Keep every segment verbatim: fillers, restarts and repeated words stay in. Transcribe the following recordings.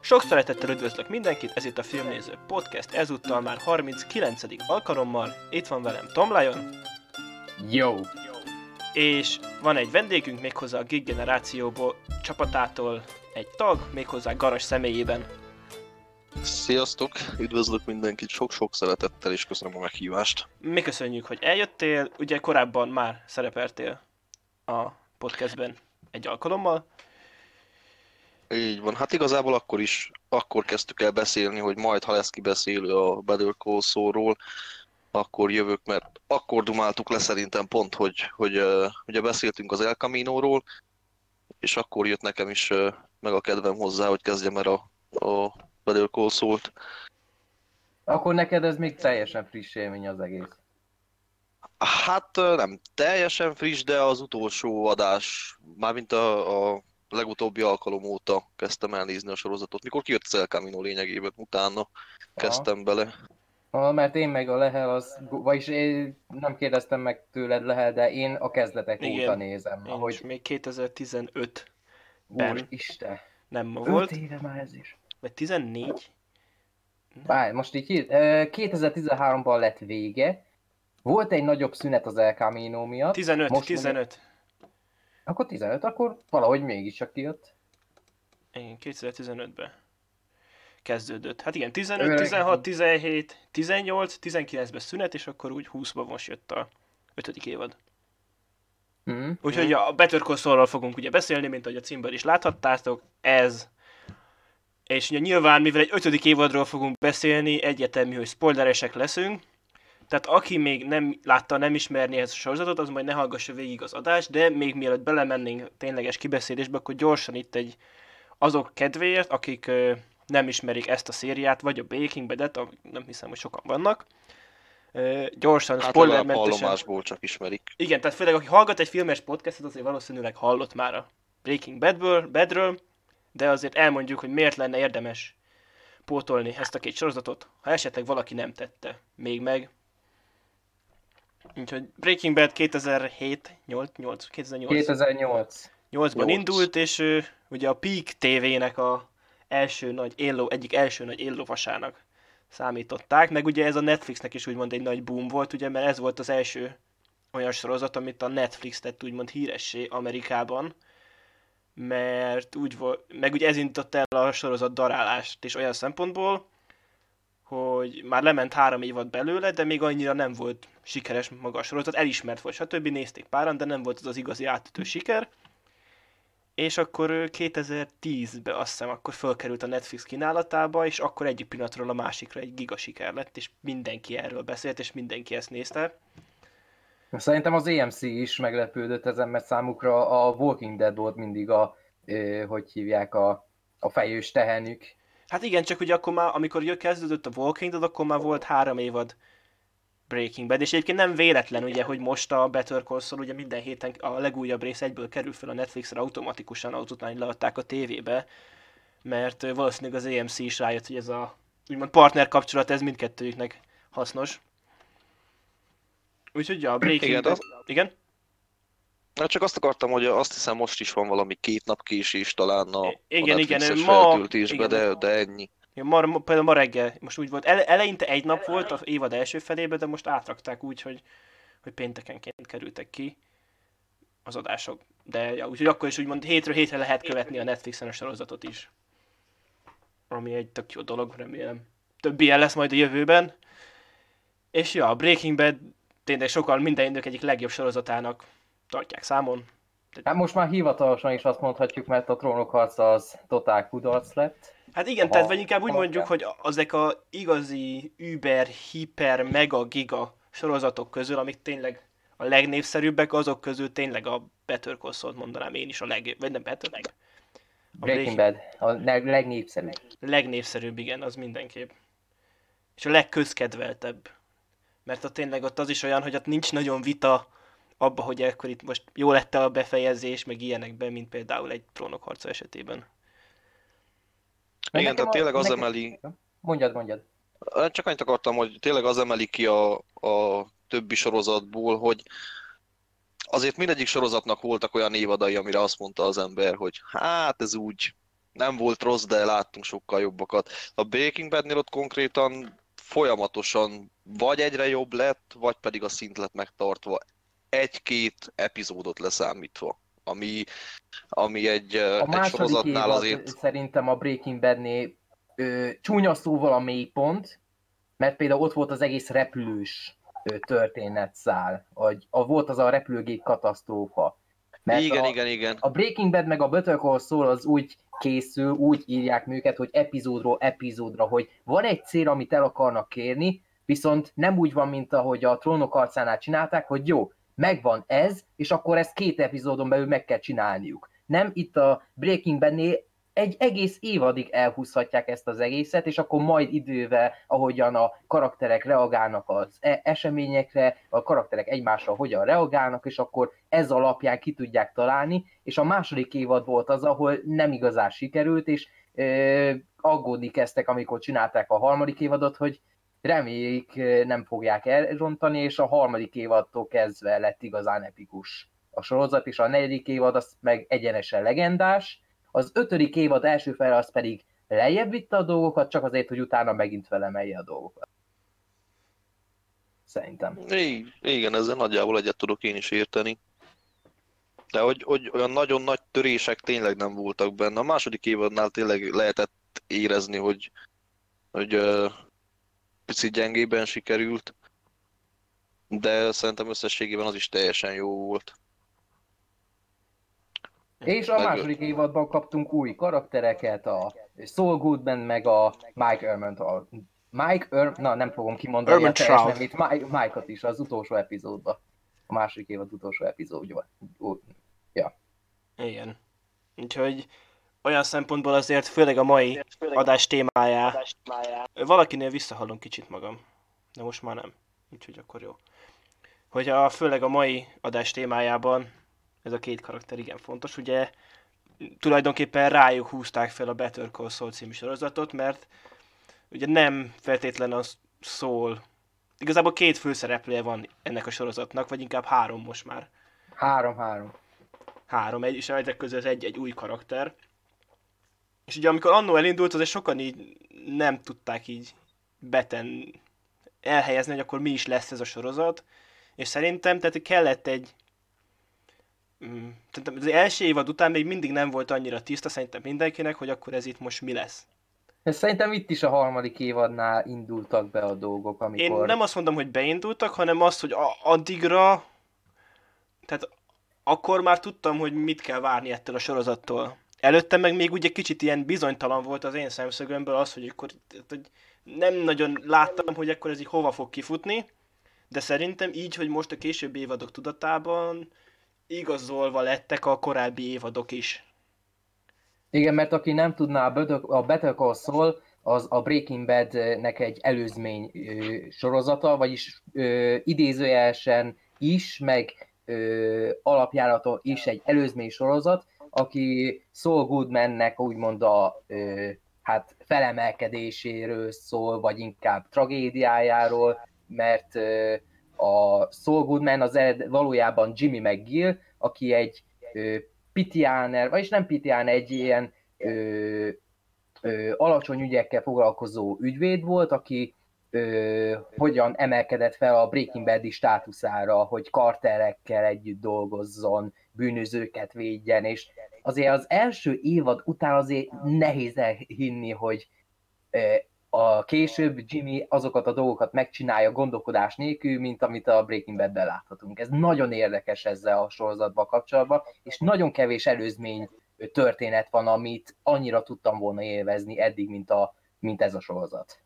Sok szeretettel üdvözlök mindenkit, ez itt a Filmnéző Podcast, ezúttal már harminckilencedik alkalommal. Itt van velem Tom Lion. Jó! És van egy vendégünk, méghozzá a Geek Generációból csapatától egy tag, méghozzá Garas személyében. Sziasztok! Üdvözlök mindenkit sok-sok szeretettel, és köszönöm a meghívást. Mi köszönjük, hogy eljöttél, ugye korábban már szerepeltél a podcastben egy alkalommal. Így van, hát igazából akkor is, akkor kezdtük el beszélni, hogy majd, ha lesz kibeszélő a Better Call Saul-ról, akkor jövök, mert akkor dumáltuk le szerintem pont, hogy, hogy uh, ugye beszéltünk az El Camino-ról, és akkor jött nekem is uh, meg a kedvem hozzá, hogy kezdjem el a, a Better Call Saul-t. Akkor neked ez még teljesen friss élmény az egész. Hát uh, nem teljesen friss, de az utolsó adás, mármint a, a legutóbbi alkalom óta kezdtem el nézni a sorozatot. Mikor kijött az El Camino lényegében, utána kezdtem bele. Ah, mert én meg a Lehel, az, vagyis én nem kérdeztem meg tőled Lehel, de én a kezdetek Igen, óta nézem. Én Ahogy... is még kétezer-tizenötben Úristen! nem ma Öt volt, éve már ez is. vagy tizennégy? Várj, most így hír- ö, kétezer-tizenháromban lett vége. Volt egy nagyobb szünet az El Camino miatt. tizenöt, Most tizenöt. Meg... Akkor tizenöt, akkor valahogy mégiscsak kijött. Igen, kétezer-tizenötben kezdődött. Hát igen, tizenöt, Öreg. tizenhat, tizenhét, tizennyolc, tizenkilencben szünet, és akkor úgy húszban most jött a ötödik évad. Mm. Úgyhogy a Better Call Saulról fogunk ugye beszélni, mint ahogy a címből is láthattátok, ez. És ugye nyilván, mivel egy ötödik évadról fogunk beszélni, egyetemű, hogy spoileresek leszünk. Tehát aki még nem látta, nem ismerné ezt a sorozatot, az majd ne hallgassa végig az adást, de még mielőtt belemennénk tényleges kibeszélésbe, akkor gyorsan itt egy azok kedvéért, akik ö, nem ismerik ezt a szériát, vagy a Breaking Bad-et, nem hiszem, hogy sokan vannak. Ö, gyorsan, Hát spoilermentesen. hallomásból csak ismerik. Igen, tehát főleg aki hallgat egy filmes podcastot, azért valószínűleg hallott már a Breaking Badből, Badről, de azért elmondjuk, hogy miért lenne érdemes pótolni ezt a két sorozatot, ha esetleg valaki nem tette még meg. Úgyhogy Breaking Bad kétezer-hét, nyolc, nyolc, kétezer-nyolc. kétezer-nyolc. nyolcban Nyolc. indult, és ő, ugye a Peak té vének a első nagy élló, egyik első nagy éllovasának számították, meg ugye ez a Netflixnek is úgymond egy nagy boom volt, ugye, mert ez volt az első olyan sorozat, amit a Netflix tett úgymond híressé Amerikában, mert úgy volt, meg ugye ez indított el a sorozat darálást is olyan szempontból, hogy már lement három évad belőle, de még annyira nem volt sikeres maga a sorozat, elismert volt, stb. Nézték páran, de nem volt az az igazi átütő siker. És akkor kétezer-tízben azt hiszem, akkor fölkerült a Netflix kínálatába, és akkor egyik pillanatról a másikra egy giga siker lett, és mindenki erről beszélt, és mindenki ezt nézte. Szerintem az á em cé is meglepődött ezen, mert számukra a Walking Dead volt mindig a, ö, hogy hívják, a, a fejős tehenük. Hát igen, csak ugye akkor már, amikor jött kezdődött a Walking Dead, akkor már volt három évad Breaking Bad, és egyébként nem véletlen ugye, hogy most a Better Call Saul ugye minden héten a legújabb rész egyből kerül fel a Netflixre automatikusan, azután leadták a tévébe, mert valószínűleg az á em cé is rájött, hogy ez a úgymond partner kapcsolat, ez mindkettőjüknek hasznos. Úgyhogy ja, a Breaking Igen, Bad... az- Igen? Hát csak azt akartam, hogy azt hiszem most is van valami két nap késés talán a, a Igen, igen, Netflixes ma- feltöltésbe, igen. de, de ennyi. Ja, ma, ma, például ma reggel, most úgy volt, ele, eleinte egy nap volt az évad első felébe, de most átrakták úgy, hogy, hogy péntekenként kerültek ki az adások. De ja, úgyhogy akkor is úgymond hétről hétre lehet követni a Netflixen a sorozatot is. Ami egy tök jó dolog, remélem. Több ilyen lesz majd a jövőben. És ja, a Breaking Bad tényleg sokan minden idők egyik legjobb sorozatának tartják számon. Hát most már hivatalosan is azt mondhatjuk, mert a Trónok harca az totál kudarc lett. Hát igen, Aha. tehát vagy inkább úgy mondjuk, Alapján. hogy ezek a igazi über, hiper, mega, giga sorozatok közül, amik tényleg a legnépszerűbbek, azok közül tényleg a Better Call Saul-t mondanám én is a leg... vagy nem Better, leg... A Breaking Bad, a leg- legnépszerűbb. legnépszerűbb, igen, az mindenképp. És a legközkedveltebb. Mert ott tényleg ott az is olyan, hogy ott nincs nagyon vita abba, hogy akkor itt most jó lett a befejezés, meg ilyenekben, mint például egy Trónok harca esetében. Mert Igen, nekem tehát a- tényleg az nekem- emeli, Mondjad, mondjad. csak annyit akartam, hogy tényleg az emeli ki a, a többi sorozatból, hogy azért mindegyik sorozatnak voltak olyan évadai, amire azt mondta az ember, hogy hát ez úgy nem volt rossz, de láttunk sokkal jobbakat. A Breaking Badnél ott konkrétan folyamatosan vagy egyre jobb lett, vagy pedig a szint lett megtartva. Egy-két epizódot leszámítva, ami, ami egy, A egy második sorozatnál évad azért... szerintem a Breaking Badnél ö, csúnya szóval a mélypont, mert például ott volt az egész repülős ö, történetszál, vagy a, volt az a repülőgép katasztrófa. Mert Igen, a, igen, igen. a Breaking Bad meg a Better Call Saul az úgy készül, úgy írják őket, hogy epizódról epizódra, hogy van egy cél, amit el akarnak kérni, viszont nem úgy van, mint ahogy a Trónok arcánál csinálták, hogy jó, megvan ez, és akkor ezt két epizódon belül meg kell csinálniuk. Nem, itt a Breaking Badnél egy egész évadig elhúzhatják ezt az egészet, és akkor majd idővel, ahogyan a karakterek reagálnak az e- eseményekre, a karakterek egymásra hogyan reagálnak, és akkor ez alapján ki tudják találni, és a második évad volt az, ahol nem igazán sikerült, és ö, aggódni kezdtek, amikor csinálták a harmadik évadot, hogy reméljük nem fogják elrontani, és a harmadik évadtól kezdve lett igazán epikus a sorozat, és a negyedik évad az meg egyenesen legendás, az ötödik évad első fel az pedig lejjebb vitte a dolgokat, csak azért, hogy utána megint felemelje a dolgokat. Szerintem. I- igen, ezzel nagyjából egyet tudok én is érteni. De hogy, hogy olyan nagyon nagy törések tényleg nem voltak benne. A második évadnál tényleg lehetett érezni, hogy, hogy uh, picit gyengében sikerült, de szerintem összességében az is teljesen jó volt. És a Meg, második évadban kaptunk új karaktereket, a Saul Goodman meg a Mike Ehrmann. Mike Ehrmann, na nem fogom kimondani Ehrmann a teljes Trout. nevét, Mike, Mike-ot is az utolsó epizódban. A második évad utolsó epizódjában. Ja. Igen. Úgyhogy olyan szempontból azért, főleg a mai adás témájá, valakinél visszahallom kicsit magam, de most már nem. Úgyhogy akkor jó. Hogy a, főleg a mai adás témájában ez a két karakter igen fontos, ugye tulajdonképpen rájuk húzták fel a Better Call Saul című sorozatot, mert ugye nem feltétlen az szól. Igazából két főszereplője van ennek a sorozatnak, vagy inkább három most már. Három-három. Három, egy, és ezek közül az egy-egy új karakter. És ugye amikor annó elindult, azért sokan így nem tudták így beten elhelyezni, hogy akkor mi is lesz ez a sorozat. És szerintem tehát kellett egy... Mm, tehát az első évad után még mindig nem volt annyira tiszta szerintem mindenkinek, hogy akkor ez itt most mi lesz. És szerintem itt is a harmadik évadnál indultak be a dolgok, amikor... Én nem azt mondom, hogy beindultak, hanem azt, hogy a- addigra... Tehát akkor már tudtam, hogy mit kell várni ettől a sorozattól. Előtte meg még ugye kicsit ilyen bizonytalan volt az én szemszögömből az, hogy akkor hogy nem nagyon láttam, hogy akkor ez így hova fog kifutni, de szerintem így, hogy most a későbbi évadok tudatában igazolva lettek a korábbi évadok is. Igen, mert aki nem tudná, a Better- a Better Call Saul az a Breaking Badnek egy előzmény ö, sorozata, vagyis ö, idézőjelesen is, meg ö, alapjáraton is egy előzmény sorozat, aki Saul Goodmannek úgymond a ö, hát felemelkedéséről szól, vagy inkább tragédiájáról, mert ö, a Saul Goodman az ered, valójában Jimmy McGill, aki egy ö, pitiáner, vagyis nem pitiáner, egy ilyen ö, ö, alacsony ügyekkel foglalkozó ügyvéd volt, aki ö, hogyan emelkedett fel a Breaking Bad-i státuszára, hogy karterekkel együtt dolgozzon, bűnözőket védjen, és azért az első évad után azért nehéz elhinni, hogy ö, a később Jimmy azokat a dolgokat megcsinálja gondolkodás nélkül, mint amit a Breaking Badben láthatunk. Ez nagyon érdekes ezzel a sorozatban kapcsolatban, és nagyon kevés előzmény történet van, amit annyira tudtam volna élvezni eddig, mint, a, mint ez a sorozat.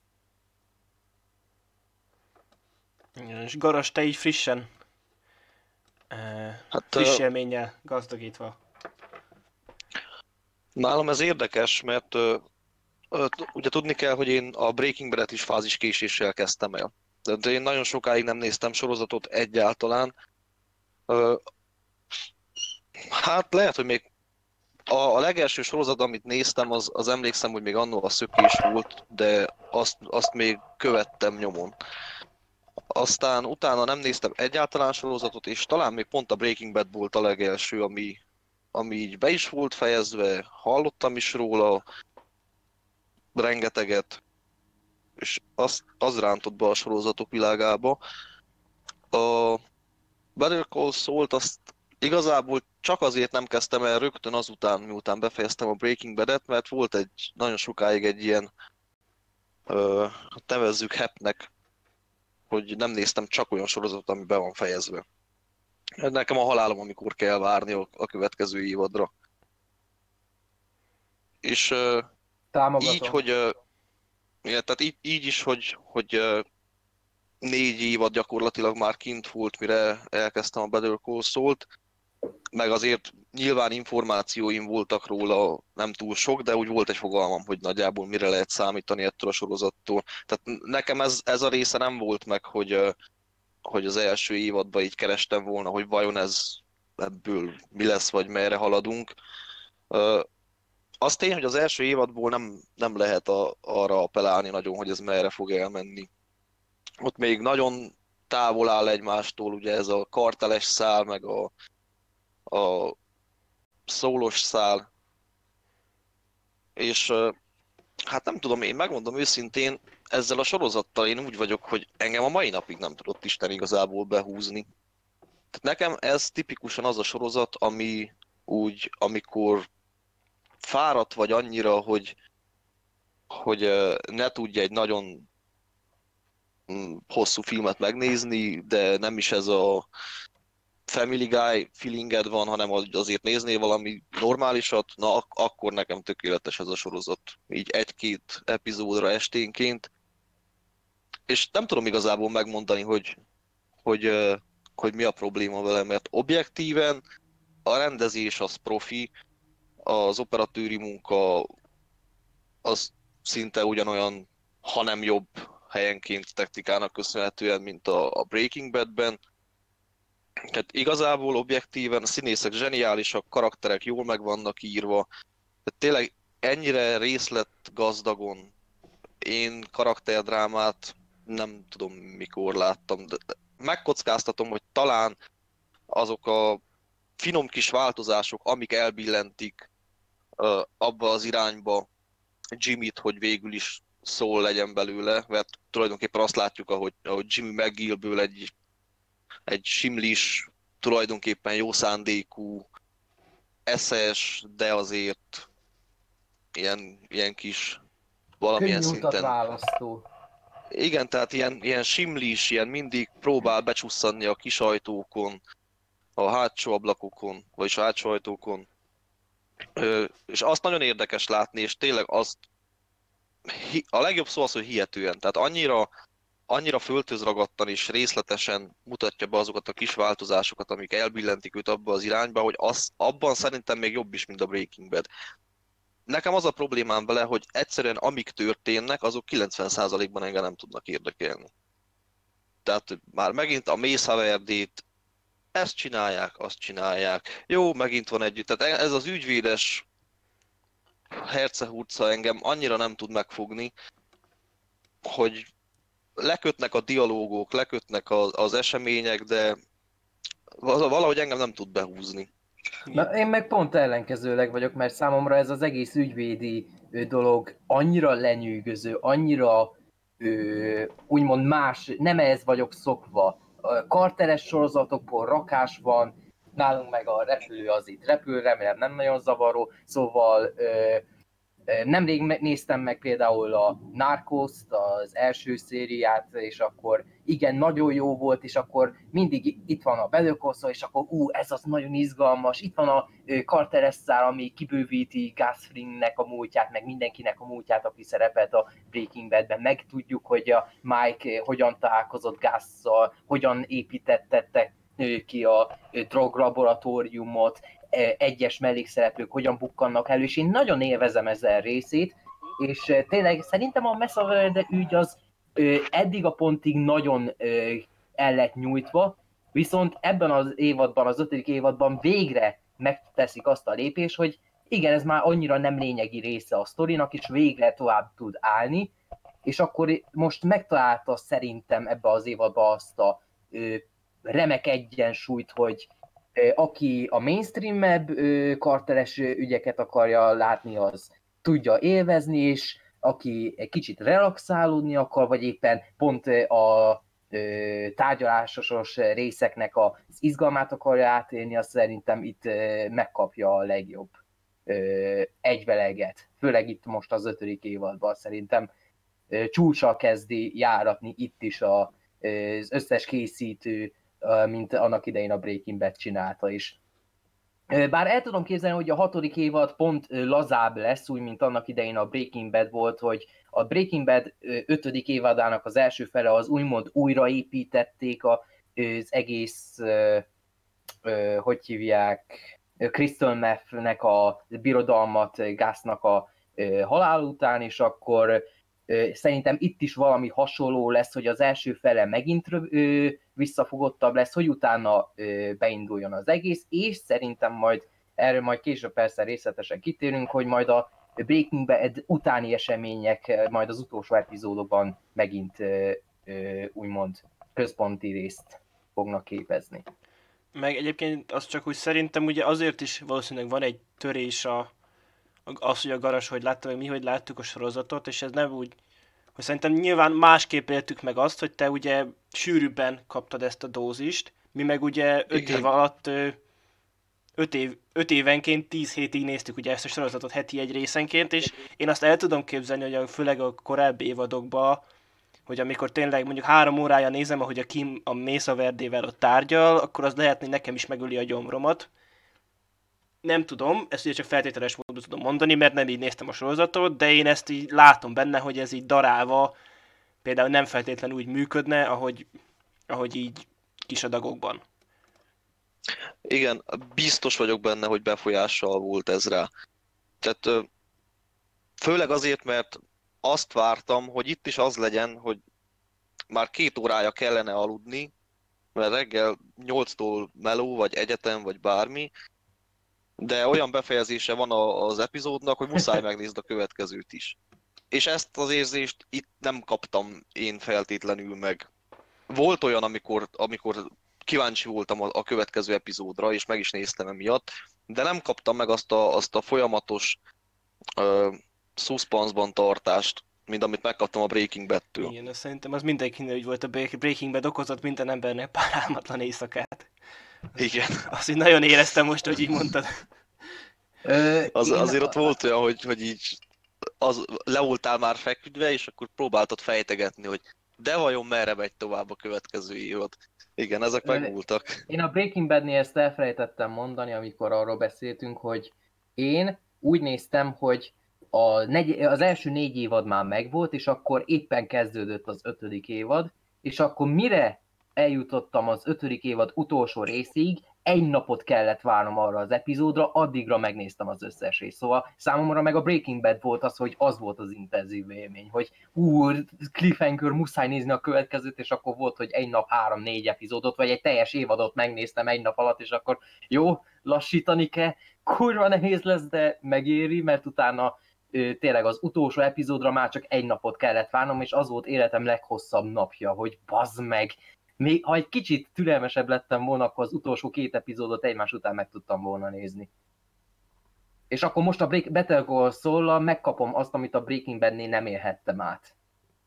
Igen, és Garas, te így frissen, uh, Hát, friss ö, élménnyel gazdagítva. nálam ez érdekes, mert ö, ö, ugye tudni kell, hogy én a Breaking Bad-et is fáziskéséssel kezdtem el. De de én nagyon sokáig nem néztem sorozatot egyáltalán. Ö, hát lehet, hogy még a, a legelső sorozat, amit néztem, az, az emlékszem, hogy még annó a Szökés volt, de azt, azt még követtem nyomon. Aztán utána nem néztem egyáltalán sorozatot, és talán még pont a Breaking Bad volt a legelső, ami, ami így be is volt fejezve, hallottam is róla rengeteget, és az, az rántott be a sorozatok világába. A Better Call Saul-t azt igazából csak azért nem kezdtem el rögtön azután, miután befejeztem a Breaking Bad-et, mert volt egy nagyon sokáig egy ilyen, ö, nevezzük hepnek, hogy nem néztem csak olyan sorozatot, ami be van fejezve. Nekem a halálom, amikor kell várni a, a következő évadra. És ö, Támogatom. így, hogy ö, ja, tehát így, így is, hogy, hogy ö, négy évad gyakorlatilag már kint volt, mire elkezdtem a Better Call Saul-t, meg azért nyilván információim voltak róla nem túl sok, de úgy volt egy fogalmam, hogy nagyjából mire lehet számítani ettől a sorozattól. Tehát nekem ez, ez a része nem volt meg, hogy, ö, hogy az első évadban így kerestem volna, hogy vajon ez ebből mi lesz, vagy merre haladunk. Ö, Az tény, hogy az első évadból nem, nem lehet a, arra appellálni nagyon, hogy ez merre fog elmenni. Ott még nagyon távol áll egymástól, ugye ez a karteles szál, meg a, a szólos szál. És ö, hát nem tudom, én megmondom őszintén, ezzel a sorozattal én úgy vagyok, hogy engem a mai napig nem tudott Isten igazából behúzni. Tehát nekem ez tipikusan az a sorozat, ami úgy, amikor fáradt vagy annyira, hogy, hogy ö, ne tudja egy nagyon mm, hosszú filmet megnézni, de nem is ez a Family Guy feelinged van, hanem az- azért néznél valami normálisat, na ak- akkor nekem tökéletes ez a sorozat. Így egy-két epizódra esténként. És nem tudom igazából megmondani, hogy, hogy, ö, hogy mi a probléma vele, mert objektíven a rendezés az profi, az operatőri munka az szinte ugyanolyan, ha nem jobb helyenként technikának köszönhetően, mint a, a Breaking Badben. Tehát igazából objektíven a színészek zseniálisak, karakterek jól meg vannak írva. Tehát tényleg ennyire részlet gazdagon én karakterdrámát nem tudom mikor láttam, de megkockáztatom, hogy talán azok a finom kis változások, amik elbillentik ö, abba az irányba Jimmyt, hogy végül is szól legyen belőle, mert tulajdonképpen azt látjuk, ahogy, ahogy Jimmy McGillből egy, egy simlis, tulajdonképpen jó szándékú, eszes, de azért ilyen, ilyen kis valamilyen Könnyű utat szinten. választó. Igen, tehát ilyen, ilyen simlis, ilyen mindig próbál becsusszanni a kis ajtókon, a hátsó ablakokon, vagyis a hátsó ajtókon. Ö, és azt nagyon érdekes látni, és tényleg azt, hi- a legjobb szó az, hogy hihetően. Tehát annyira, annyira föltözragadtan és részletesen mutatja be azokat a kis változásokat, amik elbillentik őt abba az irányba, hogy az, abban szerintem még jobb is, mint a Breaking Bad. Nekem az a problémám vele, hogy egyszerűen amik történnek, azok kilencven százalékban engem nem tudnak érdekelni. Tehát már megint a Mész Haverdét, ezt csinálják, azt csinálják. Jó, megint van együtt. Tehát ez az ügyvédes hercehurca engem annyira nem tud megfogni, hogy lekötnek a dialógok, lekötnek az, az események, de valahogy engem nem tud behúzni. Na, én meg pont ellenkezőleg vagyok, mert számomra ez az egész ügyvédi ö, dolog annyira lenyűgöző, annyira ö, úgymond más, nem ehhez vagyok szokva. A karteres sorozatokból rakás van, nálunk meg a repülő az itt repül, remélem nem nagyon zavaró, szóval ö, nemrég néztem meg például a Narcos-t, az első szériát, és akkor igen, nagyon jó volt, és akkor mindig itt van a Better Call Saul, és akkor ú, ez az nagyon izgalmas, itt van a Carteres szál, ami kibővíti Gus Fringnek a múltját, meg mindenkinek a múltját, aki szerepelt a Breaking Badben, meg tudjuk, hogy a Mike hogyan találkozott Gus-szal, hogyan építettettek ki a droglaboratóriumot, egyes mellékszereplők hogyan bukkannak elő, és én nagyon élvezem ezen részét, és tényleg szerintem a Mesa Verde ügy az eddig a pontig nagyon el lett nyújtva, viszont ebben az évadban, az ötödik évadban végre megteszik azt a lépést, hogy igen, ez már annyira nem lényegi része a sztorinak, és végre tovább tud állni, és akkor most megtalálta szerintem ebbe az évadban azt a remek egyensúlyt, hogy Aki a mainstream-ebb karteres ügyeket akarja látni, az tudja élvezni, és aki egy kicsit relaxálódni akar, vagy éppen pont a tárgyalásos részeknek az izgalmát akarja átélni, azt szerintem itt megkapja a legjobb egyveleget. Főleg itt most az ötödik évadban szerintem csúccsal kezdi járatni itt is a, az összes készítő, mint annak idején a Breaking Bad csinálta is. Bár el tudom képzelni, hogy a hatodik évad pont lazább lesz, úgy, mint annak idején a Breaking Bad volt, hogy a Breaking Bad ötödik évadának az első fele az úgymond újraépítették az egész, hogy hívják, Crystal Meth-nek a birodalmat Gusnak a halál után, és akkor szerintem itt is valami hasonló lesz, hogy az első fele megint visszafogottabb lesz, hogy utána beinduljon az egész, és szerintem majd, erről majd később persze részletesen kitérünk, hogy majd a Breaking Bad utáni események majd az utolsó epizódokban megint úgymond központi részt fognak képezni. Meg egyébként az csak úgy szerintem ugye azért is valószínűleg van egy törés a, az, hogy a garas, hogy látta meg mi, hogy láttuk a sorozatot, és ez nem úgy, hogy szerintem nyilván másképp éltük meg azt, hogy te ugye sűrűbben kaptad ezt a dózist, mi meg ugye öt év alatt öt, év, öt évenként tíz hétig néztük ugye ezt a sorozatot heti egy részenként, és én azt el tudom képzelni, hogy a, főleg a korábbi évadokban, hogy amikor tényleg mondjuk három órája nézem, ahogy a Kim a Mesa Verdével ott tárgyal, akkor az lehet, hogy nekem is megöli a gyomromat. Nem tudom, ezt ugye csak feltételes módon tudom mondani, mert nem így néztem a sorozatot, de én ezt így látom benne, hogy ez így darálva például nem feltétlenül úgy működne, ahogy, ahogy így kis adagokban. Igen, biztos vagyok benne, hogy befolyással volt ez rá. Tehát főleg azért, mert azt vártam, hogy itt is az legyen, hogy már két órája kellene aludni, mert reggel nyolctól meló, vagy egyetem, vagy bármi, de olyan befejezése van az epizódnak, hogy muszáj megnézd a következőt is. És ezt az érzést itt nem kaptam én feltétlenül meg. Volt olyan, amikor, amikor kíváncsi voltam a, a következő epizódra, és meg is néztem emiatt, de nem kaptam meg azt a, azt a folyamatos uh, suspense-ban tartást, mint amit megkaptam a Breaking Bad-től. Igen, azt szerintem az mindenkinek úgy volt, a Breaking Bad okozott minden embernek pár álmatlan éjszakát. Igen. Azt így nagyon éreztem most, hogy így mondtad. Ö, Az, én- azért ott volt olyan, hogy, hogy így az, le voltál már feküdve, és akkor próbáltad fejtegetni, hogy de vajon merre megy tovább a következő évad. Igen, ezek Ö, megvoltak. Én a Breaking Badnél ezt elfelejtettem mondani, amikor arról beszéltünk, hogy én úgy néztem, hogy a negy, az első négy évad már megvolt, és akkor éppen kezdődött az ötödik évad, és akkor mire eljutottam az ötödik évad utolsó részig, egy napot kellett várnom arra az epizódra, addigra megnéztem az összes részt. Szóval számomra meg a Breaking Bad volt az, hogy az volt az intenzív élmény, hogy ú, cliffhanger, muszáj nézni a következőt, és akkor volt, hogy egy nap három-négy epizódot, vagy egy teljes évadot megnéztem egy nap alatt, és akkor jó, lassítani kell, kurva nehéz lesz, de megéri, mert utána tényleg az utolsó epizódra már csak egy napot kellett várnom, és az volt életem leghosszabb napja, hogy bazd meg, még ha egy kicsit türelmesebb lettem volna, akkor az utolsó két epizódot egymás után meg tudtam volna nézni. És akkor most a Break- Better Call Saul-lal megkapom azt, amit a Breaking Bad-nél nem élhettem át.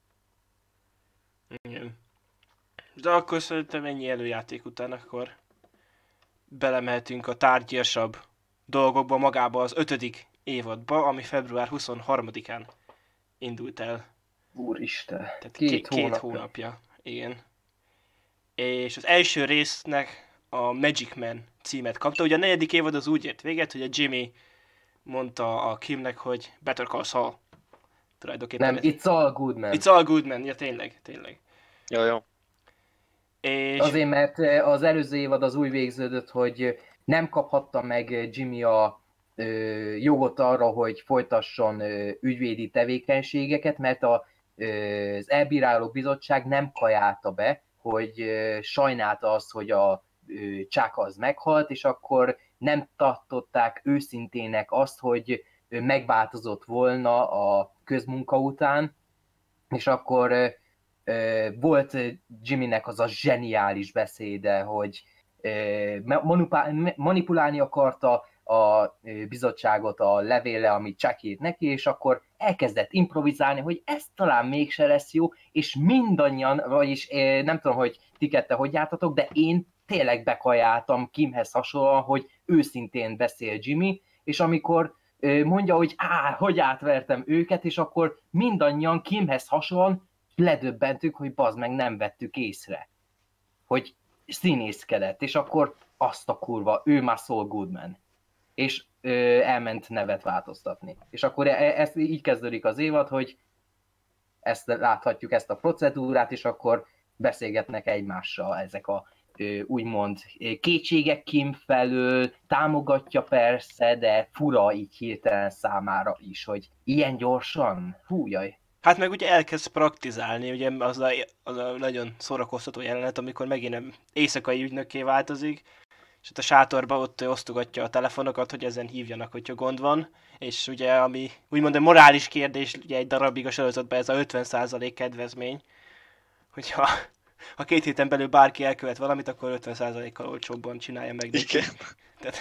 Igen. De akkor szerintem ennyi előjáték után akkor belemehetünk a tárgyasabb dolgokba, magába az ötödik évadba, ami február huszonharmadikán indult el. Úristen, Tehát két, két, két hónapja. hónapja. Igen. És az első résznek a Magic Man címet kapta. Ugye a negyedik évad az úgy ért véget, hogy a Jimmy mondta a Kimnek, hogy Better Call Saul. Tulajdonképpen Nem, ez- it's all good, man. It's all good, man. Ja, tényleg, tényleg. Ja, ja. És Azért, mert az előző évad az úgy végződött, hogy nem kaphatta meg Jimmy a ö, jogot arra, hogy folytasson ö, ügyvédi tevékenységeket, mert a, ö, az elbíráló bizottság nem kajálta be, hogy ö, sajnálta azt, hogy a ö, Chuck az meghalt, és akkor nem tartották őszintének azt, hogy ö, megváltozott volna a közmunka után, és akkor volt Jimmynek az a zseniális beszéde, hogy manipulálni akarta a bizottságot a levéle, amit Chuck írt neki, és akkor elkezdett improvizálni, hogy ez talán mégse lesz jó, és mindannyian, vagyis nem tudom, hogy ti kette hogy jártatok, de én tényleg bekajáltam Kimhez hasonlóan, hogy őszintén beszél Jimmy, és amikor mondja, hogy á, hogy átvertem őket, és akkor mindannyian Kimhez hasonlóan ledöbbentük, hogy bazd meg nem vettük észre, hogy színészkedett, és akkor azt a kurva, ő már Saul Goodman. És ö, elment nevet változtatni. És akkor e- ez, így kezdődik az évad, hogy ezt láthatjuk, ezt a procedúrát, és akkor beszélgetnek egymással ezek a ö, úgymond kétségek Kim felől, támogatja persze, de fura így hirtelen számára is, hogy ilyen gyorsan? Hú, jaj. Hát meg ugye elkezd praktizálni, ugye az a, az a nagyon szórakoztató jelenet, amikor megint éjszakai ügynökké változik, és ott a sátorba ott osztogatja a telefonokat, hogy ezen hívjanak, hogyha gond van, és ugye ami úgymond a morális kérdés, ugye egy darabig a sorozatban ez a ötven százalék kedvezmény, hogyha ha két héten belül bárki elkövet valamit, akkor ötven százalékkal olcsóbban csinálja meg. Igen. Tehát,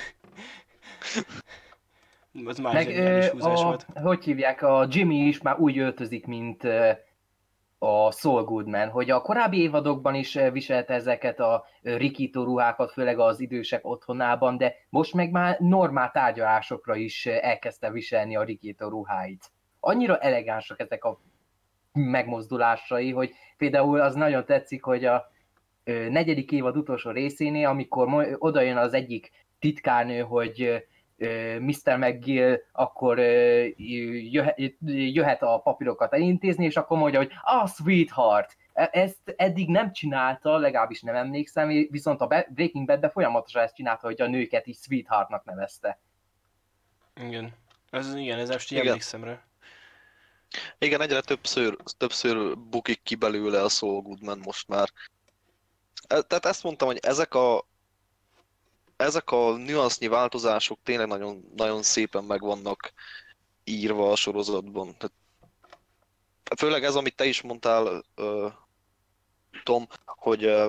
az már Meg zseniális ö, húzás a, volt. hogy hívják, a Jimmy is már úgy öltözik, mint ö, a Saul Goodman, hogy a korábbi évadokban is viselte ezeket a rikító ruhákat, főleg az idősek otthonában, de most meg már normál tárgyalásokra is elkezdte viselni a rikító ruháit. Annyira elegánsak ezek a megmozdulásai, hogy például az nagyon tetszik, hogy a negyedik évad utolsó részénél, amikor odajön az egyik titkárnő, hogy miszter McGill akkor jöhet a papírokat elintézni, és akkor mondja, hogy ah, sweetheart. Ezt eddig nem csinálta, legalábbis nem emlékszem, viszont a Breaking Bad-ben folyamatosan ezt csinálta, hogy a nőket is sweetheartnak nevezte. Igen. Ez, igen, ez most Igen. emlékszem rá. Igen, egyre többször, többször bukik ki belőle a Saul Goodman most már. Tehát ezt mondtam, hogy ezek a ezek a nüansznyi változások tényleg nagyon, nagyon szépen meg vannak írva a sorozatban. Tehát főleg ez, amit te is mondtál, uh, Tom, hogy uh,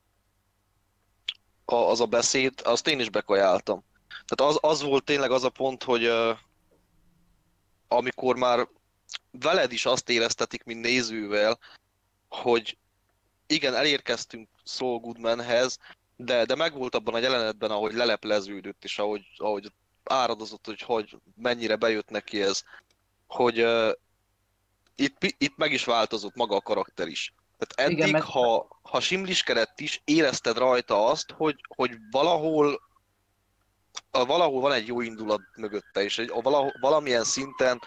az a beszéd, azt én is bekajáltam. Tehát az, az volt tényleg az a pont, hogy uh, amikor már veled is azt éreztetik, mint nézővel, hogy igen, elérkeztünk Saul Goodmanhez, de, de megvolt abban a jelenetben, ahogy lelepleződött, és ahogy, ahogy áradozott, hogy, hogy mennyire bejött neki ez, hogy uh, itt, itt meg is változott maga a karakter is. Tehát eddig, Igen, mert... ha, ha simliskedett is, érezted rajta azt, hogy, hogy valahol, valahol van egy jó indulat mögötte, és egy, valahol, valamilyen szinten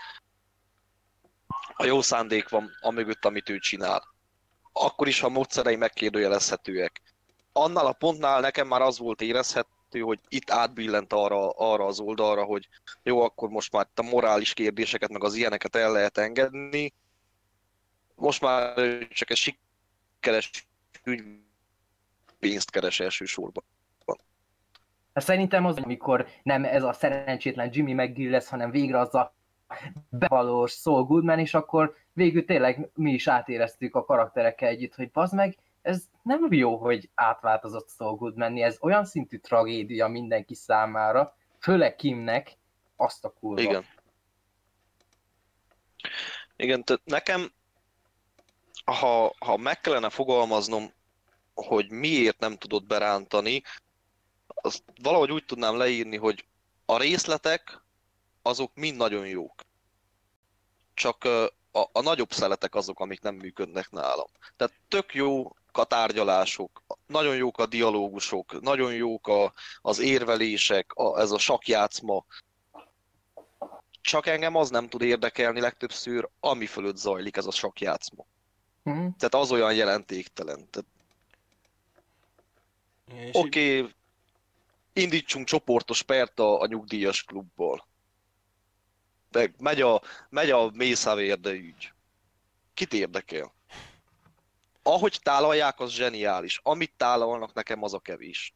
a jó szándék van a mögött, amit ő csinál. Akkor is, ha módszerei megkérdőjelezhetőek. Annál a pontnál nekem már az volt érezhető, hogy itt átbillent arra, arra az oldalra, hogy jó, akkor most már a morális kérdéseket, meg az ilyeneket el lehet engedni. Most már csak egy sikeres ügy pénzt keres elsősorban. Szerintem az, amikor nem ez a szerencsétlen Jimmy McGill lesz, hanem végre az a bevalós Saul Goodman, és akkor végül tényleg mi is átéreztük a karakterekkel együtt, hogy bazd meg, ez nem jó, hogy átváltozott Saul Goodman, ez olyan szintű tragédia mindenki számára, főleg Kimnek, azt a kurva. Igen. Igen, tehát nekem, ha, ha meg kellene fogalmaznom, hogy miért nem tudod berántani, azt valahogy úgy tudnám leírni, hogy a részletek, azok mind nagyon jók. Csak a, a nagyobb szeletek azok, amik nem működnek nálam. Tehát tök jó a tárgyalások, nagyon jók a dialógusok, nagyon jók a, az érvelések, a, ez a sakjátszma. Csak engem az nem tud érdekelni legtöbbször, ami fölött zajlik ez a sakjátszma. Hmm. Tehát az olyan jelentéktelen. Tehát... Oké, okay, indítsunk csoportos pert a, a nyugdíjas klubból. De megy a, megy a Mesa-Verde ügy. Kit érdekel? Ahogy tálalják, az zseniális. Amit tálalnak, nekem az a kevés.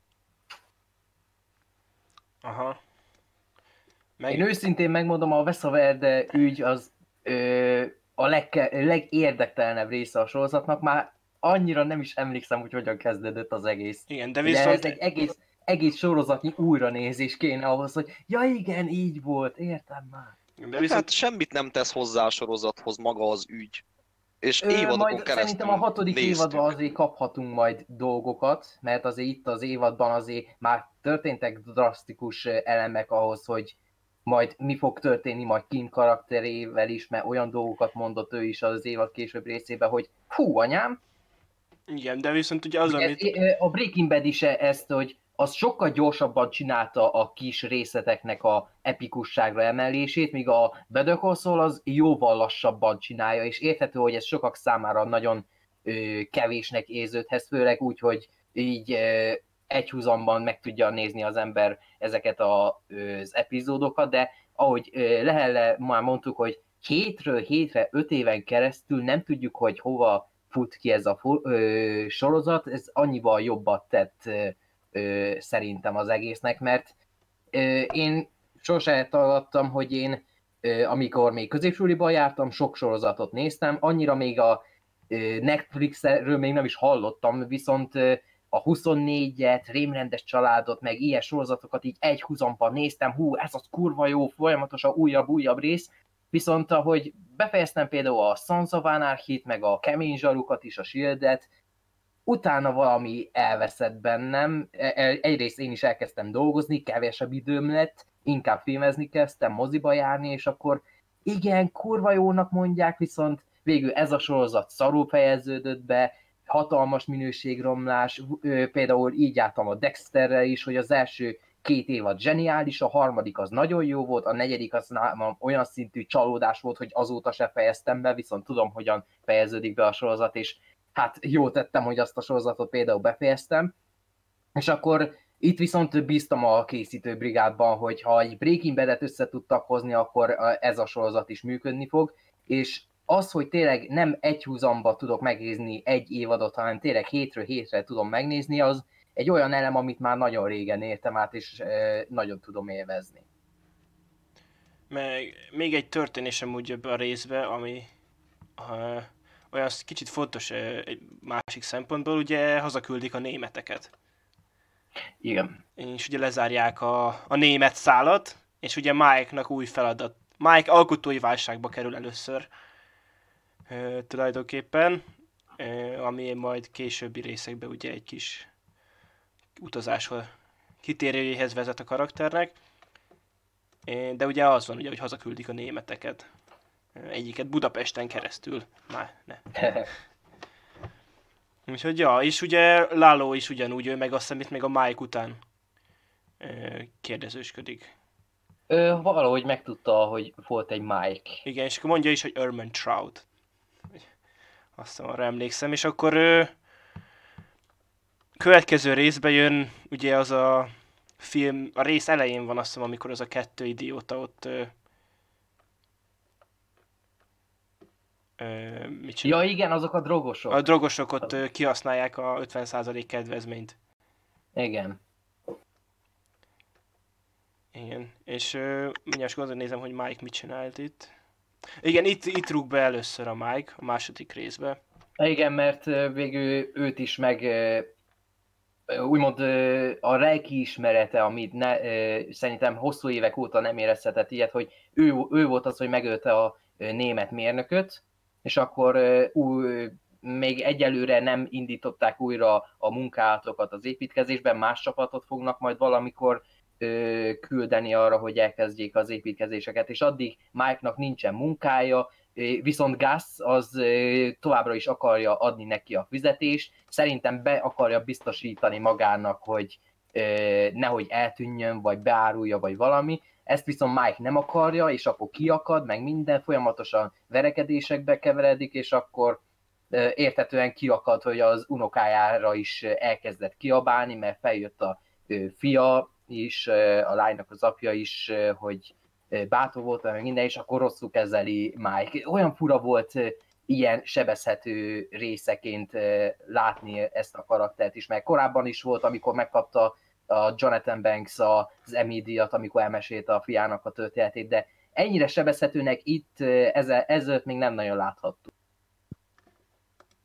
Aha. Meg... Én őszintén megmondom, a Mesa-Verde ügy az ö, a legke, legérdektelenebb része a sorozatnak. Már annyira nem is emlékszem, hogy hogyan kezdődött az egész. Igen, de Ugye viszont... ez egy egész, egész sorozatnyi újranézés kéne ahhoz, hogy ja igen, így volt, értem már. De Tehát viszont... semmit nem tesz hozzá a sorozathoz maga az ügy. És Ö, évadokon majd szerintem a keresztül hatodik néztük. évadban azért kaphatunk majd dolgokat, mert azért itt az évadban azért már történtek drasztikus elemek ahhoz, hogy majd mi fog történni majd Kim karakterével is, mert olyan dolgokat mondott ő is az évad később részében, hogy hú anyám, Igen, de viszont ugye az, ugye ez, amit... a Breaking Bad is ezt, hogy az sokkal gyorsabban csinálta a kis részleteknek a epikusságra emelését, míg a Better Call Saul az jóval lassabban csinálja, és érthető, hogy ez sokak számára nagyon ö, kevésnek érződhet, főleg úgy, hogy így ö, egyhuzamban meg tudja nézni az ember ezeket a, ö, az epizódokat, de ahogy ö, Lehelle már mondtuk, hogy hétről hétre, öt éven keresztül nem tudjuk, hogy hova fut ki ez a ö, sorozat, ez annyival jobbat tett ö, ö, szerintem az egésznek, mert ö, én sose tagadtam, hogy én, ö, amikor még középsuliban jártam, sok sorozatot néztem, annyira még a ö, Netflixről még nem is hallottam, viszont ö, a huszonnégyet, Rémrendes családot, meg ilyen sorozatokat így egy húzamban néztem, hú, ez az kurva jó, folyamatosan újabb, újabb rész, viszont ahogy befejeztem például a Sons of Anarchy-t, meg a Kemény Zsarukat is, a Shield-et, utána valami elveszett bennem. Egyrészt én is elkezdtem dolgozni, kevesebb időm lett, inkább filmezni kezdtem, moziba járni, és akkor igen, kurva jónak mondják, viszont végül ez a sorozat szarul fejeződött be, hatalmas minőségromlás, például így álltam a Dexterrel is, hogy az első két évad zseniális, a harmadik az nagyon jó volt, a negyedik az olyan szintű csalódás volt, hogy azóta se fejeztem be, viszont tudom, hogyan fejeződik be a sorozat, és hát jól tettem, hogy azt a sorozatot például befejeztem, és akkor itt viszont bíztam a készítő brigádban, hogy ha egy Breaking Bad-et össze tudtak hozni, akkor ez a sorozat is működni fog, és az, hogy tényleg nem egy húzamba tudok megnézni egy évadot, hanem tényleg hétről hétre tudom megnézni, az egy olyan elem, amit már nagyon régen értem át, és e, nagyon tudom élvezni. Meg még egy történésem úgy ebbe a részbe, ami uh, olyan kicsit fontos uh, egy másik szempontból, ugye hazaküldik a németeket. Igen. És ugye lezárják a, a német szálat, és ugye Mike-nak új feladat. Mike alkotói válságba kerül először uh, tulajdonképpen, uh, ami majd későbbi részekben ugye egy kis utazáshoz kitérőjéhez vezet a karakternek. De ugye az van, ugye, hogy hazaküldik a németeket. Egyiket Budapesten keresztül. Már ne. Úgyhogy ja, és ugye Lalo is ugyanúgy, ő meg azt hiszem itt még a Mike után kérdezősködik. Ő valahogy megtudta, hogy volt egy Mike. Igen, és akkor mondja is, hogy Erman Trout. Azt hiszem, arra emlékszem. És akkor ő, következő részben jön ugye az a film, a rész elején van azt hiszem, amikor az a kettő idióta ott ö, ö, mit csinál? Ja igen, azok a drogosok. A drogosok ott ö, kihasználják a ötven százalék kedvezményt. Igen. Igen, és ö, mindjárt gondolom nézem, hogy Mike mit csinált itt. Igen, itt, itt rúg be először a Mike, a második részbe. Igen, mert végül őt is meg úgymond a lelki ismerete, amit ne, szerintem hosszú évek óta nem érezhetett ilyet, hogy ő, ő volt az, hogy megölte a német mérnököt, és akkor új, még egyelőre nem indították újra a munkálatokat az építkezésben, más csapatot fognak majd valamikor küldeni arra, hogy elkezdjék az építkezéseket, és addig Mike-nak nincsen munkája, viszont Gus az továbbra is akarja adni neki a fizetést, szerintem be akarja biztosítani magának, hogy nehogy eltűnjön, vagy beárulja, vagy valami, ezt viszont Mike nem akarja, és akkor kiakad, meg minden, folyamatosan verekedésekbe keveredik, és akkor érthetően kiakad, hogy az unokájára is elkezdett kiabálni, mert feljött a fia is, a lánynak az apja is, hogy bátor volt, meg minden, és akkor rosszul kezeli Mike. Olyan fura volt ilyen sebezhető részeként látni ezt a karaktert is, mert korábban is volt, amikor megkapta a Jonathan Banks az Emmy-díjat, amikor elmesélte a fiának a történetét, de ennyire sebezhetőnek itt ezzel, ezzel még nem nagyon láthattuk.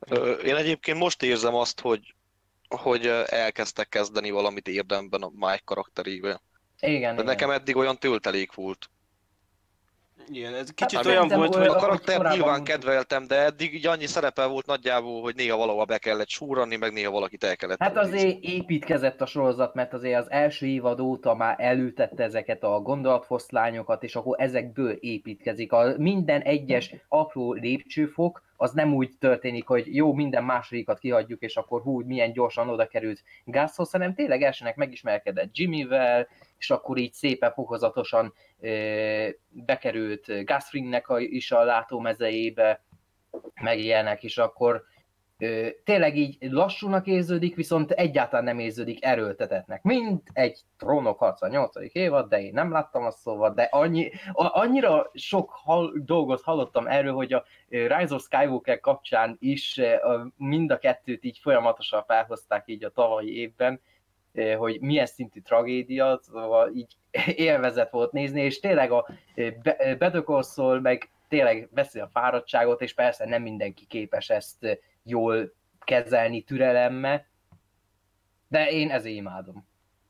Ö, Én egyébként most érzem azt, hogy, hogy elkezdtek kezdeni valamit érdemben a Mike karakterével. Igen, De nekem igen. eddig olyan töltelék volt. Igen, ez Hát kicsit olyan szerintem, volt, ö, hogy A ahogy karaktert korábban nyilván mondtuk, kedveltem, de eddig így annyi szerepe volt nagyjából, hogy néha valahol be kellett súranni, meg néha valakit el kellett hát idézni. azért építkezett a sorozat, mert azért az első évad óta már előtette ezeket a gondolatfoszlányokat, és akkor ezekből építkezik. A minden egyes apró lépcsőfok, az nem úgy történik, hogy jó, minden másodikat kihagyjuk, és akkor hú, milyen gyorsan oda került Gushoz, hanem tényleg elsőnek megismerkedett Jimmyvel, és akkor így szépen fokozatosan ö, bekerült Gus Fringnek a, is a látómezejébe, meg ilyenek, és akkor ö, tényleg így lassúnak érződik, viszont egyáltalán nem érződik erőltetetnek. Mint egy Trónok harca nyolcadik évad, de én nem láttam azt szóval, de annyi, a, annyira sok hall, dolgot hallottam erről, hogy a Rise of Skywalker kapcsán is a, mind a kettőt így folyamatosan felhozták így a tavalyi évben, hogy milyen szintű tragédia, szóval így élvezet volt nézni, és tényleg a Better Call Saul meg tényleg veszi a fáradtságot, és persze nem mindenki képes ezt jól kezelni türelemmel, de én ezért imádom.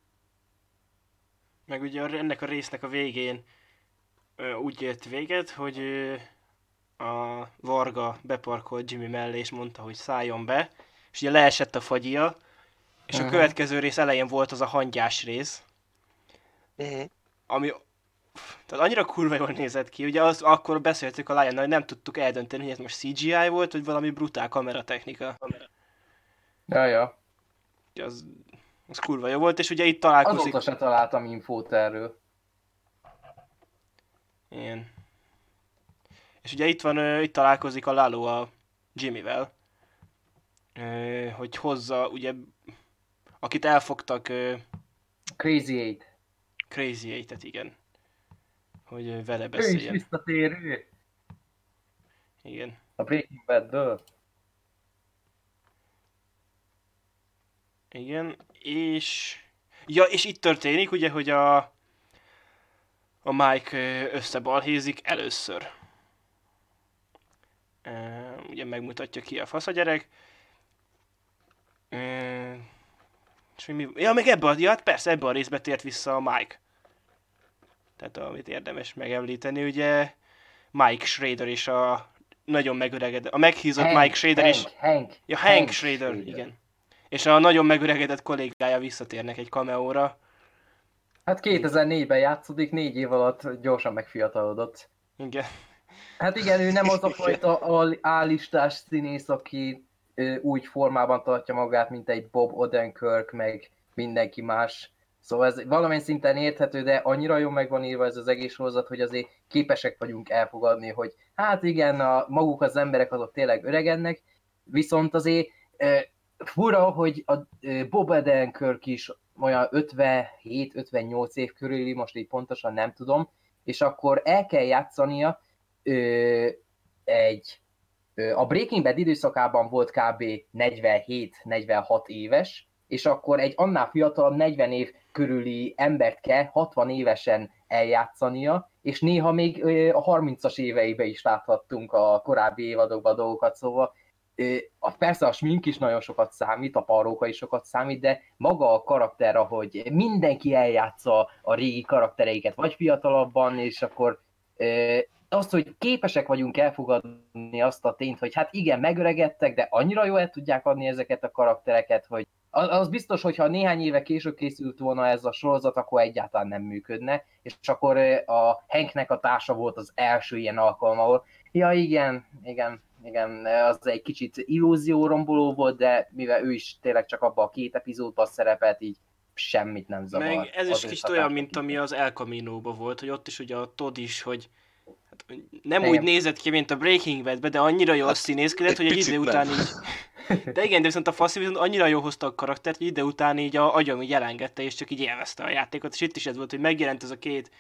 meg ugye ennek a résznek a végén ö, úgy ért véget, hogy ö, a Varga beparkolt Jimmy mellé, és mondta, hogy szálljon be, és ugye leesett a fagyia, és uh-huh. a következő rész elején volt az a hangyás rész, Uh-huh. ami tehát annyira kurva jól nézett ki, ugye az, akkor beszéltük a lion hogy nem tudtuk eldönteni, hogy ez most cé gé í volt, vagy valami brutál kameratechnika. Ja, ja. Az, az kurva jó volt, és ugye itt találkozik... Azóta se találtam infót erről. Igen. És ugye itt van, itt találkozik a Lalo a Jimmyvel, hogy hozza, ugye, akit elfogtak Crazy Eight. Crazy Eight-et, igen. Hogy vele Ő is beszéljen. visszatérő. Igen. A Breaking Badből. Igen, és... Ja, és itt történik ugye, hogy a... A Mike összebalhézik először. Uh, ugye megmutatja ki a fasz a gyerek. Uh, és mi... Ja, meg ebbe a... Ja, hát persze, ebbe a részbe tért vissza a Mike. Tehát amit érdemes megemlíteni, ugye Mike Schrader és a nagyon megöregedett, a meghízott Hank, Mike Schrader Hank, és... Hank, Ja, Hank, Hank Schrader, Schrader. igen. És a nagyon megöregedett kollégája visszatérnek egy cameóra. Hát kétezer-négyben játszódik, négy év alatt gyorsan megfiatalodott. Igen. Hát igen, ő nem az a fajta A-listás színész, aki ö, úgy formában tartja magát, mint egy Bob Odenkirk, meg mindenki más. Szóval ez valamilyen szinten érthető, de annyira jól meg van írva ez az egész sorozat, hogy azért képesek vagyunk elfogadni, hogy hát igen, a, maguk az emberek azok tényleg öregednek, viszont azért ö, fura, hogy a ö, Bob Odenkirk is olyan ötvenhét ötvennyolc év körüli, most így pontosan nem tudom, és akkor el kell játszania ö, egy ö, a Breaking Bad időszakában volt kb. negyvenhét negyvenhat éves, és akkor egy annál fiatalabb negyven év körüli embert kell hatvan évesen eljátszania, és néha még ö, a harmincas éveibe is láthattunk a korábbi évadokban dolgokat, szóval ö, a, persze a smink is nagyon sokat számít, a paróka is sokat számít, de maga a karakter, ahogy mindenki eljátsza a régi karaktereiket, vagy fiatalabban, és akkor ö, azt, hogy képesek vagyunk elfogadni azt a tényt, hogy hát igen, megöregedtek, de annyira jól el tudják adni ezeket a karaktereket, hogy az biztos, hogyha néhány éve később készült volna ez a sorozat, akkor egyáltalán nem működne, és akkor a Hanknek a társa volt az első ilyen alkalom, ahol ja igen, igen, igen, az egy kicsit illúzióromboló volt, de mivel ő is tényleg csak abban a két epizódban szerepelt, így semmit nem zavar. Meg ez is kicsit olyan, mint ami az El Camino-ban volt, hogy ott is ugye a Todd is, hogy hát, nem igen. úgy nézett ki, mint a Breaking Bad-be, de annyira jól hát, színészkedett, hogy egy idő nem. után így... De igen, de viszont a Faszi viszont annyira jól hozta a karaktert, hogy idő után így a agyam így elengedte, és csak így élvezte a játékot, és itt is ez volt, hogy megjelent ez a két,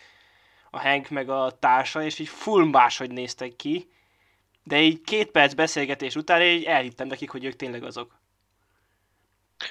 a Hank meg a társa, és így full máshogy néztek ki, de így két perc beszélgetés után így elhittem nekik, hogy ők tényleg azok.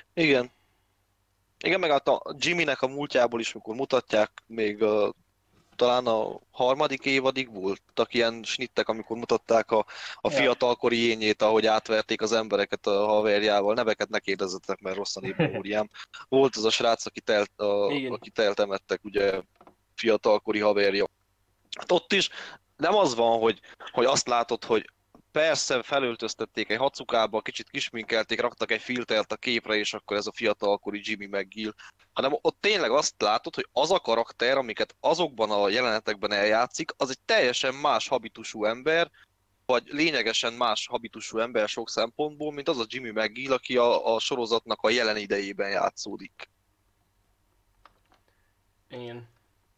Igen. Igen, meg hát a Jimmynek a múltjából is, amikor mutatják még a talán a harmadik évadig voltak ilyen snittek, amikor mutatták a, a fiatalkori jényét, ahogy átverték az embereket a haverjával. Neveket ne kérdezzetek, mert rossz a népmemóriám. Volt az a srác, akit, el, a, akit eltemettek, ugye fiatalkori haverja. Hát ott is nem az van, hogy, hogy azt látod, hogy persze felöltöztették egy hacukába, kicsit kisminkelték, raktak egy filtert a képre, és akkor ez a fiatalkori Jimmy McGill, hanem ott tényleg azt látod, hogy az a karakter, amiket azokban a jelenetekben eljátszik, az egy teljesen más habitusú ember, vagy lényegesen más habitusú ember sok szempontból, mint az a Jimmy McGill, aki a, a sorozatnak a jelen idejében játszódik. Igen.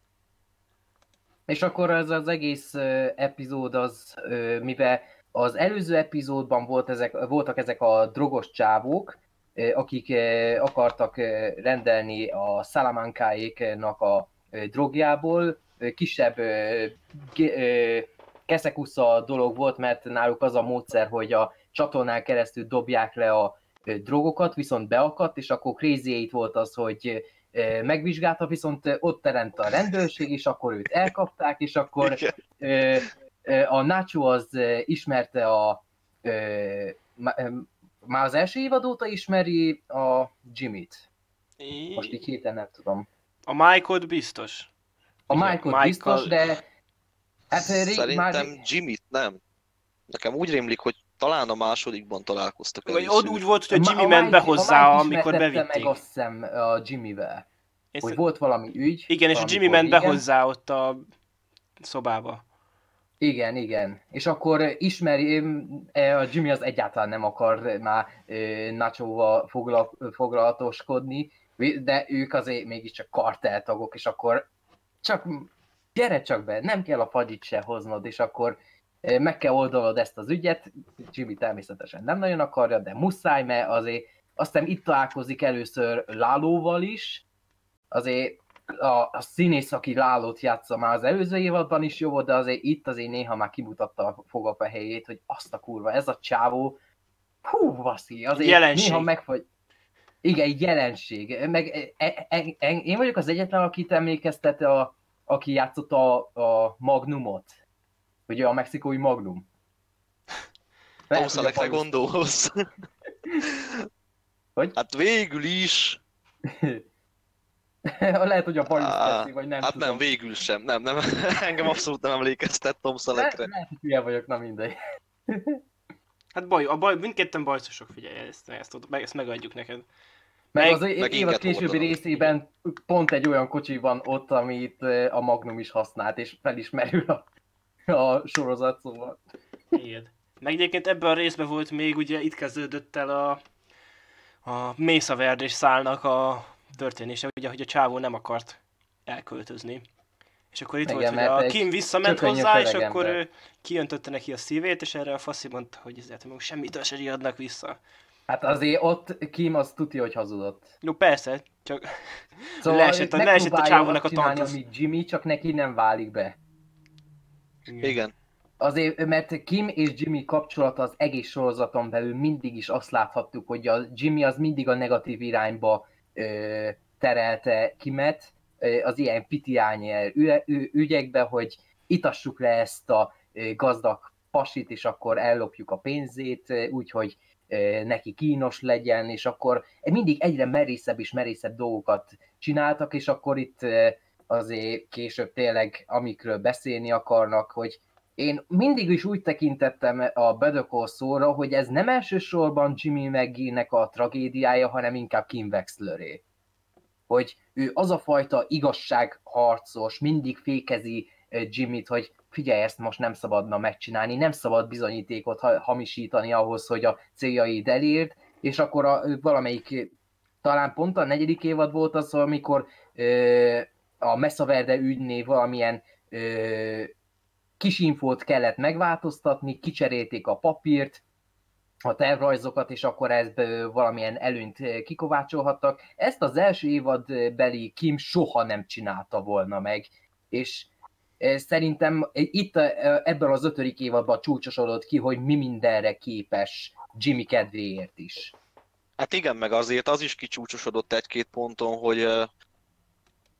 És akkor ez az egész uh, epizód az, uh, mivel az előző epizódban volt ezek, voltak ezek a drogos csávók, uh, akik uh, akartak uh, rendelni a Salamancaéknak a uh, drogjából, uh, kisebb uh, ge- uh, keszekusza dolog volt, mert náluk az a módszer, hogy a csatornán keresztül dobják le a uh, drogokat, viszont beakadt, és akkor Crazy Eight volt az, hogy megvizsgálta, viszont ott teremt a rendőrség, és akkor őt elkapták, és akkor ö, ö, a Nacho az ismerte a... Ö, már az első évad óta ismeri a Jimmyt. Most így héten nem tudom. A Mike-ot biztos. A Mike-ot biztos, de... Hát, Szerintem már... Jimmyt nem. Nekem úgy rémlik, hogy talán a másodikban találkoztak először. Vagy ott úgy volt, hogy a Jimmy ment be hozzá, amikor bevitték. meg azt hiszem a Jimmyvel. Hogy ezt... volt valami ügy. Igen, és a Jimmy ment be hozzá ott a szobába. Igen, igen. És akkor ismeri, a Jimmy az egyáltalán nem akar már Nacho-val foglal, foglalatoskodni, de ők azért mégiscsak karteltagok, és akkor csak gyere csak be, nem kell a fagyit se hoznod, és akkor meg kell oldalod ezt az ügyet. Jimmy természetesen nem nagyon akarja, de muszáj, mert azért aztán itt találkozik először Lálóval is, azért a, a színész, aki Lálót játsza már az előző évadban is jó volt, de azért itt azért néha már kimutatta a fogapehelyét, hogy azt a kurva, ez a csávó, hú, baszi, azért jelenség. Néha megfagy. Igen, egy jelenség. Meg, e, e, e, én vagyok az egyetlen, akit emlékeztet, a, aki játszott a, a Magnumot. Ugye a mexikói Magnum. Tom Selleckre gondolsz. Hogy? Hát végül is... Lehet, hogy a bajusz teszi, vagy nem hát tudom. nem, végül sem. Nem, nem. Engem abszolút nem emlékeztet Tom Selleckre. Le, lehet, hogy hülye vagyok, na mindegy. Hát baj, a baj, mindketten bajszosok, figyelj, ezt, ezt, ezt megadjuk neked. Meg, meg az meg évad későbbi részében pont egy olyan kocsi van ott, amit a Magnum is használt, és felismerül a, a sorozat, szóval. Igen. Meg egyébként ebben a részben volt még, ugye itt kezdődött el a, a Mesa Verde szálnak a történése, ugye, hogy a csávó nem akart elköltözni. És akkor itt igen, volt, hogy a Kim visszament hozzá, és akkor ő kijöntötte neki a szívét, és erre a faszi mondta, hogy ezért még semmitől se riadnak vissza. Hát azért ott Kim az tudja, hogy hazudott. Jó, persze, csak szóval leesett, a, leesett a csávónak a tantusz. Amit Jimmy, csak neki nem válik be. Igen. Igen. Azért, mert Kim és Jimmy kapcsolata az egész sorozaton belül mindig is azt láthattuk, hogy a Jimmy az mindig a negatív irányba ö, terelte Kimet, ö, az ilyen pitiány ügyekbe, hogy itassuk le ezt a ö, gazdag pasit, és akkor ellopjuk a pénzét, úgyhogy neki kínos legyen, és akkor mindig egyre merészebb és merészebb dolgokat csináltak, és akkor itt azért később tényleg amikről beszélni akarnak, hogy én mindig is úgy tekintettem a Better Call Saul-ra, hogy ez nem elsősorban Jimmy McGill-nek a tragédiája, hanem inkább Kim Wexleré. Hogy ő az a fajta igazságharcos, mindig fékezi Jimmyt, hogy figyelj, ezt most nem szabadna megcsinálni, nem szabad bizonyítékot hamisítani ahhoz, hogy a céljaid elérd, és akkor a, valamelyik, talán pont a negyedik évad volt az, amikor ö, a Mesa Verde ügynél valamilyen ö, kis infót kellett megváltoztatni, kicserélték a papírt, a tervrajzokat, és akkor ebből valamilyen előnyt kikovácsolhattak. Ezt az első évadbeli Kim soha nem csinálta volna meg, és szerintem itt ebből az ötödik évadban csúcsosodott ki, hogy mi mindenre képes Jimmy kedvéért is. Hát igen, meg azért az is kicsúcsosodott egy-két ponton, hogy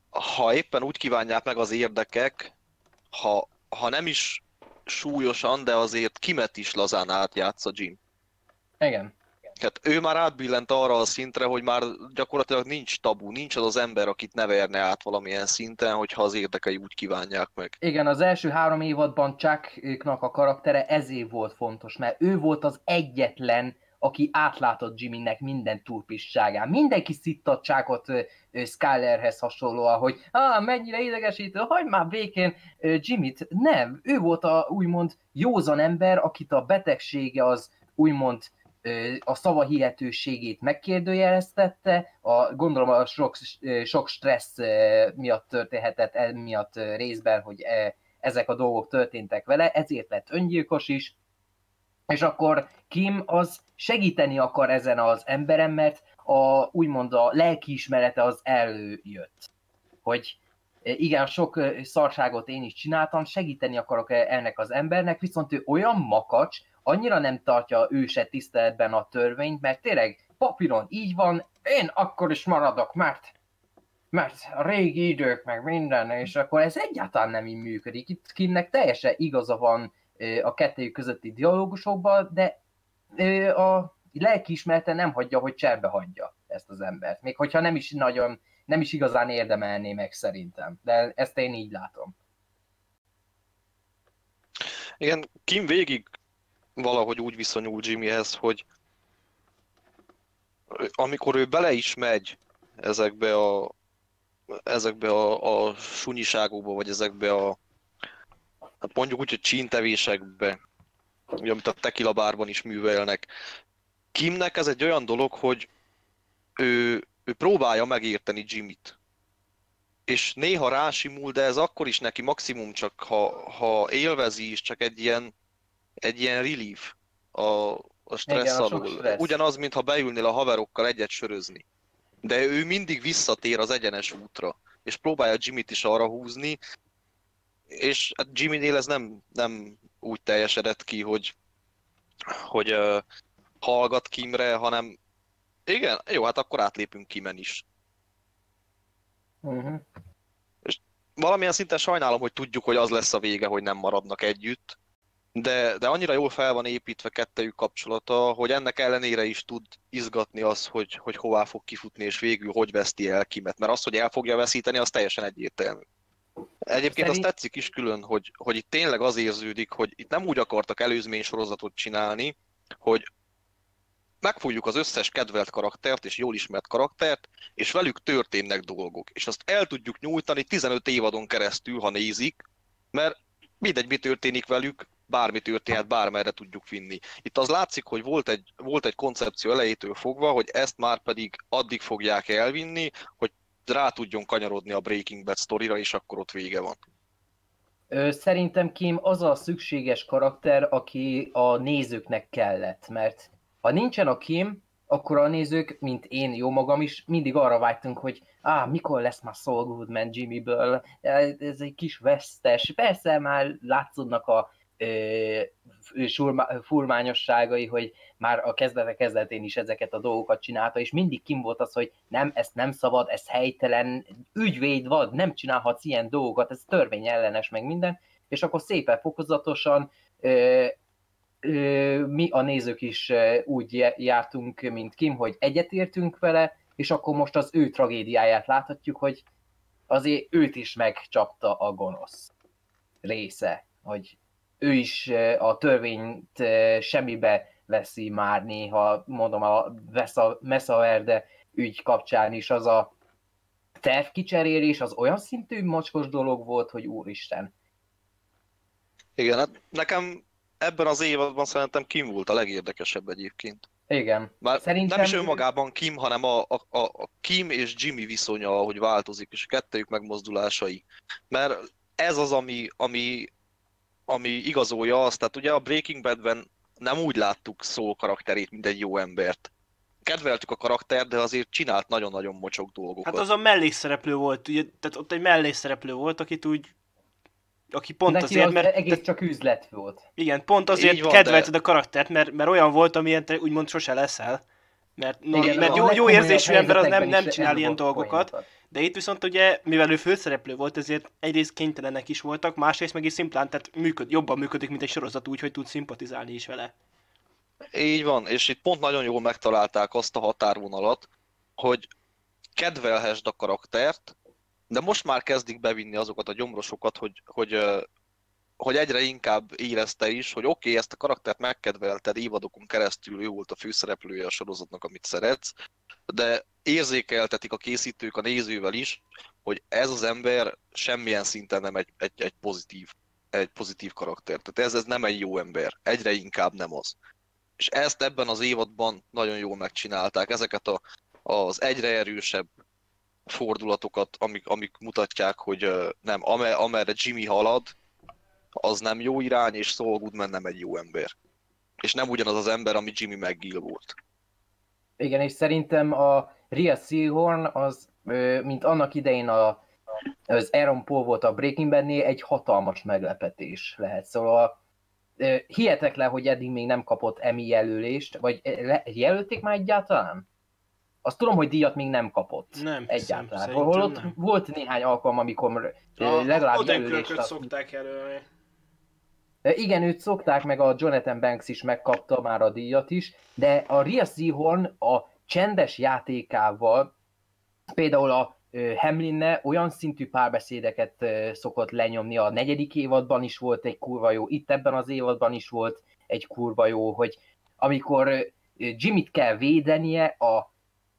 ha éppen úgy kívánják meg az érdekek, ha, ha nem is súlyosan, de azért Kimet is lazán átjátsza Jim. Igen. Hát ő már átbillent arra a szintre, hogy már gyakorlatilag nincs tabu, nincs az az ember, akit ne verne át valamilyen szinten, hogyha az érdekei úgy kívánják meg. Igen, az első három évadban Chucknak a karaktere ezért volt fontos, mert ő volt az egyetlen, aki átlátott Jimmynek minden turpisságán. Mindenki szitta a Chuckot Skylerhez hasonlóan, hogy ah, mennyire idegesítő, hagyd már békén Jimmyt. Nem, ő volt a úgymond józan ember, akit a betegsége az úgymond a szava hihetőségét megkérdőjeleztette, a, gondolom a sok, sok stressz miatt történhetett emiatt részben, hogy ezek a dolgok történtek vele, ezért lett öngyilkos is, és akkor Kim az segíteni akar ezen az emberen, mert a, úgymond a lelkiismerete az előjött, hogy igen, sok szarságot én is csináltam, segíteni akarok ennek az embernek, viszont ő olyan makacs, annyira nem tartja ő se tiszteletben a törvényt, mert tényleg papíron így van, én akkor is maradok, mert, mert a régi idők meg minden, és akkor ez egyáltalán nem így működik. Itt Kimnek teljesen igaza van a kettőjük közötti dialógusokban, de a lelkiismerete nem hagyja, hogy cserbe hagyja ezt az embert. Még hogyha nem is nagyon, nem is igazán érdemelné meg szerintem, de ezt én így látom. Igen, Kim végig valahogy úgy viszonyul Jimmyhez, hogy amikor ő bele is megy ezekbe a, ezekbe a, a sunyiságokba, vagy ezekbe a, hát mondjuk úgy, hogy csíntevésekbe, amit a tequila bárban is művelnek. Kimnek ez egy olyan dolog, hogy ő, ő próbálja megérteni Jimmyt. És néha rásimul, de ez akkor is neki maximum csak, ha, ha élvezi is, csak egy ilyen, egy ilyen relief a, a stressz Igen, a sok alól. stressz. Ugyanaz, mintha beülnél a haverokkal egyet sörözni. De ő mindig visszatér az egyenes útra, és próbálja Jimmyt is arra húzni, és hát Jimmynél ez nem, nem úgy teljesedett ki, hogy, hogy uh, hallgat Kimre, hanem igen, jó, hát akkor átlépünk Kimen is. Uh-huh. És valamilyen szinten sajnálom, hogy tudjuk, hogy az lesz a vége, hogy nem maradnak együtt, de, de annyira jól fel van építve kettejük kapcsolata, hogy ennek ellenére is tud izgatni az, hogy, hogy hová fog kifutni, és végül hogy veszti el Kimet. Mert az, hogy el fogja veszíteni, az teljesen egyértelmű. Egyébként Szerint... azt tetszik is külön, hogy, hogy itt tényleg az érződik, hogy itt nem úgy akartak előzmény sorozatot csinálni, hogy megfogjuk az összes kedvelt karaktert és jól ismert karaktert, és velük történnek dolgok. És azt el tudjuk nyújtani tizenöt évadon keresztül, ha nézik, mert mindegy, mi történik velük, bármi történhet, bármerre tudjuk vinni. Itt az látszik, hogy volt egy, volt egy koncepció elejétől fogva, hogy ezt már pedig addig fogják elvinni, hogy rá tudjon kanyarodni a Breaking Bad sztorira, és akkor ott vége van. Szerintem Kim az a szükséges karakter, aki a nézőknek kellett, mert ha nincsen a Kim, akkor a nézők, mint én, jó magam is, mindig arra vágytunk, hogy á, mikor lesz már Saul Goodman Jimmyből, ez egy kis vesztes, persze már látszódnak a ö, furmányosságai, hogy már a kezdete kezdetén is ezeket a dolgokat csinálta, és mindig Kim volt az, hogy nem, ezt nem szabad, ez helytelen, ügyvéd vagy, nem csinálhatsz ilyen dolgokat, ez törvényellenes, meg minden, és akkor szépen fokozatosan ö, ö, mi a nézők is úgy jártunk, mint Kim, hogy egyetértünk vele, és akkor most az ő tragédiáját láthatjuk, hogy azért őt is megcsapta a gonosz része, hogy ő is a törvényt semmibe veszi már néha, mondom, a Messaverde ügy kapcsán is az a tervkicserélés, az olyan szintű mocskos dolog volt, hogy úristen. Igen, hát nekem ebben az évadban szerintem Kim volt a legérdekesebb egyébként. Igen. Már Szerintem... nem is önmagában Kim, hanem a, a, a Kim és Jimmy viszonya, ahogy változik, és a kettőjük megmozdulásai. Mert ez az, ami, ami, ami igazolja azt, tehát ugye a Breaking Badben nem úgy láttuk Saul karakterét, mint egy jó embert. Kedveltük a karaktert, de azért csinált nagyon-nagyon mocsok dolgokat. Hát az a mellékszereplő volt, ugye, tehát ott egy mellékszereplő volt, akit úgy, aki pont neki azért, az mert... egész te, csak üzlet volt. igen, pont azért van, kedvelted de... a karaktert, mert, mert olyan volt, amilyen te úgymond sose leszel. Mert, no, Igen, mert a jó, jó legkomolyabb érzésű ember az nem, helyzetekben nem is csinál ilyen eldobott dolgokat, poénokat. de itt viszont ugye, mivel ő főszereplő volt, ezért egyrészt kénytelenek is voltak, másrészt meg is szimplán, tehát működ, jobban működik, mint egy sorozat úgy, hogy tud szimpatizálni is vele. Így van, és itt pont nagyon jól megtalálták azt a határvonalat, hogy kedvelhessd a karaktert, de most már kezdik bevinni azokat a gyomrosokat, hogy, hogy, ö, hogy egyre inkább érezte is, hogy oké, okay, ezt a karaktert megkedvelted, évadokon keresztül ő volt a főszereplője a sorozatnak, amit szeretsz, de érzékeltetik a készítők a nézővel is, hogy ez az ember semmilyen szinten nem egy, egy, egy pozitív, egy pozitív karakter. Tehát ez, ez nem egy jó ember, egyre inkább nem az. És ezt ebben az évadban nagyon jól megcsinálták, ezeket a, az egyre erősebb fordulatokat, amik, amik mutatják, hogy ö, nem, amer, amerre Jimmy halad, az nem jó irány, és Saul Goodman nem egy jó ember. És nem ugyanaz az ember, ami Jimmy McGill volt. Igen, és szerintem a Rhea Seehorn az, ö, mint annak idején a, az Aaron Paul volt a Breaking Badnél, egy hatalmas meglepetés lehet. Szóval ö, hihetetlen, hogy eddig még nem kapott Emmy jelölést, vagy le, jelölték már egyáltalán? Azt tudom, hogy díjat még nem kapott Nem hiszem, egyáltalán. szerintem Holott nem. volt néhány alkalom, amikor A, ö, a legalább jelölést Odenkirköt azt... szokták jelölni. Igen, őt szokták, meg a Jonathan Banks is megkapta már a díjat is, de a Rhea Seehorn a csendes játékával, például a Hamlinnel olyan szintű párbeszédeket szokott lenyomni, a negyedik évadban is volt egy kurva jó, itt ebben az évadban is volt egy kurva jó, hogy amikor Jimmyt kell védenie, a,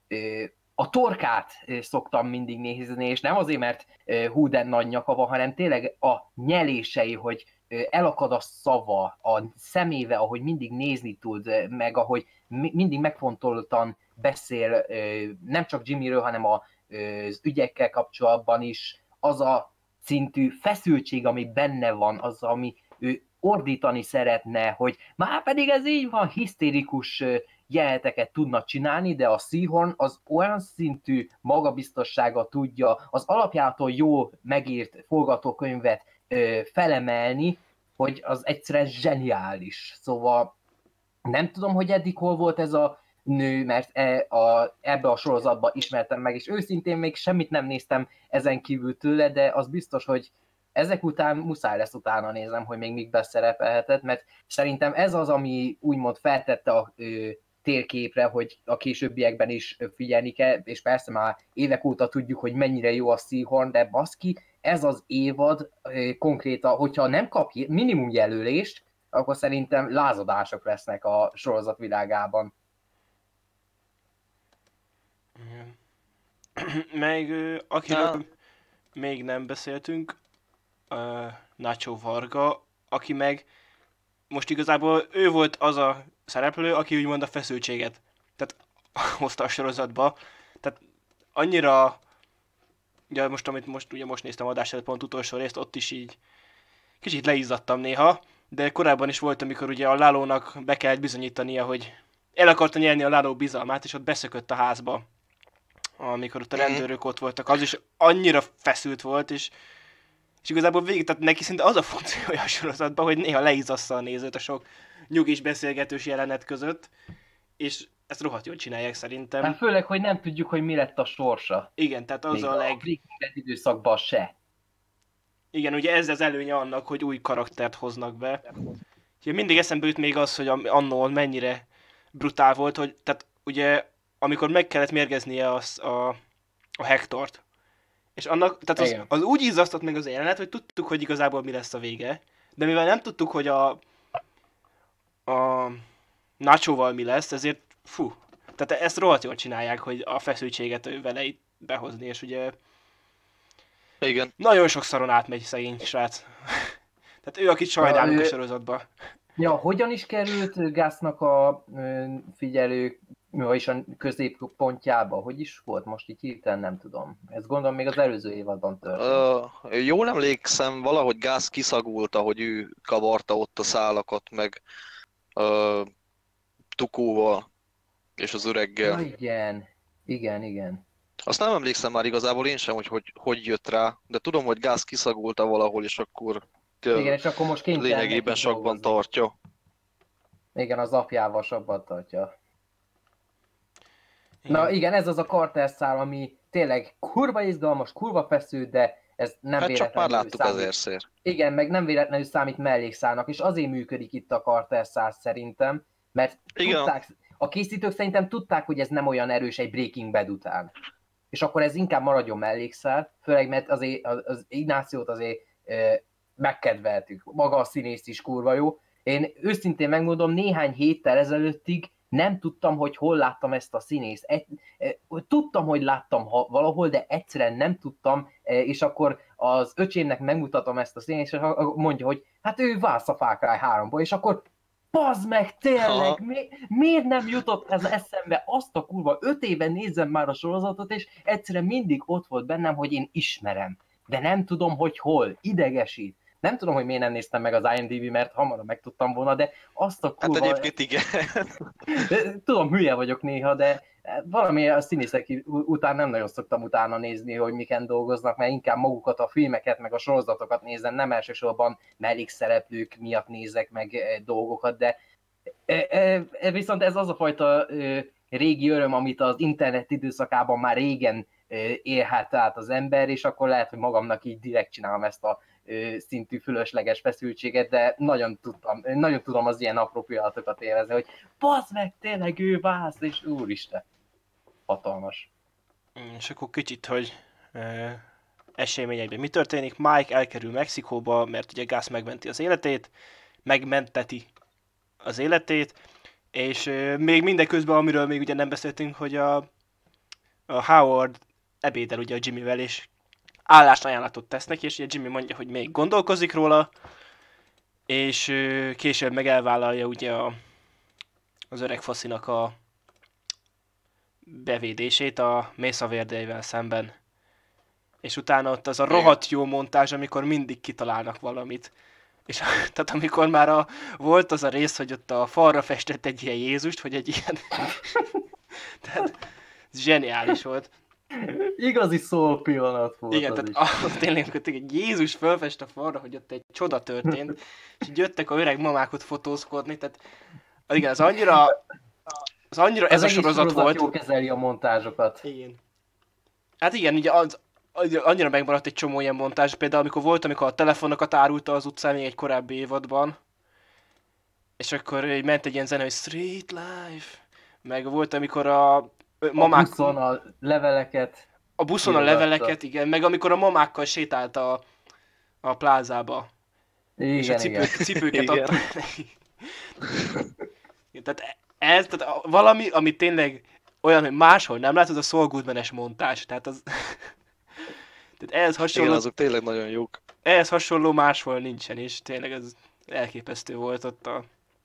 a torkát szoktam mindig nézni, és nem azért, mert húden nagy nyaka van, hanem tényleg a nyelései, hogy elakad a szava, a szemével, ahogy mindig nézni tud, meg ahogy mindig megfontoltan beszél, nem csak Jimmyről, hanem az ügyekkel kapcsolatban is, az a szintű feszültség, ami benne van, az, ami ő ordítani szeretne, hogy már pedig ez így van, hisztérikus jeleneteket tudnak csinálni, de a Seehorn az olyan szintű magabiztossága tudja az alapjától jó megírt forgatókönyvet felemelni, hogy az egyszerűen zseniális. Szóval nem tudom, hogy eddig hol volt ez a nő, mert e, a, ebbe a sorozatba ismertem meg, és őszintén még semmit nem néztem ezen kívül tőle, de az biztos, hogy ezek után muszáj lesz utána nézem, hogy még mikben szerepelhetett, mert szerintem ez az, ami úgymond feltette a ö, térképre, hogy a későbbiekben is figyelni kell, és persze már évek óta tudjuk, hogy mennyire jó a Seahorn, de baszki, ez az évad ö, konkrétan, hogyha nem kap minimum jelölést, akkor szerintem lázadások lesznek a sorozat világában. Meg ö, akiről Ah. még nem beszéltünk, uh, Nacho Varga, aki meg most igazából ő volt az a szereplő, aki úgymond a feszültséget tehát hozta a sorozatba. Tehát annyira, ugye most, amit most, ugye most néztem adás előtt pont utolsó részt, ott is így kicsit leizzadtam néha, de korábban is volt, amikor ugye a Lálónak be kellett bizonyítania, hogy el akarta nyerni a Láló bizalmát, és ott beszökött a házba, amikor ott a rendőrök ott voltak, az is annyira feszült volt, és, és igazából végig, tehát neki szinte az a funkciója a sorozatban, hogy néha leizzassza a nézőt a sok nyugis beszélgetős jelenet között, és ezt rohadt jól csinálják szerintem. Hát főleg, hogy nem tudjuk, hogy mi lett a sorsa. Igen, tehát az Még a leg... Breaking Bad időszakban se. Igen, ugye ez az előnye annak, hogy új karaktert hoznak be. Ugye mindig eszembe jut még az, hogy annól mennyire brutál volt, hogy tehát ugye amikor meg kellett mérgeznie az, a, a Hektort, és annak, tehát az, az úgy izzasztott meg az jelenet, hogy tudtuk, hogy igazából mi lesz a vége, de mivel nem tudtuk, hogy a, a Nachoval mi lesz, ezért fú, tehát ezt rohadt jól csinálják, hogy a feszültséget vele itt behozni, és ugye Igen. nagyon sok szaron átmegy szegény srác. Tehát ő, akit sajnálunk a, a sorozatba. Ja, hogyan is került Gusnak a figyelő, vagyis a középpontjába? Hogy is volt most így hirtelen, nem tudom. Ezt gondolom még az előző évadban történt. Uh, jól emlékszem, valahogy Gus kiszagulta, hogy ő kavarta ott a szálakat, meg uh, Tukóval és az öreggel. Ja, igen, igen, igen. Azt nem emlékszem már igazából én sem, hogy hogy, hogy jött rá, de tudom, hogy Gus kiszagulta valahol, és akkor, igen, és akkor most lényegében sakban tartja. Igen, az apjával sakban tartja. Na Igen. igen, ez az a Carter szál, ami tényleg kurva izgalmas, kurva feszült, de ez nem Hát csak már véletlenül láttuk számít. ezerszer. Igen, meg nem véletlenül számít mellékszálnak, és azért működik itt a Carter szál szerintem, mert Igen, tudták, a készítők szerintem tudták, hogy ez nem olyan erős egy Breaking Bad után. És akkor ez inkább maradjon mellékszál, főleg mert azért az, az Ignációt azért e, megkedveltük. Maga a színész is kurva jó. Én őszintén megmondom, néhány héttel ezelőttig nem tudtam, hogy hol láttam ezt a színészt. Egy, e, tudtam, hogy láttam ha, valahol, de egyszerűen nem tudtam, e, és akkor az öcsémnek megmutatom ezt a színészt, és mondja, hogy hát ő Válsz a Far háromból, és akkor bazd meg, tényleg, mi, miért nem jutott ez eszembe azt a kurva, öt éve nézem már a sorozatot, és egyszerűen mindig ott volt bennem, hogy én ismerem, de nem tudom, hogy hol, idegesít. Nem tudom, hogy miért nem néztem meg az IMDb, mert hamarabb megtudtam volna, de azt a kurva... Hát egyébként igen. Tudom, hülye vagyok néha, de valami a színészek után nem nagyon szoktam utána nézni, hogy miken dolgoznak, mert inkább magukat, a filmeket, meg a sorozatokat nézem, nem elsősorban mellékszereplők miatt nézek meg dolgokat, de viszont ez az a fajta régi öröm, amit az internet időszakában már régen élhet át az ember, és akkor lehet, hogy magamnak így direkt csinálom ezt a szintű fölösleges feszültséget, de nagyon, tudtam, nagyon tudom az ilyen apró pillanatokat érezni, hogy bazd meg, tényleg ő Válsz, és úristen, hatalmas. És akkor kicsit, hogy uh, eseményekben mi történik. Mike elkerül Mexikóba, mert ugye Gus megmenti az életét, megmenteti az életét, és uh, még mindeközben, amiről még ugye nem beszéltünk, hogy a, a Howard ebédel ugye a Jimmyvel, és állásajánlatot tesz neki, és ugye Jimmy mondja, hogy még gondolkozik róla, és uh, később meg elvállalja ugye a, az öreg faszinak a bevédését a Mesa Verde-vel szemben. És utána ott az a rohadt jó montázs, amikor mindig kitalálnak valamit. És tehát amikor már a, volt az a rész, hogy ott a falra festett egy ilyen Jézust, hogy egy ilyen... tehát ez zseniális volt. Igazi szól pillanat volt. Igen, az tehát is. az tényleg, hogy egy Jézus fölfest a falra, hogy ott egy csoda történt, és így jöttek a öreg mamák ott fotózkodni, tehát igen, az annyira, az annyira Az ez a egész sorozat volt. jól kezeli a montázsokat. Igen. Hát igen, ugye az, annyira megmaradt egy csomó ilyen montázs, például amikor volt, amikor a telefonokat árulta az utcán még egy korábbi évadban, és akkor így ment egy ilyen zene, hogy Street Life, meg volt, amikor a mamák... A buszon a leveleket. A buszon a írogatta. leveleket, igen, meg amikor a mamákkal sétált a, a plázába. Igen, és a cipők, igen. cipőket Igen. adta neki. Tehát ez, tehát valami, ami tényleg olyan, hogy máshol nem látod, a Saul Goodman-es montázs. Tehát az... tehát ehhez hasonló, Igen, azok tényleg nagyon jók. ehhez hasonló máshol nincsen, és tényleg ez elképesztő volt ott a...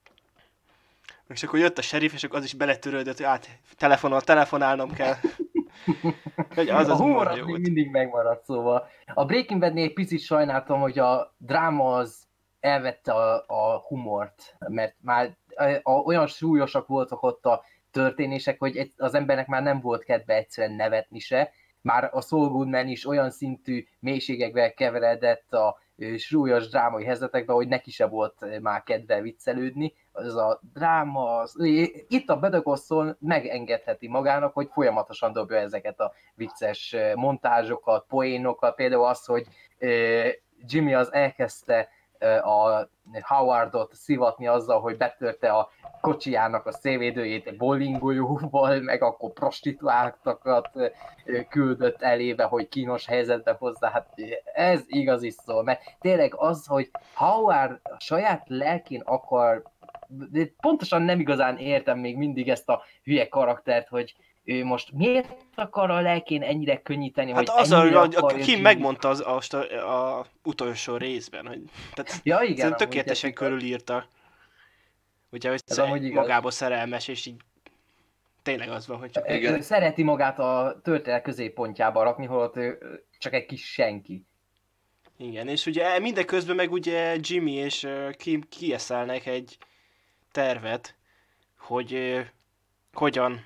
És akkor jött a sheriff, és akkor az is beletörődött, hogy át telefonol, telefonálnom kell. Hogy az A az humor marha az jó még volt. mindig megmaradt, szóval. A Breaking Badnél egy picit sajnáltam, hogy a dráma az elvette a, a humort, mert már a, a, olyan súlyosak voltak ott a történések, hogy egy, az embernek már nem volt kedve egyszerűen nevetni se. Már a Saul Goodman is olyan szintű mélységekbe keveredett a ö, súlyos drámai helyzetekbe, hogy neki se volt már kedve viccelődni. Az a dráma, az, itt a Better Call Saul megengedheti magának, hogy folyamatosan dobja ezeket a vicces montázsokat, poénokat, például az, hogy ö, Jimmy az elkezdte a Howardot szivatni azzal, hogy betörte a kocsijának a szélvédőjét egy bowlinggolyóval, meg akkor prostituáltakat küldött elébe, hogy kínos helyzetbe hozzá. Hát ez igazi szó, mert tényleg az, hogy Howard a saját lelkén akar, de pontosan nem igazán értem még mindig ezt a hülye karaktert, hogy ő most miért akar a lelkén ennyire könnyíteni, Hát hogy az, ennyire a, a, akarja Kim Jimmy- megmondta az, a, a, a utolsó részben, hogy tehát Ja, igen, szerintem amúgy tökéletesen ez igaz. körülírta. Ugye, hogy Ez sze- amúgy igaz. magába szerelmes, és így tényleg az van, hogy csak... Igen. Ő szereti magát a történet középpontjába rakni, holott ő csak egy kis senki. Igen, és ugye mindeközben meg ugye Jimmy és uh, Kim kieszelnek egy tervet, hogy uh, hogyan,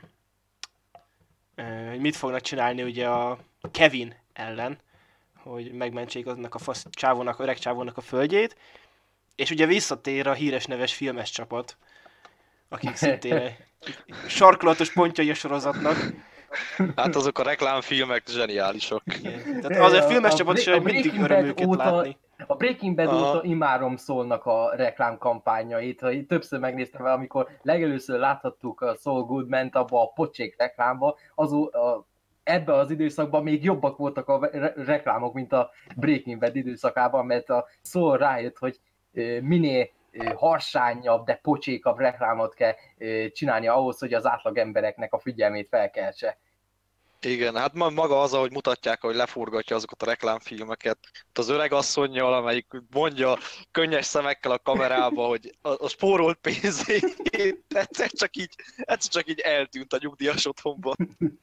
uh, hogy mit fognak csinálni ugye a Kevin ellen, hogy megmentsék aznak a fasz csávónak, öreg csávónak a földjét, és ugye visszatér a híres neves filmes csapat, akik szintén egy sarkalatos pontjai a sorozatnak. Hát azok a reklámfilmek zseniálisak. Igen. Tehát az a filmes a, csapat is a mindig Breaking öröm Bad őket óta, látni. a Breaking Bad Aha. óta imárom szólnak a reklámkampányait. Ha többször megnéztem el, amikor legelőször láthattuk a Saul Goodman-t abba a pocsék reklámba, az, a, ebben az időszakban még jobbak voltak a re- reklámok, mint a Breaking Bad időszakában, mert a Saul rájött, hogy minél harsányabb, de pocsékabb reklámot kell csinálni ahhoz, hogy az átlag embereknek a figyelmét felkeltse. Igen, hát ma- maga az, ahogy mutatják, hogy leforgatja azokat a reklámfilmeket. Itt az öreg asszonnyal, amelyik mondja könnyes szemekkel a kamerába, hogy a, a spórolt pénzét egyszer csak így, egyszer csak így eltűnt a nyugdíjas otthonban.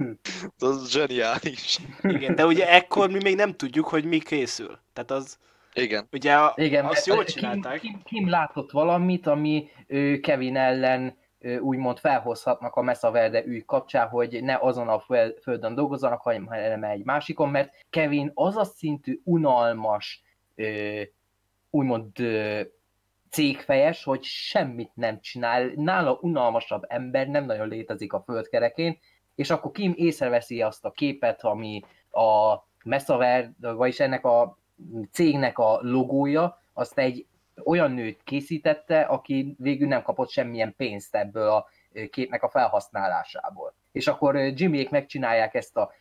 Az zseniális. Igen, de ugye ekkor mi még nem tudjuk, hogy mi készül. Tehát az, Igen. ugye a, Igen, azt mert jól Kim, csinálták. Kim, Kim látott valamit, ami ő, Kevin ellen ő, úgymond felhozhatnak a Mesa Verde ügy kapcsán, hogy ne azon a föl- földön dolgozzanak, hanem egy másikon, mert Kevin az a szintű unalmas, ö, úgymond ö, cégfejes, hogy semmit nem csinál, nála unalmasabb ember nem nagyon létezik a földkerekén, és akkor Kim észreveszi azt a képet, ami a Mesa Verde, vagyis ennek a cégnek a logója, azt egy olyan nőt készítette, aki végül nem kapott semmilyen pénzt ebből a képnek a felhasználásából. És akkor Jimmyék megcsinálják ezt a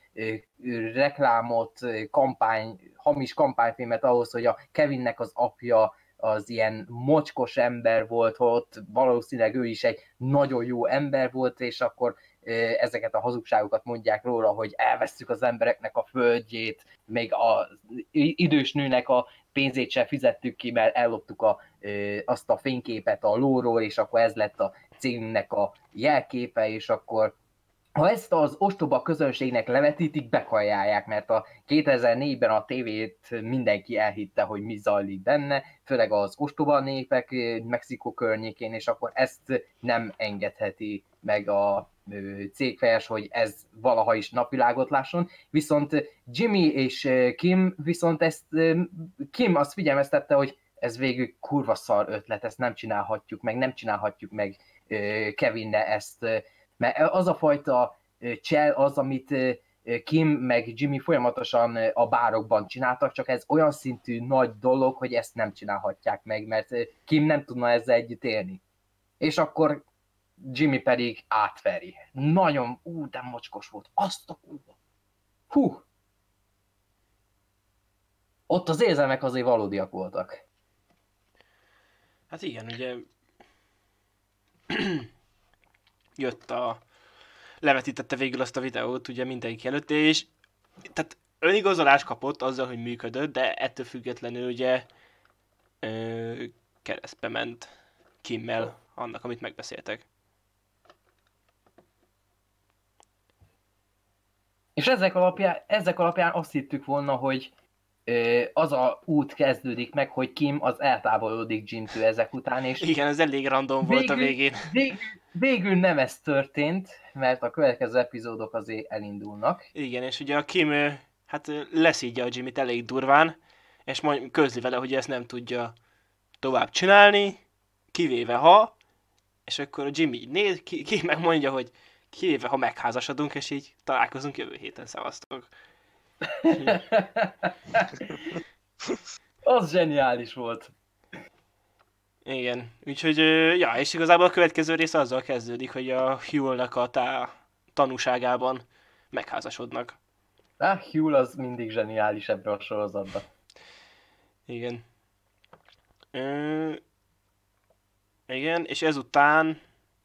reklámot, kampány, hamis kampányfilmet ahhoz, hogy a Kevinnek az apja az ilyen mocskos ember volt, ott valószínűleg ő is egy nagyon jó ember volt, és akkor ezeket a hazugságokat mondják róla, hogy elvesztük az embereknek a földjét, még az idős nőnek a pénzét sem fizettük ki, mert elloptuk a, azt a fényképet a lóról, és akkor ez lett a cégnek a jelképe, és akkor ha ezt az ostoba közönségnek levetítik, bekajálják, mert a kétezer-négyben a tévét mindenki elhitte, hogy mi zajlik benne, főleg az ostoba népek Mexikó környékén, és akkor ezt nem engedheti meg a cégfejes, hogy ez valaha is napvilágot lásson. Viszont Jimmy és Kim, viszont ezt Kim azt figyelmeztette, hogy ez végül kurva szar ötlet, ezt nem csinálhatjuk meg, nem csinálhatjuk meg Kevinne ezt, mert az a fajta csel az, amit Kim meg Jimmy folyamatosan a bárokban csináltak, csak ez olyan szintű nagy dolog, hogy ezt nem csinálhatják meg, mert Kim nem tudna ezzel együtt élni. És akkor Jimmy pedig átveri. Nagyon, ú, de mocskos volt. Azt a kurva. Hú. Ott az érzelmek azért valódiak voltak. Hát igen, ugye jött a... levetítette végül azt a videót ugye mindenki előtt, és tehát önigazolás kapott azzal, hogy működött, de ettől függetlenül ugye ö, keresztbe ment Kimmel annak, amit megbeszéltek. És ezek alapján, ezek alapján azt hittük volna, hogy ö, az a út kezdődik meg, hogy Kim az eltávolodik Jimtől ezek után, és Igen, ez elég random volt a végén. Végül, végül nem ez történt, mert a következő epizódok azért elindulnak. Igen, és ugye a Kim ö, hát ö, leszídja a Jimmyt elég durván, és majd közli vele, hogy ezt nem tudja tovább csinálni, kivéve ha, és akkor a Jimmy így néz, ki, ki megmondja, hogy kivéve ha megházasodunk, és így találkozunk jövő héten, szevasztok. Az zseniális volt. Igen, úgyhogy, ö, ja, és igazából a következő rész azzal kezdődik, hogy a Huell-nak a tá- tanúságában megházasodnak. Ah, Huell az mindig zseniális ebben a sorozatban. Igen. Ö, igen, és ezután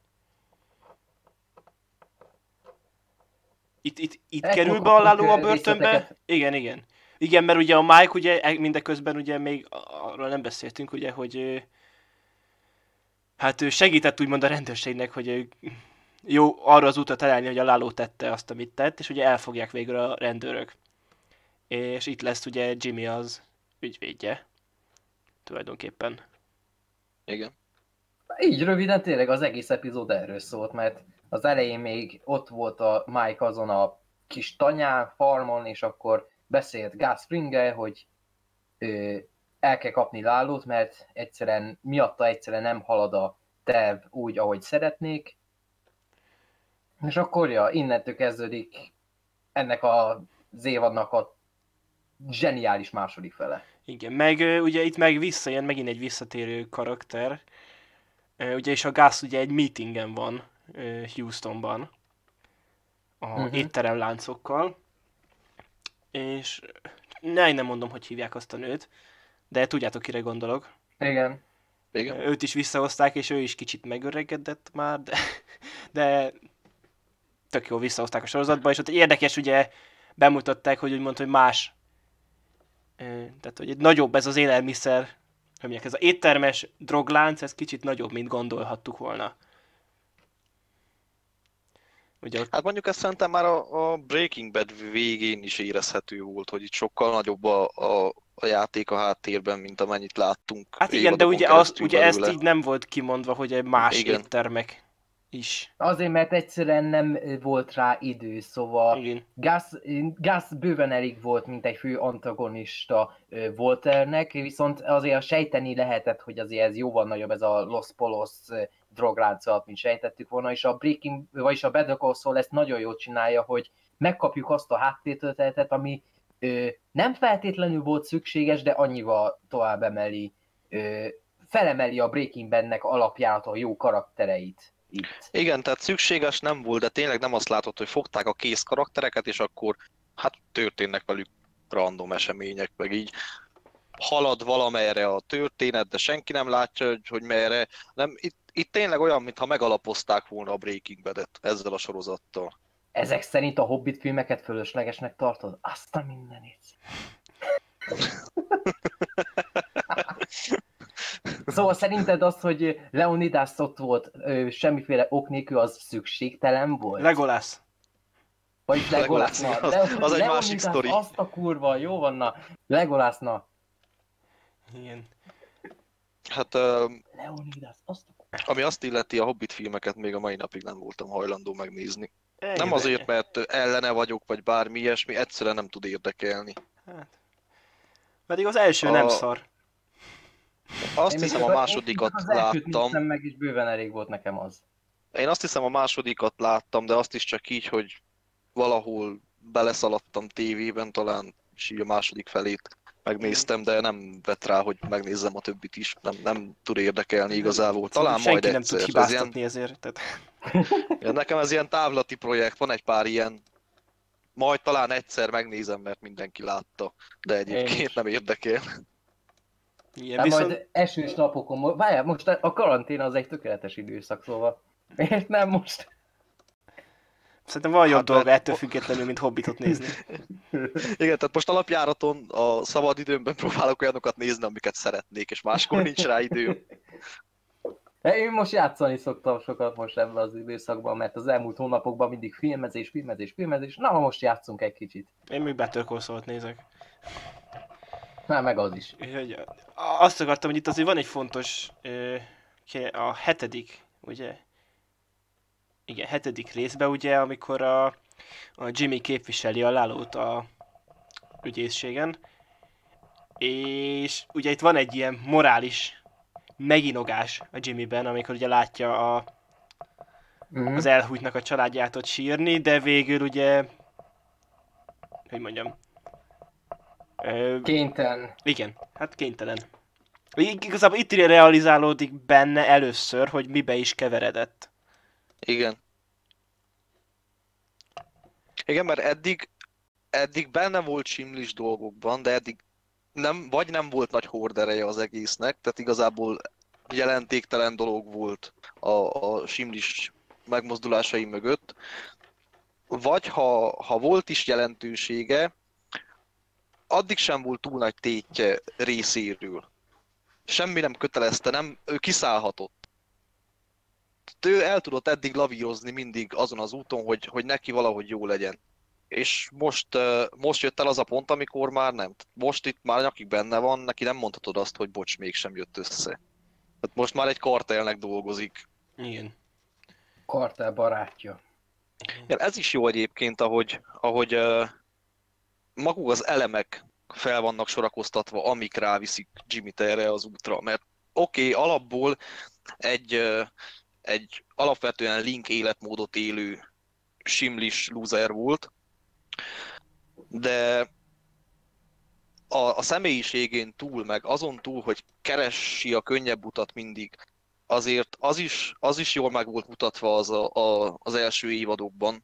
itt, itt, itt Ekkor kerül be a kapunk, Lalo a ö, börtönbe? részleteket. Igen, igen. Igen, mert ugye a Mike ugye e- mindeközben ugye még arról nem beszéltünk, ugye, hogy ö, hát ő segített úgymond a rendőrségnek, hogy ő jó arra az útra találni, hogy a Lalo tette azt, amit tett, és ugye elfogják végül a rendőrök. És itt lesz ugye Jimmy az ügyvédje. Tulajdonképpen. Igen. Így röviden tényleg az egész epizód erről szólt, mert az elején még ott volt a Mike azon a kis tanyán, farmon, és akkor beszélt Gus Fringgel, hogy ö, el kell kapni Lálót, mert egyszerűen, miatta egyszerűen nem halad a terv úgy, ahogy szeretnék. És akkor ja, innentől kezdődik ennek a az évadnak a zseniális második fele. Igen, meg ö, ugye itt meg visszajön megint egy visszatérő karakter. Ö, Ugye és a Gus ugye egy meetingen van ö, Houstonban a Mhm. étterem láncokkal. És ne, nem mondom, hogy hívják azt a nőt, de tudjátok, kire gondolok. Igen. Igen? Őt is visszahozták, és ő is kicsit megöregedett már, de, de tök jó visszahozták a sorozatba, és ott érdekes, ugye bemutatták, hogy úgymond, hogy más, ö, tehát hogy egy nagyobb ez az élelmiszer, hogy mondják, ez az éttermes droglánc, ez kicsit nagyobb, mint gondolhattuk volna. Ugye ott, Hát mondjuk ezt szerintem már a, a Breaking Bad végén is érezhető volt, hogy itt sokkal nagyobb a, a, a játék a háttérben, mint amennyit láttunk hát igen, de évadokon ugye, az, keresztül ugye ezt belőle. így nem volt kimondva, hogy egy más Igen. éttermek is. Azért, mert egyszerűen nem volt rá idő, szóval Igen. Gus, Gus bőven elég volt, mint egy fő antagonista ö, Walternek, viszont azért sejteni lehetett, hogy azért ez jóval nagyobb, ez a Los Polos ö, drográncolat, mint sejtettük volna, és a Breaking, vagyis a Better Call Saul ezt nagyon jól csinálja, hogy megkapjuk azt a háttértörténetet, ami ö, nem feltétlenül volt szükséges, de annyival tovább emeli, ö, felemeli a Breaking Badnek alapját, a jó karaktereit itt. Igen, tehát szükséges nem volt, de tényleg nem azt látod, hogy fogták a kész karaktereket, és akkor hát történnek velük random események, meg így halad valamerre a történet, de senki nem látja, hogy, hogy merre. Nem, itt, itt tényleg olyan, mintha megalapozták volna a Breaking Bad-et ezzel a sorozattal. Ezek szerint a Hobbit filmeket fölöslegesnek tartod? Azt a mindenit. Szóval szerinted az, hogy Leonidas ott volt ö, semmiféle ok nélkül, az szükségtelen volt? Legolász. Vagyis Legolas, Legolas, na. az- Le- az egy Leonidas, másik sztori. azt a kurva, jó van, na. Legolas, na. Igen. Hát ö, Leonidas, azt a kurva. ami azt illeti, a Hobbit filmeket még a mai napig nem voltam hajlandó megnézni. Ennyi, Nem de- azért, mert ellene vagyok, vagy bármi ilyesmi, egyszerűen nem tud érdekelni. Hát. Pedig az első A- nem szar. Azt Én még hiszem a csak- másodikat én csak az elsőt láttam. néztem meg, és bőven elég volt nekem az. Én azt hiszem a másodikat láttam, de azt is csak így, hogy valahol beleszaladtam tévében talán, és így a második felét megnéztem, de nem vett rá, hogy megnézzem a többit is. Nem, nem tud érdekelni igazából. Talán Senki majd nem egyszer. tud Ez ilyen, hibáztatni ezért. Tehát... ja, nekem ez ilyen távlati projekt, van egy pár ilyen. Majd talán egyszer megnézem, mert mindenki látta, de Én is. egyébként nem érdekel. Igen, Hát viszont... majd esős napokon, várjál, most a karantén az egy tökéletes időszak, szóval. Miért nem most? Szerintem van jobb Hát, dolga mert- ettől függetlenül, mint Hobbitot nézni. Igen, tehát most alapjáraton a szabad időmben próbálok olyanokat nézni, amiket szeretnék, és máskor nincs rá időm. Én most játszani szoktam sokat most ebben az időszakban, mert az elmúlt hónapokban mindig filmezés, filmezés, filmezés. Na, most játszunk egy kicsit. Én még Better Call Saul-t nézek. Na, meg az is. Úgyhogy azt akartam, hogy itt azért van egy fontos, ö, ke- a hetedik, ugye? Igen, hetedik részben, ugye, amikor a, a Jimmy képviseli a Lalót a ügyészségen, és ugye itt van egy ilyen morális meginogás a Jimmyben, amikor ugye látja a, Uh-huh. az elhújtnak a családját ott sírni, de végül ugye, hogy mondjam, ö, Kénytelen. igen, hát kénytelen. Ig- Igazából itt realizálódik benne először, hogy mibe is keveredett. Igen. Igen, mert eddig, eddig benne volt simlis dolgokban, de eddig nem, vagy nem volt nagy hordereje az egésznek, tehát igazából jelentéktelen dolog volt a, a simlis megmozdulásai mögött, vagy ha, ha volt is jelentősége, addig sem volt túl nagy tétje részéről. Semmi nem kötelezte, nem, ő kiszállhatott. Ő el tudott eddig lavírozni mindig azon az úton, hogy, hogy neki valahogy jó legyen. És most, uh, most jött el az a pont, amikor már nem. Most itt már nyakig benne van, neki nem mondhatod azt, hogy bocs, mégsem jött össze. Tehát most már egy kartelnek dolgozik. Igen. Kartel barátja. Ja, ez is jó egyébként, ahogy, ahogy uh, maguk az elemek fel vannak sorakoztatva, amik ráviszik Jimmyt erre az útra. Mert oké, okay, alapból egy, ö, egy alapvetően Link életmódot élő simlis loser volt, de a, a személyiségén túl, meg azon túl, hogy keresi a könnyebb utat mindig, azért az is, az is jól meg volt mutatva az, a, a, az első évadokban,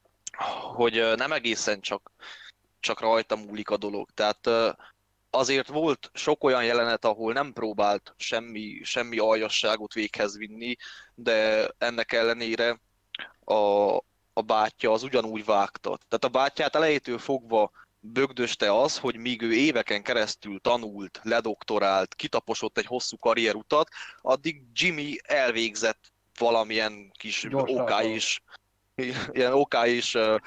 hogy ö, nem egészen csak, csak rajta múlik a dolog. Tehát ö, azért volt sok olyan jelenet, ahol nem próbált semmi, semmi aljasságot véghez vinni, de ennek ellenére a, a bátyja az ugyanúgy vágta. Tehát a bátyját elejétől fogva bögdöste az, hogy míg ő éveken keresztül tanult, ledoktorált, kitaposott egy hosszú karrierutat, addig Jimmy elvégzett valamilyen kis Gyors OK tartalom. is, ilyen OK is ö,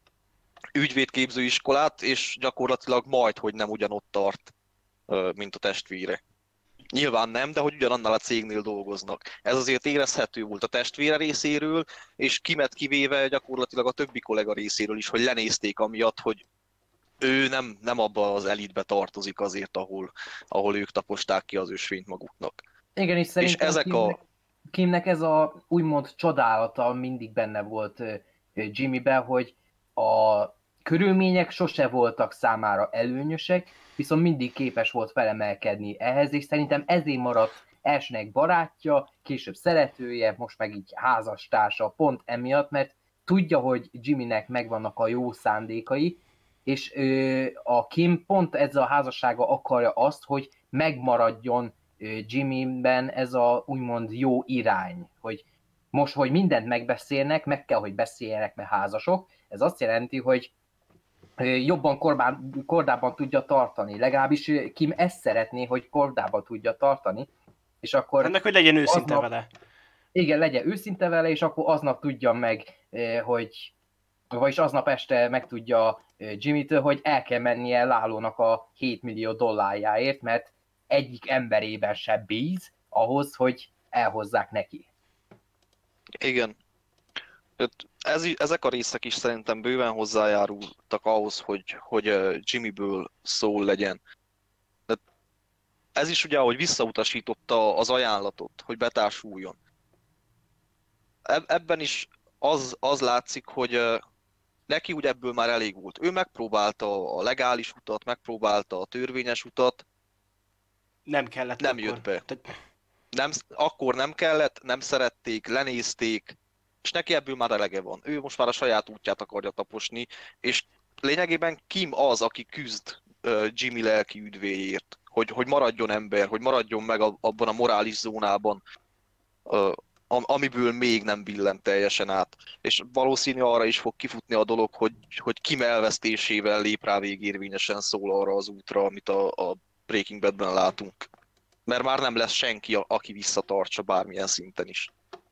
ügyvédképzőiskolát, és gyakorlatilag majd, hogy nem ugyanott tart, ö, mint a testvére. Nyilván nem, de hogy ugyanannál a cégnél dolgoznak. Ez azért érezhető volt a testvére részéről, és Kimet kivéve gyakorlatilag a többi kollega részéről is, hogy lenézték amiatt, hogy ő nem, nem abba az elitbe tartozik azért, ahol, ahol ők taposták ki az ösvényt maguknak. Igen, és szerintem ezek a- Kimnek, Kimnek ez a úgymond csodálata mindig benne volt ö, ö, Jimmyben, hogy a körülmények sose voltak számára előnyösek, viszont mindig képes volt felemelkedni ehhez, és szerintem ezért maradt elsőnek barátja, később szeretője, most meg így házastársa, pont emiatt, mert tudja, hogy Jimmynek megvannak a jó szándékai, és ö, a Kim pont ezzel a házassága akarja azt, hogy megmaradjon ö, Jimmyben ez a úgymond jó irány, hogy most, hogy mindent megbeszélnek, meg kell, hogy beszéljenek, mert házasok, ez azt jelenti, hogy ö, jobban korbán, kordában tudja tartani. Legalábbis ö, Kim ezt szeretné, hogy kordában tudja tartani, és akkor Ennek, hogy legyen őszinte aznap- vele. igen, legyen őszinte vele, és akkor aznap tudja meg, ö, hogy vagyis aznap este megtudja ö, Jimmytől, hogy el kell mennie Lálónak a hét millió dollárjáért, mert egyik emberében se bíz ahhoz, hogy elhozzák neki. Igen. Öt- Ez, i- ezek a részek is szerintem bőven hozzájárultak ahhoz, hogy, hogy ö, Jimmyből szól legyen. De ez is ugye, ahogy visszautasította az ajánlatot, hogy betársuljon. Eb- Ebben is az, az látszik, hogy ö, neki úgy ebből már elég volt. Ő megpróbálta a legális utat, megpróbálta a törvényes utat, Nem kellett nem akkor. jött be. Tehát, Nem, akkor nem kellett, nem szerették, lenézték, és neki ebből már elege van. Ő most már a saját útját akarja taposni, és lényegében Kim az, aki küzd ö, Jimmy lelki üdvéért, hogy, hogy maradjon ember, hogy maradjon meg a- abban a morális zónában, ö, am- amiből még nem billent teljesen át. És valószínű arra is fog kifutni a dolog, hogy, hogy Kim elvesztésével lép rá végérvényesen szól arra az útra, amit a, a Breaking Badben látunk. Mert már nem lesz senki, a- aki visszatartsa bármilyen szinten is.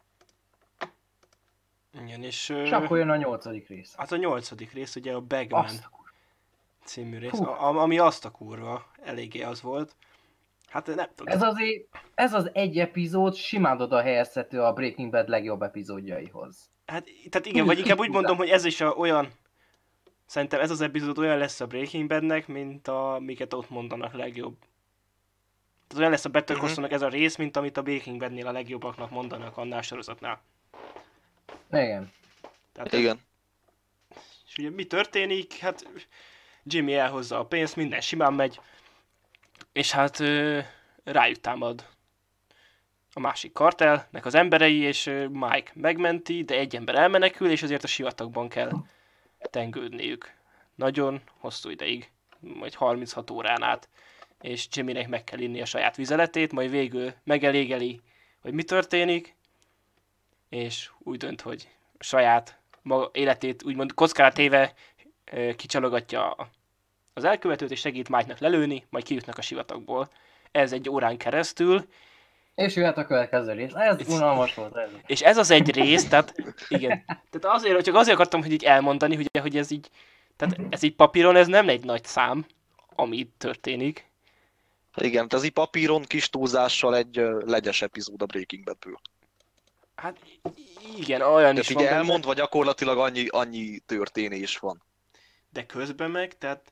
igen, és... És ö, akkor jön a nyolcadik rész. Hát a nyolcadik rész, ugye a Bagman Azt, című rész, Hú. a, ami azt a kurva, eléggé az volt. Hát nem tudom. ez, azért, ez az egy epizód simán oda helyezhető a Breaking Bad legjobb epizódjaihoz. Hát, tehát igen, vagy inkább úgy mondom, hogy ez is a, olyan... Szerintem ez az epizód olyan lesz a Breaking Badnek, mint a, miket ott mondanak legjobb. Tehát olyan lesz a Better Call Mhm. Saulnak ez a rész, mint amit a Breaking Badnél a legjobbaknak mondanak annál a sorozatnál. Igen. Tehát, Igen. és ugye mi történik? Hát Jimmy elhozza a pénzt, minden simán megy, és hát ö, rájuk támad a másik kartelnek az emberei, és ö, Mike megmenti, de egy ember elmenekül, és azért a sivatagban kell tengődniük. Nagyon hosszú ideig, majd harminchat órán át, és Jimmynek meg kell inni a saját vizeletét, majd végül megelégeli, hogy mi történik, és úgy dönt, hogy a saját maga életét úgymond kockára téve ö, kicsalogatja a- az elkövetőt, és segít Mike-nak lelőni, majd kijutnak a sivatagból. Ez egy órán keresztül, És jöhet a következő rész. Ez unalmas volt. Ez. és ez az egy rész, tehát igen. Tehát azért, csak azért akartam, hogy így elmondani, hogy, hogy ez így, tehát ez így papíron, ez nem egy nagy szám, ami itt történik. Igen, ez így papíron kis túlzással egy ö, legyes epizód a Breaking Badből. Hát igen, olyan is Tehát így van benne, elmondva gyakorlatilag annyi, annyi történés van. de közben meg, tehát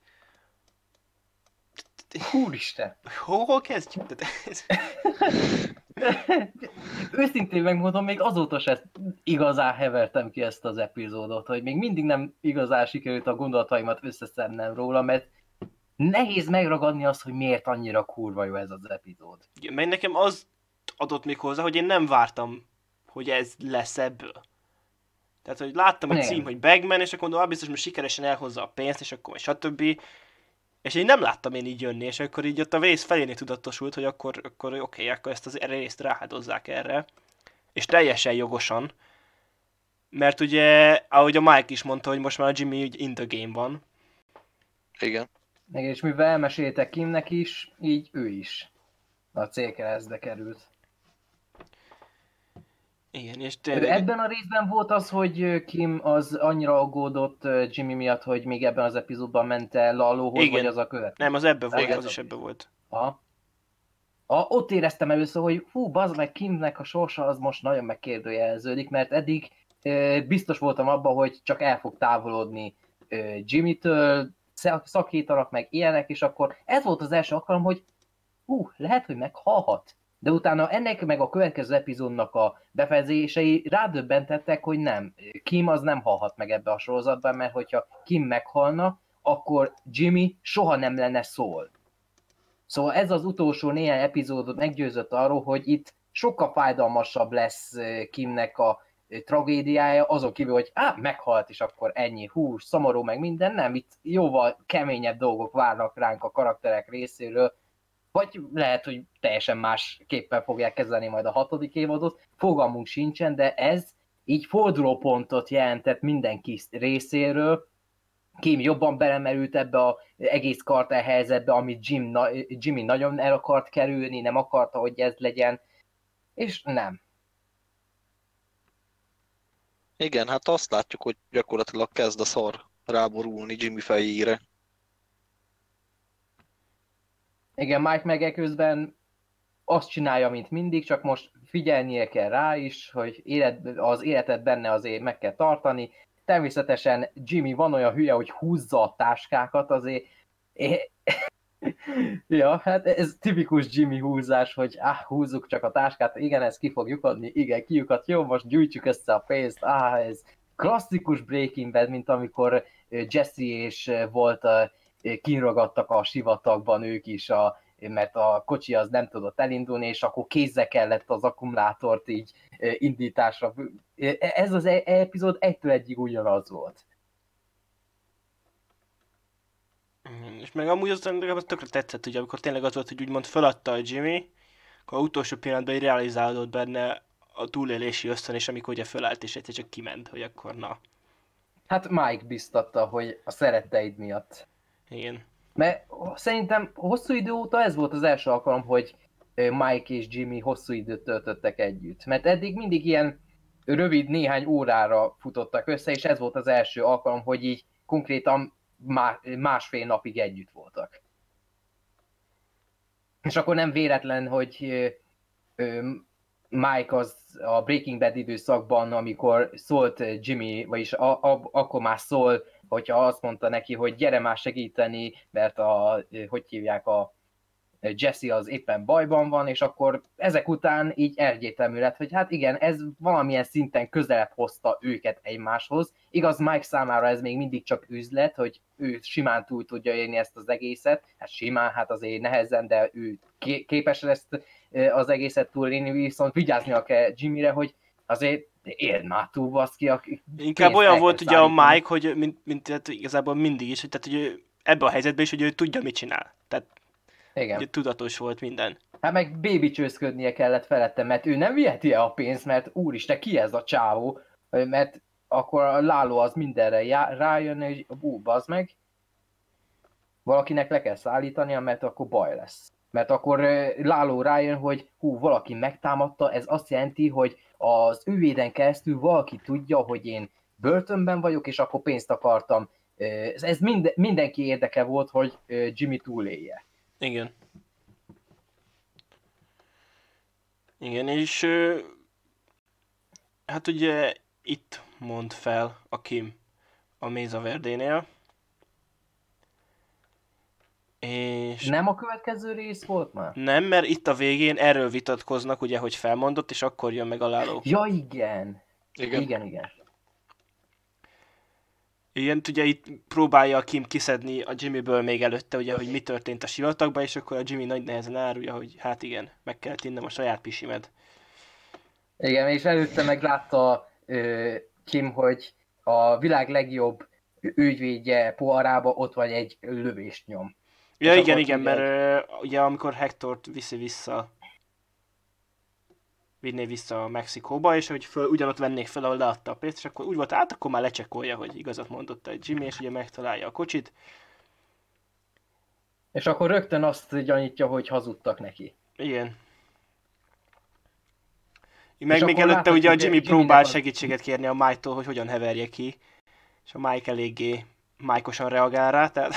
Úristen! hol, hol kezdjük? Tehát ez, őszintén megmondom, még azóta se igazán hevertem ki ezt az epizódot, hogy még mindig nem igazán sikerült a gondolataimat összeszednem róla, mert nehéz megragadni azt, hogy miért annyira kurva jó ez az epizód. Igen, meg nekem az adott még hozzá, hogy én nem vártam, hogy ez lesz ebből. Tehát, hogy láttam a Igen. cím, hogy Bagman, és akkor mondom, ah, biztos, hogy sikeresen elhozza a pénzt, és akkor stb. És én nem láttam én így jönni, és akkor így ott a vész felénél tudatosult, hogy akkor, akkor oké, okay, akkor ezt az részt ráháldozzák erre. És teljesen jogosan. Mert ugye, ahogy a Mike is mondta, hogy most már a Jimmy úgy in the game van. Igen. Meg és mivel elmeséltek Kimnek is, így ő is a célkeresztbe került. Igen, és tényleg... Ebben a részben volt az, hogy Kim az annyira aggódott Jimmy miatt, hogy még ebben az epizódban ment el Lalóhoz, Igen. vagy az a következő? Nem, az ebben volt, Igen. az is ebben volt. Aha. A, ott éreztem először, hogy hú, bazd meg, Kimnek a sorsa az most nagyon megkérdőjeleződik, mert eddig e, biztos voltam abban, hogy csak el fog távolodni e, Jimmy-től, szakítanak meg ilyenek, és akkor ez volt az első alkalom, hogy hú, lehet, hogy meghalhat. De utána ennek meg a következő epizódnak a befejezései rádöbbentettek, hogy nem, Kim az nem halhat meg ebbe a sorozatban, mert hogyha Kim meghalna, akkor Jimmy soha nem lenne Saul. Szóval ez az utolsó néhány epizódot meggyőzött arról, hogy itt sokkal fájdalmasabb lesz Kimnek a tragédiája, azon kívül, hogy á, meghalt, és akkor ennyi, hú, szomorú, meg minden, nem, itt jóval keményebb dolgok várnak ránk a karakterek részéről, vagy lehet, hogy teljesen másképpen fogják kezelni majd a hatodik évadot, fogalmunk sincsen, de ez így fordulópontot jelentett mindenki részéről. Kim jobban belemerült ebbe az egész Carter helyzetbe, amit Jim, na, Jimmy nagyon el akart kerülni, nem akarta, hogy ez legyen, és nem. Igen, hát azt látjuk, hogy gyakorlatilag kezd a szar ráborulni Jimmy fejére. Igen, Mike meg eközben azt csinálja, mint mindig, csak most figyelnie kell rá is, hogy élet, az életet benne azért meg kell tartani. Természetesen Jimmy van olyan hülye, hogy húzza a táskákat, azért... ja, hát ez tipikus Jimmy húzás, hogy ah, húzzuk csak a táskát, igen, ez ki fog lyukadni, igen, kilyukadt, jó, most gyűjtsük össze a pénzt, ah, ez klasszikus Breaking Bad, mint amikor Jesse és volt, kinragadtak a sivatagban ők is, a, mert a kocsi az nem tudott elindulni, és akkor kézzel kellett az akkumulátort így indításra. Ez az epizód egytől egyig ugyanaz volt. És meg amúgy az, az tökre tetszett, hogy amikor tényleg az volt, hogy úgymond feladta a Jimmy, akkor a utolsó pillanatban így realizálódott benne a túlélési ösztön, és amikor ugye fölállt, és egyszer csak kiment, hogy akkor na. Hát Mike biztatta, hogy a szeretteid miatt. Igen. Mert szerintem hosszú idő óta ez volt az első alkalom, hogy Mike és Jimmy hosszú időt töltöttek együtt. Mert eddig mindig ilyen rövid néhány órára futottak össze, és ez volt az első alkalom, hogy így konkrétan másfél napig együtt voltak. És akkor nem véletlen, hogy Mike az a Breaking Bad időszakban, amikor szólt Jimmy, vagyis a, a, akkor már szól, hogyha azt mondta neki, hogy gyere már segíteni, mert a, hogy hívják, a Jesse az éppen bajban van, és akkor ezek után így egyértelmű lett, hogy hát igen, ez valamilyen szinten közelebb hozta őket egymáshoz. Igaz, Mike számára ez még mindig csak üzlet, hogy ő simán túl tudja élni ezt az egészet, hát simán, hát azért nehezen, de ő képes lesz az egészet túlélni, viszont vigyáznia kell Jimmyre, hogy azért éld már túl, baszki, aki inkább olyan volt ugye a Mike, hogy mint, mint tehát igazából mindig is, hogy, tehát, hogy ő, ebben a helyzetben is, hogy ő tudja, mit csinál. Tehát igen. Ugye, tudatos volt minden. Hát meg bébicsőzködnie kellett felettem, mert ő nem viheti el a pénzt, mert úristen, ki ez a csávó? Mert akkor a Láló az mindenre já- rájön, hogy ú, bazd meg, valakinek le kell szállítania, mert akkor baj lesz. Mert akkor Láló rájön, hogy hú, valaki megtámadta, ez azt jelenti, hogy az üvéden keresztül valaki tudja, hogy én börtönben vagyok, és akkor pénzt akartam. Ez mind- mindenki érdeke volt, hogy Jimmy túlélje. Igen. Igen, és hát ugye itt mond fel a Kim a Mesa Verdénél. És Nem a következő rész volt már? nem, mert itt a végén erről vitatkoznak, ugye, hogy felmondott, és akkor jön meg a Lalo. Ja, igen. Igen. Igen, igen. Igen, ugye itt próbálja a Kim kiszedni a Jimmyből még előtte, ugye, hogy mi történt a sivatagban, és akkor a Jimmy nagy nehezen árulja, hogy hát igen, meg kellett innom a saját pisimet. Igen, és előtte meglátta ö, Kim, hogy a világ legjobb ügyvédje poharába ott van egy lövést nyom. Ja, És igen, akkor igen, ugye mert uh, ugye amikor Hectort viszi vissza, vinné vissza a Mexikóba, és hogy föl, ugyanott vennék fel, ahol leadta a pénzt, és akkor úgy volt, át akkor már lecsekolja, hogy igazat mondott egy Jimmy, és ugye megtalálja a kocsit. És akkor rögtön azt gyanítja, hogy hazudtak neki. Igen. Meg És még akkor előtte látod, ugye a hogy Jimmy Jimmynek próbál az- segítséget kérni a Mike-tól, hogy hogyan heverje ki, és a Mike eléggé Mike-osan reagál rá, tehát...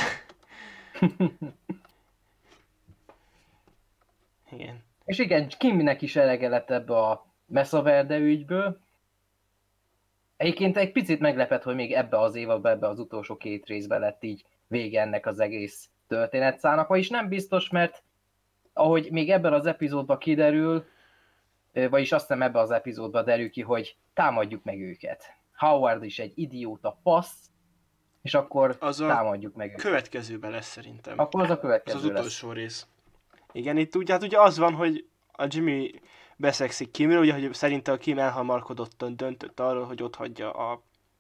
Igen. És igen, Kimnek is elege lett ebbe a Mesa Verde ügyből. Egyébként egy picit meglepett, hogy még ebbe az évadban, ebbe az utolsó két részben lett így vége ennek az egész történetszának, vagyis nem biztos, mert ahogy még ebben az epizódban kiderül, ö, vagyis azt hiszem ebben az epizódban derül ki, hogy támadjuk meg őket. Howard is egy idióta fasz, és akkor Az a támadjuk meg őket. következőben lesz szerintem. Akkor az a Ez következő az lesz. utolsó rész. Igen, itt ugye, hát ugye az van, hogy a Jimmy beszegszik Kimről, ugye, hogy szerinte a Kim elhamarkodottan döntött arról, hogy ott hagyja a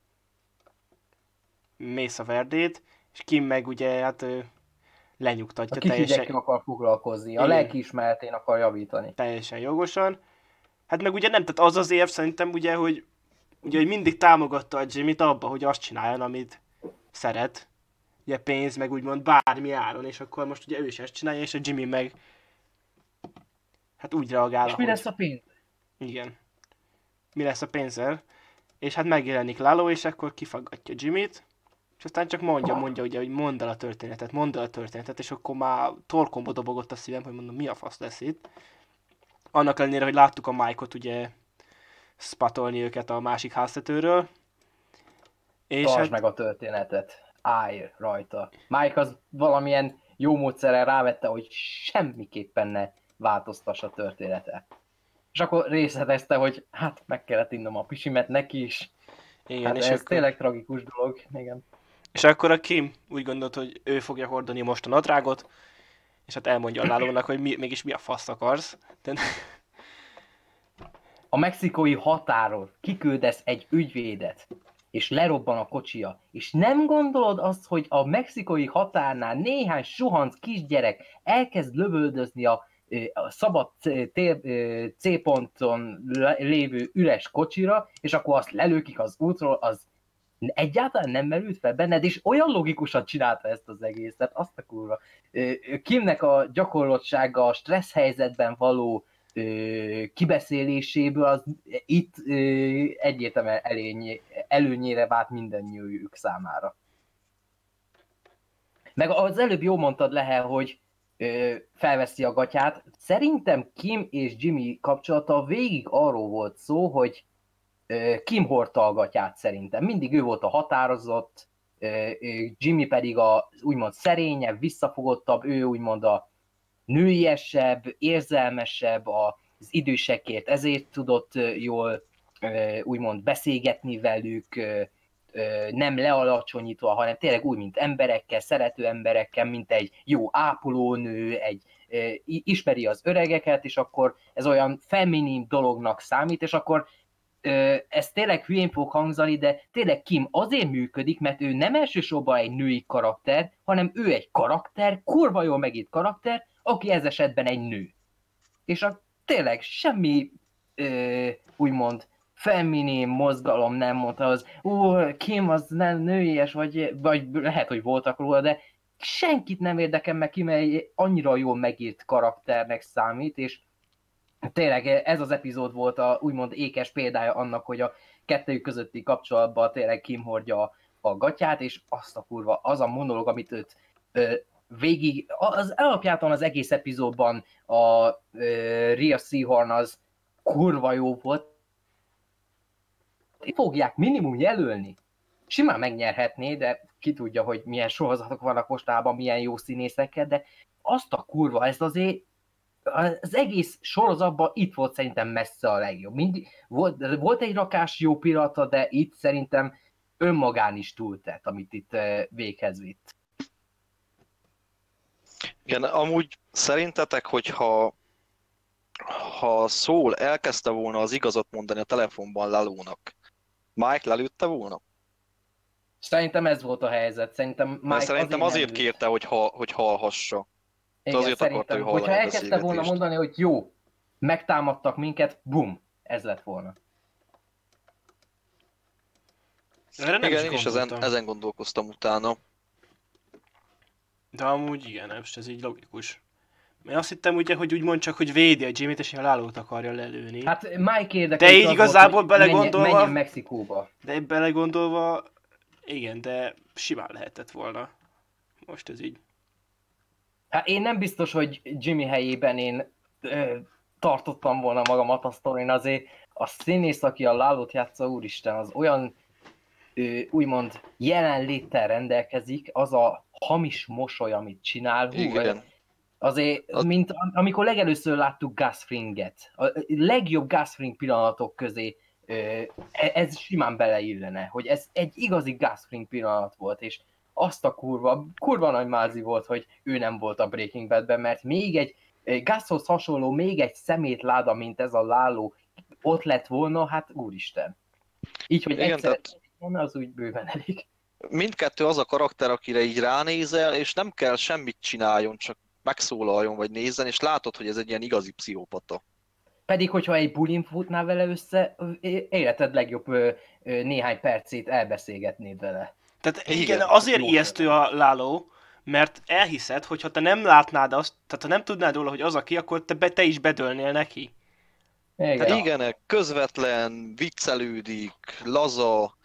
Mesa Verdét, és Kim meg ugye, hát ő lenyugtatja A kifigyekkel teljesen, akar foglalkozni, a Igen. lelkiismeretén akar javítani. teljesen jogosan. Hát meg ugye nem, tehát az az érv szerintem ugye, hogy ugye, hogy mindig támogatta a Jimmy-t abba, hogy azt csináljon, amit szeret. Ugye pénz, meg úgymond bármi áron, és akkor most ugye ő is ezt csinálja, és a Jimmy meg hát úgy reagál, És mi ahogy... lesz a pénz? Igen. Mi lesz a pénzzel? És hát megjelenik Lalo, és akkor kifaggatja Jimmyt, és aztán csak mondja, mondja ugye, hogy mondd el a történetet, mondd el a történetet, és akkor már torkomba dobogott a szívem, hogy mondom, mi a fasz lesz itt. Annak ellenére, hogy láttuk a Mike-ot ugye spatolni őket a másik háztetőről. És Tartsd hát, meg a történetet. Állj rajta. Mike az valamilyen jó módszerrel rávette, hogy semmiképpen ne változtassa a történetet. És akkor részletezte, hogy hát meg kellett innom a pisimet neki is. igen, Hát és, ez akkor, tényleg tragikus dolog. Igen. és akkor a Kim úgy gondolt, hogy ő fogja hordani most a nadrágot, és hát elmondja a Lálónak, hogy mi, mégis mi a fasz akarsz. De, A mexikói határon kiküldesz egy ügyvédet, és lerobban a kocsia, és nem gondolod azt, hogy a mexikói határnál néhány suhanc kisgyerek elkezd lövöldözni a, a szabad C-ponton lévő üres kocsira, és akkor azt lelőkik az útról, az egyáltalán nem merült fel benned, és olyan logikusan csinálta ezt az egészet, azt a kurva. Kimnek a gyakorlottsága, a stressz helyzetben való kibeszéléséből az itt egyértelműen előny, előnyére vált mindennyiük számára. Meg az előbb jó mondtad, Lehel, hogy ö, felveszi a gatyát. Szerintem Kim és Jimmy kapcsolata végig arról volt szó, hogy ö, Kim hordta a gatyát szerintem. Mindig ő volt a határozott, ö, ö, Jimmy pedig a úgymond szerényebb, visszafogottabb, ő úgymond a nőiesebb, érzelmesebb, az idősekért, ezért tudott jól úgymond beszélgetni velük, nem lealacsonyítva, hanem tényleg úgy, mint emberekkel, szerető emberekkel, mint egy jó ápolónő, egy, ismeri az öregeket, és akkor ez olyan feminin dolognak számít, és akkor ez tényleg hülyén fog hangzani, de tényleg Kim azért működik, mert ő nem elsősorban egy női karakter, hanem ő egy karakter, kurva jól megírt karakter, aki ez esetben egy nő. És a, tényleg semmi ö, úgymond feminin mozgalom nem mondta, az ó, Kim az nem nőies, vagy, vagy lehet, hogy voltak róla, de senkit nem érdekel meg Kim, egy annyira jól megírt karakternek számít, és tényleg ez az epizód volt a úgymond ékes példája annak, hogy a kettőjük közötti kapcsolatban tényleg Kim hordja a, a gatyát, és azt a kurva, az a monológ, amit őt ö, végig, az alapjától az egész epizódban a ö, Rhea Seehorn az kurva jó volt. Fogják minimum jelölni simán megnyerhetné, de ki tudja, hogy milyen sorozatok vannak mostában, milyen jó színészekkel, de azt a kurva, ez azért az egész sorozatban itt volt szerintem messze a legjobb. Mindig, volt, volt egy rakás jó pillanata, de itt szerintem önmagán is túltett, amit itt véghez vitt. Igen, amúgy szerintetek, hogyha ha Saul elkezdte volna az igazat mondani a telefonban Lalónak, Mike lelőtte volna? Szerintem ez volt a helyzet. Szerintem Mike Mert szerintem azért, azért kérte, hogy, ha, hogy hallhassa. Igen, azért akarta, hogy szerintem, hallani hogyha a elkezdte volna beszélgetést. mondani, hogy jó, megtámadtak minket, bum, ez lett volna. Erre nem Igen, is én is ezen, gondoltam. ezen gondolkoztam utána. De amúgy igen, most ez így logikus. Mert azt hittem ugye, hogy úgy mond csak, hogy védi a Jimmy-t, és a Lálót akarja lelőni. Hát Mike érdekel, De így az igazából volt, hogy belegondolva- menjen, menjen Mexikóba. De belegondolva, igen, de simán lehetett volna. Most ez így. Hát én nem biztos, hogy Jimmy helyében én ö, tartottam volna magamat a sztorin, azért a színész, aki a Lálót játsza, úristen, az olyan ö, úgymond jelenléttel rendelkezik, az a hamis mosoly, amit csinál, hú, Igen. azért, Az- mint am- amikor legelőször láttuk Gus Fringet, a legjobb Gus Fring pillanatok közé ö, e- ez simán beleillene, hogy ez egy igazi Gus Fring pillanat volt, és azt a kurva, kurva nagy mázi volt, hogy ő nem volt a Breaking Badben, mert még egy ö, Gushoz hasonló, még egy szemétláda, mint ez a Láló ott lett volna, hát úristen. Így, hogy Igen, egyszer tehát volna, az úgy bőven elég. mindkettő az a karakter, akire így ránézel, és nem kell semmit csináljon, csak megszólaljon vagy nézzen, és látod, hogy ez egy ilyen igazi pszichopata. Pedig, hogyha egy bulin futnál vele össze, életed legjobb ö, ö, néhány percét elbeszélgetnéd vele. Tehát igen, Igen, azért jó ijesztő a Láló, mert elhiszed, hogy ha te nem látnád azt, tehát ha nem tudnád róla, hogy az aki, akkor te, be, te is bedőlnél neki. Igen. Igen, közvetlen, viccelődik, laza,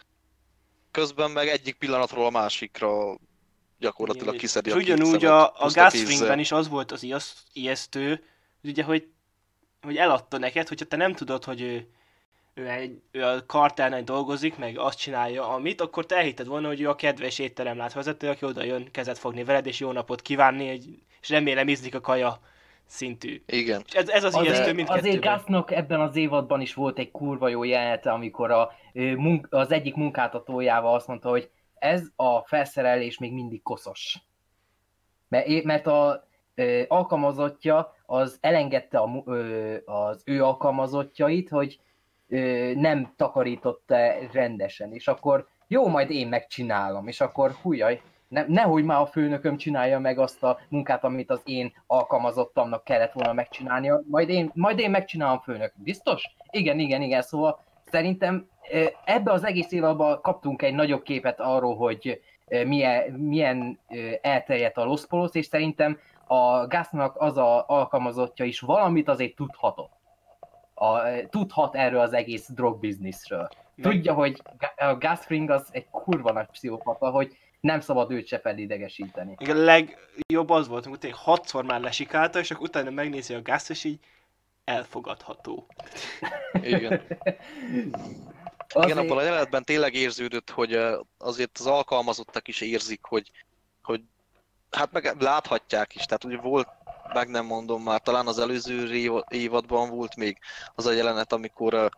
közben meg egyik pillanatról a másikra gyakorlatilag Igen, kiszedi és a két ugyanúgy szemet a, a puszta Gus kézzel. Fringben is az volt az ijasz- ijesztő, hogy ugye, hogy, hogy eladta neked, hogyha te nem tudod, hogy ő, ő, egy, ő a kartelnél dolgozik, meg azt csinálja, amit, akkor te elhitted volna, hogy ő a kedves étteremlátvezető, aki oda jön kezet fogni veled, és jó napot kívánni, egy, és remélem ízlik a kaja szintű. Igen. És ez, ez az ijesztő Azért, azért mindkettőben. Gusnak ebben az évadban is volt egy kurva jó jelenete, amikor a, ö, munk, az egyik munkáltatójával azt mondta, hogy ez a felszerelés még mindig koszos. Mert, é- mert a ö, alkalmazottja az elengedte a, mu- ö, az ő alkalmazottjait, hogy ö, nem takarította rendesen, és akkor jó, majd én megcsinálom, és akkor hújjaj, ne, nehogy már a főnököm csinálja meg azt a munkát, amit az én alkalmazottamnak kellett volna megcsinálnia, majd én, majd én megcsinálom, főnök. Biztos? Igen, igen, igen, szóval szerintem ö, ebbe az egész évadban kaptunk egy nagyobb képet arról, hogy ö, milyen, milyen ö, elterjedt a Los Polos, és szerintem a Gusnak az a alkalmazottja is valamit azért tudhatott. A, tudhat erről az egész drogbizniszről. Meg- Tudja, hogy a Gus Fring az egy kurva nagy pszichopata, hogy nem szabad őt se felidegesíteni. A legjobb az volt, amikor tényleg hatszor már lesikálta, és akkor utána megnézi a Gus, és így elfogadható. Igen. Igen, abban a jelenetben tényleg érződött, hogy eh, azért az alkalmazottak is érzik, hogy, hogy hát meg láthatják is, tehát ugye volt, meg nem mondom már, talán az előző rév- évadban volt még az a jelenet, amikor eh,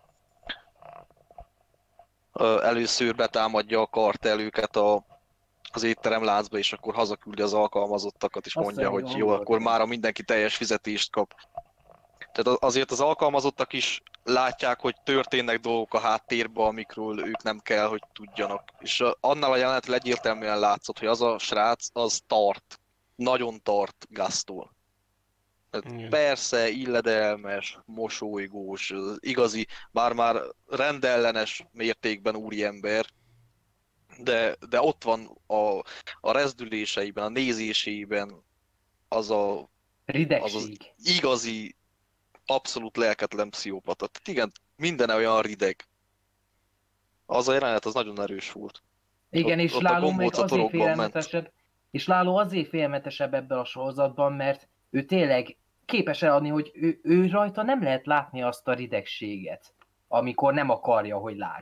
eh, először betámadja a kartelőket a, az étteremláncba, és akkor hazaküldi az alkalmazottakat, és Azt mondja, szerintem hogy jó, volt, akkor igen. mára mindenki teljes fizetést kap. Tehát azért az alkalmazottak is látják, hogy történnek dolgok a háttérben, amikről ők nem kell, hogy tudjanak. És a- annál a jelenetre egyértelműen látszott, hogy az a srác, az tart. Nagyon tart Gustól. Tehát Igen. persze, illedelmes, mosolygós, az igazi, már-már rendellenes mértékben úriember, de, de ott van a, a rezdüléseiben, a nézésében az a Ridegség. igazi, abszolút lelketlen pszichopata. Tehát igen, minden olyan rideg. Az a jelenet az nagyon erős volt. Igen, ott- és ott a Láló még gombóc a azért torokban ment. félelmetesebb, és Láló azért félelmetesebb ebben a sorozatban, mert ő tényleg képes eladni, hogy ő, ő rajta nem lehet látni azt a ridegséget, amikor nem akarja, hogy lásd.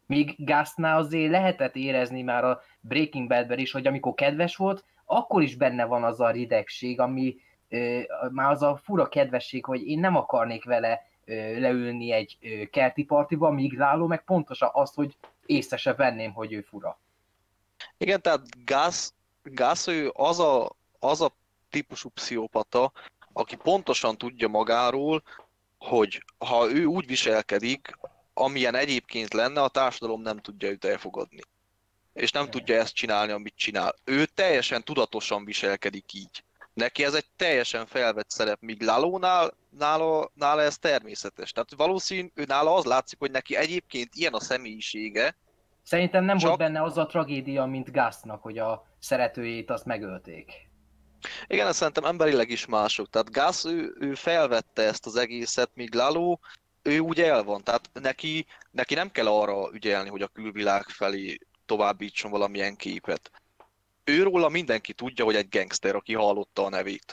Míg Gusnál azért lehetett érezni már a Breaking Badben is, hogy amikor kedves volt, akkor is benne van az a ridegség, ami ö, már az a fura kedvesség, hogy én nem akarnék vele ö, leülni egy ö, kerti partiba, míg Lalo meg pontosan az, hogy észre se venném, hogy ő fura. Igen, tehát Gus, Gus ő az a, az a típusú pszichopata, aki pontosan tudja magáról, hogy ha ő úgy viselkedik, amilyen egyébként lenne, a társadalom nem tudja őt elfogadni. És nem tudja ezt csinálni, amit csinál. Ő teljesen tudatosan viselkedik így. Neki ez egy teljesen felvett szerep, míg Lalónál nála, nála ez természetes. Tehát valószínű, ő nála az látszik, hogy neki egyébként ilyen a személyisége. Szerintem nem Csak- volt benne az a tragédia, mint Gusnak, hogy a szeretőjét azt megölték. Igen, ezt szerintem emberileg is mások. Tehát Gus, ő, ő felvette ezt az egészet, míg Laló, ő úgy el van. Tehát neki, neki nem kell arra ügyelni, hogy a külvilág felé továbbítson valamilyen képet. Őróla mindenki tudja, hogy egy gangster, aki hallotta a nevét.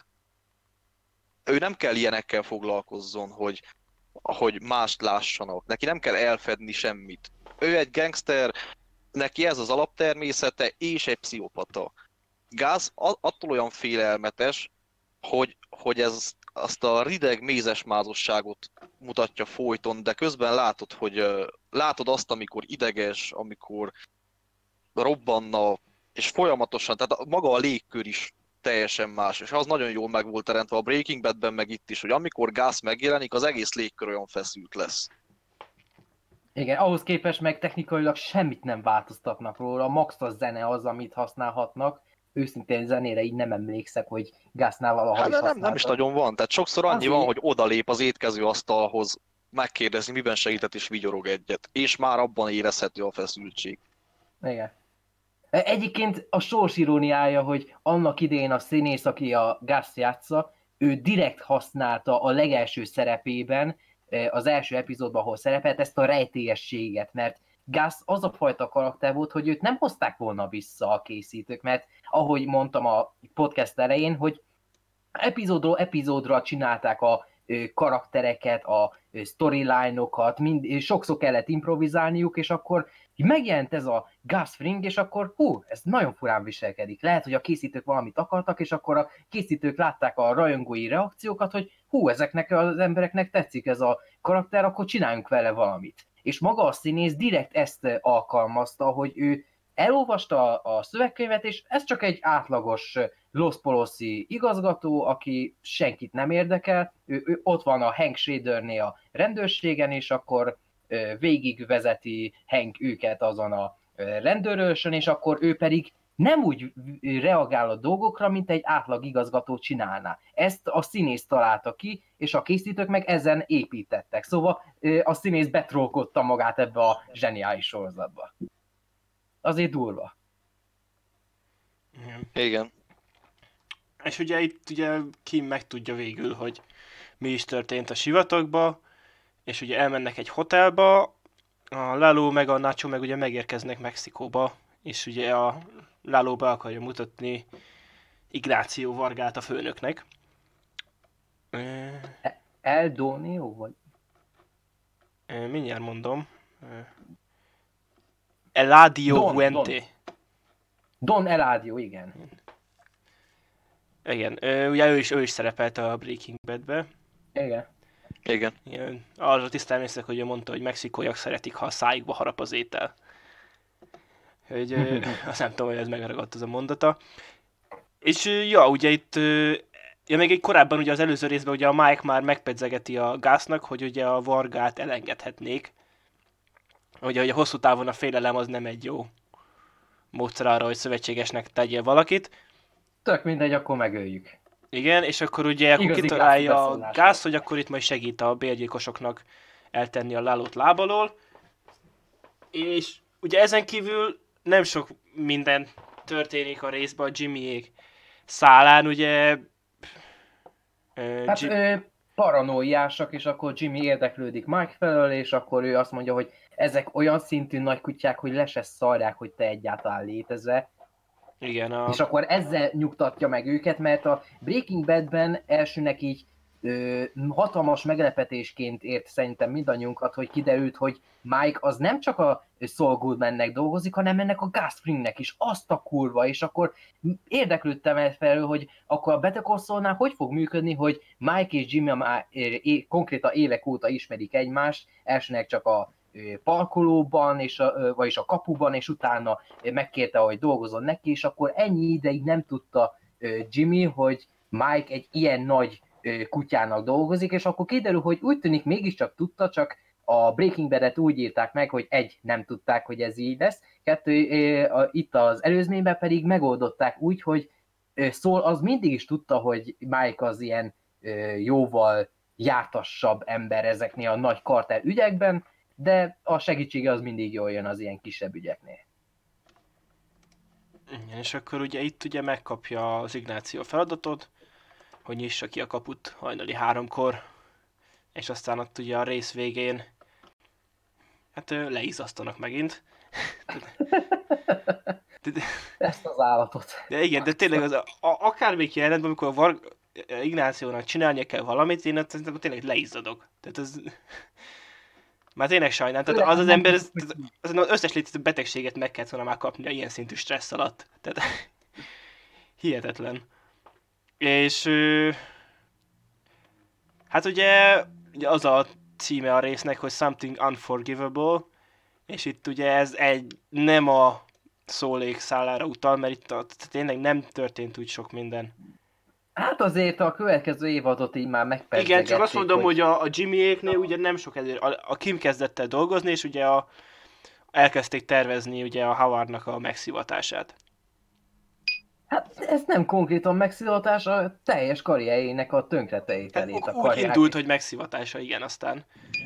Ő nem kell ilyenekkel foglalkozzon, hogy, hogy mást lássanak. Neki nem kell elfedni semmit. Ő egy gangster, neki ez az alaptermészete, és egy pszichopata. Gus attól olyan félelmetes, hogy, hogy ez azt a rideg, mézes mázosságot mutatja folyton, de közben látod, hogy uh, látod azt, amikor ideges, amikor robbanna, és folyamatosan, tehát maga a légkör is teljesen más, és az nagyon jól meg volt teremtve a Breaking Badben, meg itt is, hogy amikor Gus megjelenik, az egész légkör olyan feszült lesz. Igen, ahhoz képest meg technikailag semmit nem változtatnak róla, max a zene az, amit használhatnak. Őszintén zenére így nem emlékszek, hogy Gusnál valaha Hát is de nem, használtak. nem is nagyon van, tehát sokszor annyi Azért- van, hogy odalép az étkező asztalhoz, megkérdezni, miben segített, és vigyorog egyet. És már abban érezhető a feszültség. Igen. Egyébként a sors iróniája, hogy annak idején a színész, aki a Gus játsza, ő direkt használta a legelső szerepében, az első epizódban, ahol szerepelt, ezt a rejtélyességet, mert Gus az a fajta karakter volt, hogy őt nem hozták volna vissza a készítők, mert ahogy mondtam a podcast elején, hogy epizódról epizódra csinálták a karaktereket, a storyline-okat, mind, sokszor kellett improvizálniuk, és akkor megjelent ez a Gus Fring, és akkor hú, ez nagyon furán viselkedik. Lehet, hogy a készítők valamit akartak, és akkor a készítők látták a rajongói reakciókat, hogy hú, ezeknek az embereknek tetszik ez a karakter, akkor csináljunk vele valamit. És maga a színész direkt ezt alkalmazta, hogy ő elolvasta a szövegkönyvet, és ez csak egy átlagos Los Poloszi igazgató, aki senkit nem érdekel, ő, ő ott van a Hank Schradernél a rendőrségen, és akkor végigvezeti Hank őket azon a rendőrősön, és akkor ő pedig nem úgy reagál a dolgokra, mint egy átlag igazgató csinálná. Ezt a színész találta ki, és a készítők meg ezen építettek. Szóval a színész betrólkodta magát ebbe a zseniális sorozatba. Azért durva. Igen. És ugye itt ugye Kim megtudja végül, hogy mi is történt a sivatagba, és ugye elmennek egy hotelba, a Lalo meg a Nacho meg ugye megérkeznek Mexikóba, és ugye a Lalo be akarja mutatni Ignácio Vargát a főnöknek. El Donio, vagy? Mindjárt mondom. Eladio Don, Fuente. Don. Don Eladio, igen. Igen, ugye ő is, ő is szerepelt a Breaking Badbe. Igen. Igen. Igen. Arra tisztán észre, hogy ő mondta, hogy mexikóiak szeretik, ha a szájukba harap az étel. Hogy azt nem tudom, hogy ez megragadt az a mondata. És ja, ugye itt, ja még egy korábban ugye az előző részben ugye a Mike már megpedzegeti a Gusnak, hogy ugye a Vargát elengedhetnék. Ugye, hogy a hosszú távon a félelem az nem egy jó módszer arra, hogy szövetségesnek tegyél valakit. Tök mindegy, akkor megöljük. Igen, és akkor ugye akkor Igazi kitalálja a Gus Gus, hogy akkor itt majd segít a bérgyilkosoknak eltenni a Lalót lábalól. És ugye ezen kívül nem sok minden történik a részben a Jimmyék szálán, ugye... Hát Jim... ö, paranoiásak, és akkor Jimmy érdeklődik Mike felől, és akkor ő azt mondja, hogy ezek olyan szintű nagy kutyák, hogy le se szarják, hogy te egyáltalán létezel. Igen, a... És akkor ezzel nyugtatja meg őket, mert a Breaking Badben elsőnek így ö, hatalmas meglepetésként ért szerintem mindannyiunkat, hogy kiderült, hogy Mike az nem csak a Saul Goodmannek dolgozik, hanem ennek a Gus Fringnek is, azt a kurva, és akkor érdeklődtem felől, hogy akkor a Better Call Saulnál hogy fog működni, hogy Mike és Jimmy már é- konkrétan évek óta ismerik egymást, elsőnek csak a parkolóban, és a, vagyis a kapuban, és utána megkérte, hogy dolgozzon neki, és akkor ennyi ideig nem tudta Jimmy, hogy Mike egy ilyen nagy kutyának dolgozik, és akkor kiderül, hogy úgy tűnik mégiscsak tudta, csak a Breaking Bad-et úgy írták meg, hogy egy, nem tudták, hogy ez így lesz, kettő, itt az előzményben pedig megoldották úgy, hogy Saul az mindig is tudta, hogy Mike az ilyen jóval jártassabb ember ezeknél a nagy kartel ügyekben, de a segítsége az mindig jól jön az ilyen kisebb ügyeknél. Igen, és akkor ugye itt ugye megkapja az Ignácio feladatot, hogy nyissa ki a kaput hajnali háromkor, és aztán ott ugye a rész végén hát leizasztanak megint. Ezt az állatot. De igen, de tényleg az, a, a, akármelyik jelenetben, amikor Var, Ignációnak csinálnia kell valamit, én ott tényleg leizzadok. Tehát ez... Már tényleg sajnálom, tehát az az ember, az, az, az összes létező betegséget meg kellett volna már kapnia ilyen szintű stressz alatt. Tehát hihetetlen. És hát ugye, ugye az a címe a résznek, hogy Something Unforgivable, és itt ugye ez egy nem a szólék szállára utal, mert itt a, tényleg nem történt úgy sok minden. Hát azért a következő évadot így már megperdzegették. Igen, csak azt mondom, hogy, hogy a, a Jimmyéknél ugye nem sok ezért. A, a Kim kezdett el dolgozni, és ugye a, elkezdték tervezni ugye a Howardnak a megszivatását. Hát ez nem konkrétan megszivatás, a teljes karrierjének a tönkretételét. Hát, a úgy indult, hogy megszivatása, igen, aztán...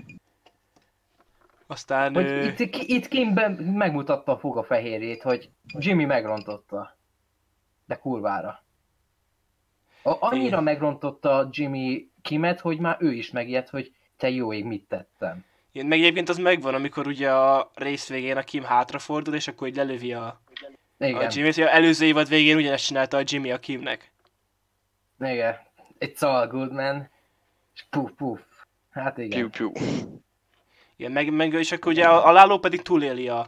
Aztán... Hogy ö... itt, itt Kimben megmutatta a fogafehérjét, hogy Jimmy megrontotta. De kurvára. A, annyira igen. megrontotta Jimmy Kimet, hogy már ő is megijedt, hogy te jó ég, mit tettem. Igen, meg egyébként az megvan, amikor ugye a rész végén a Kim hátrafordul, és akkor így lelövi a, a Jimmy-t. Előző évad végén ugyanezt csinálta a Jimmy a Kimnek. Igen. It's all good, man. És puf, puf. Hát igen. Piu, piu. Igen, meg, meg és akkor ugye a, a Láló pedig túléli a,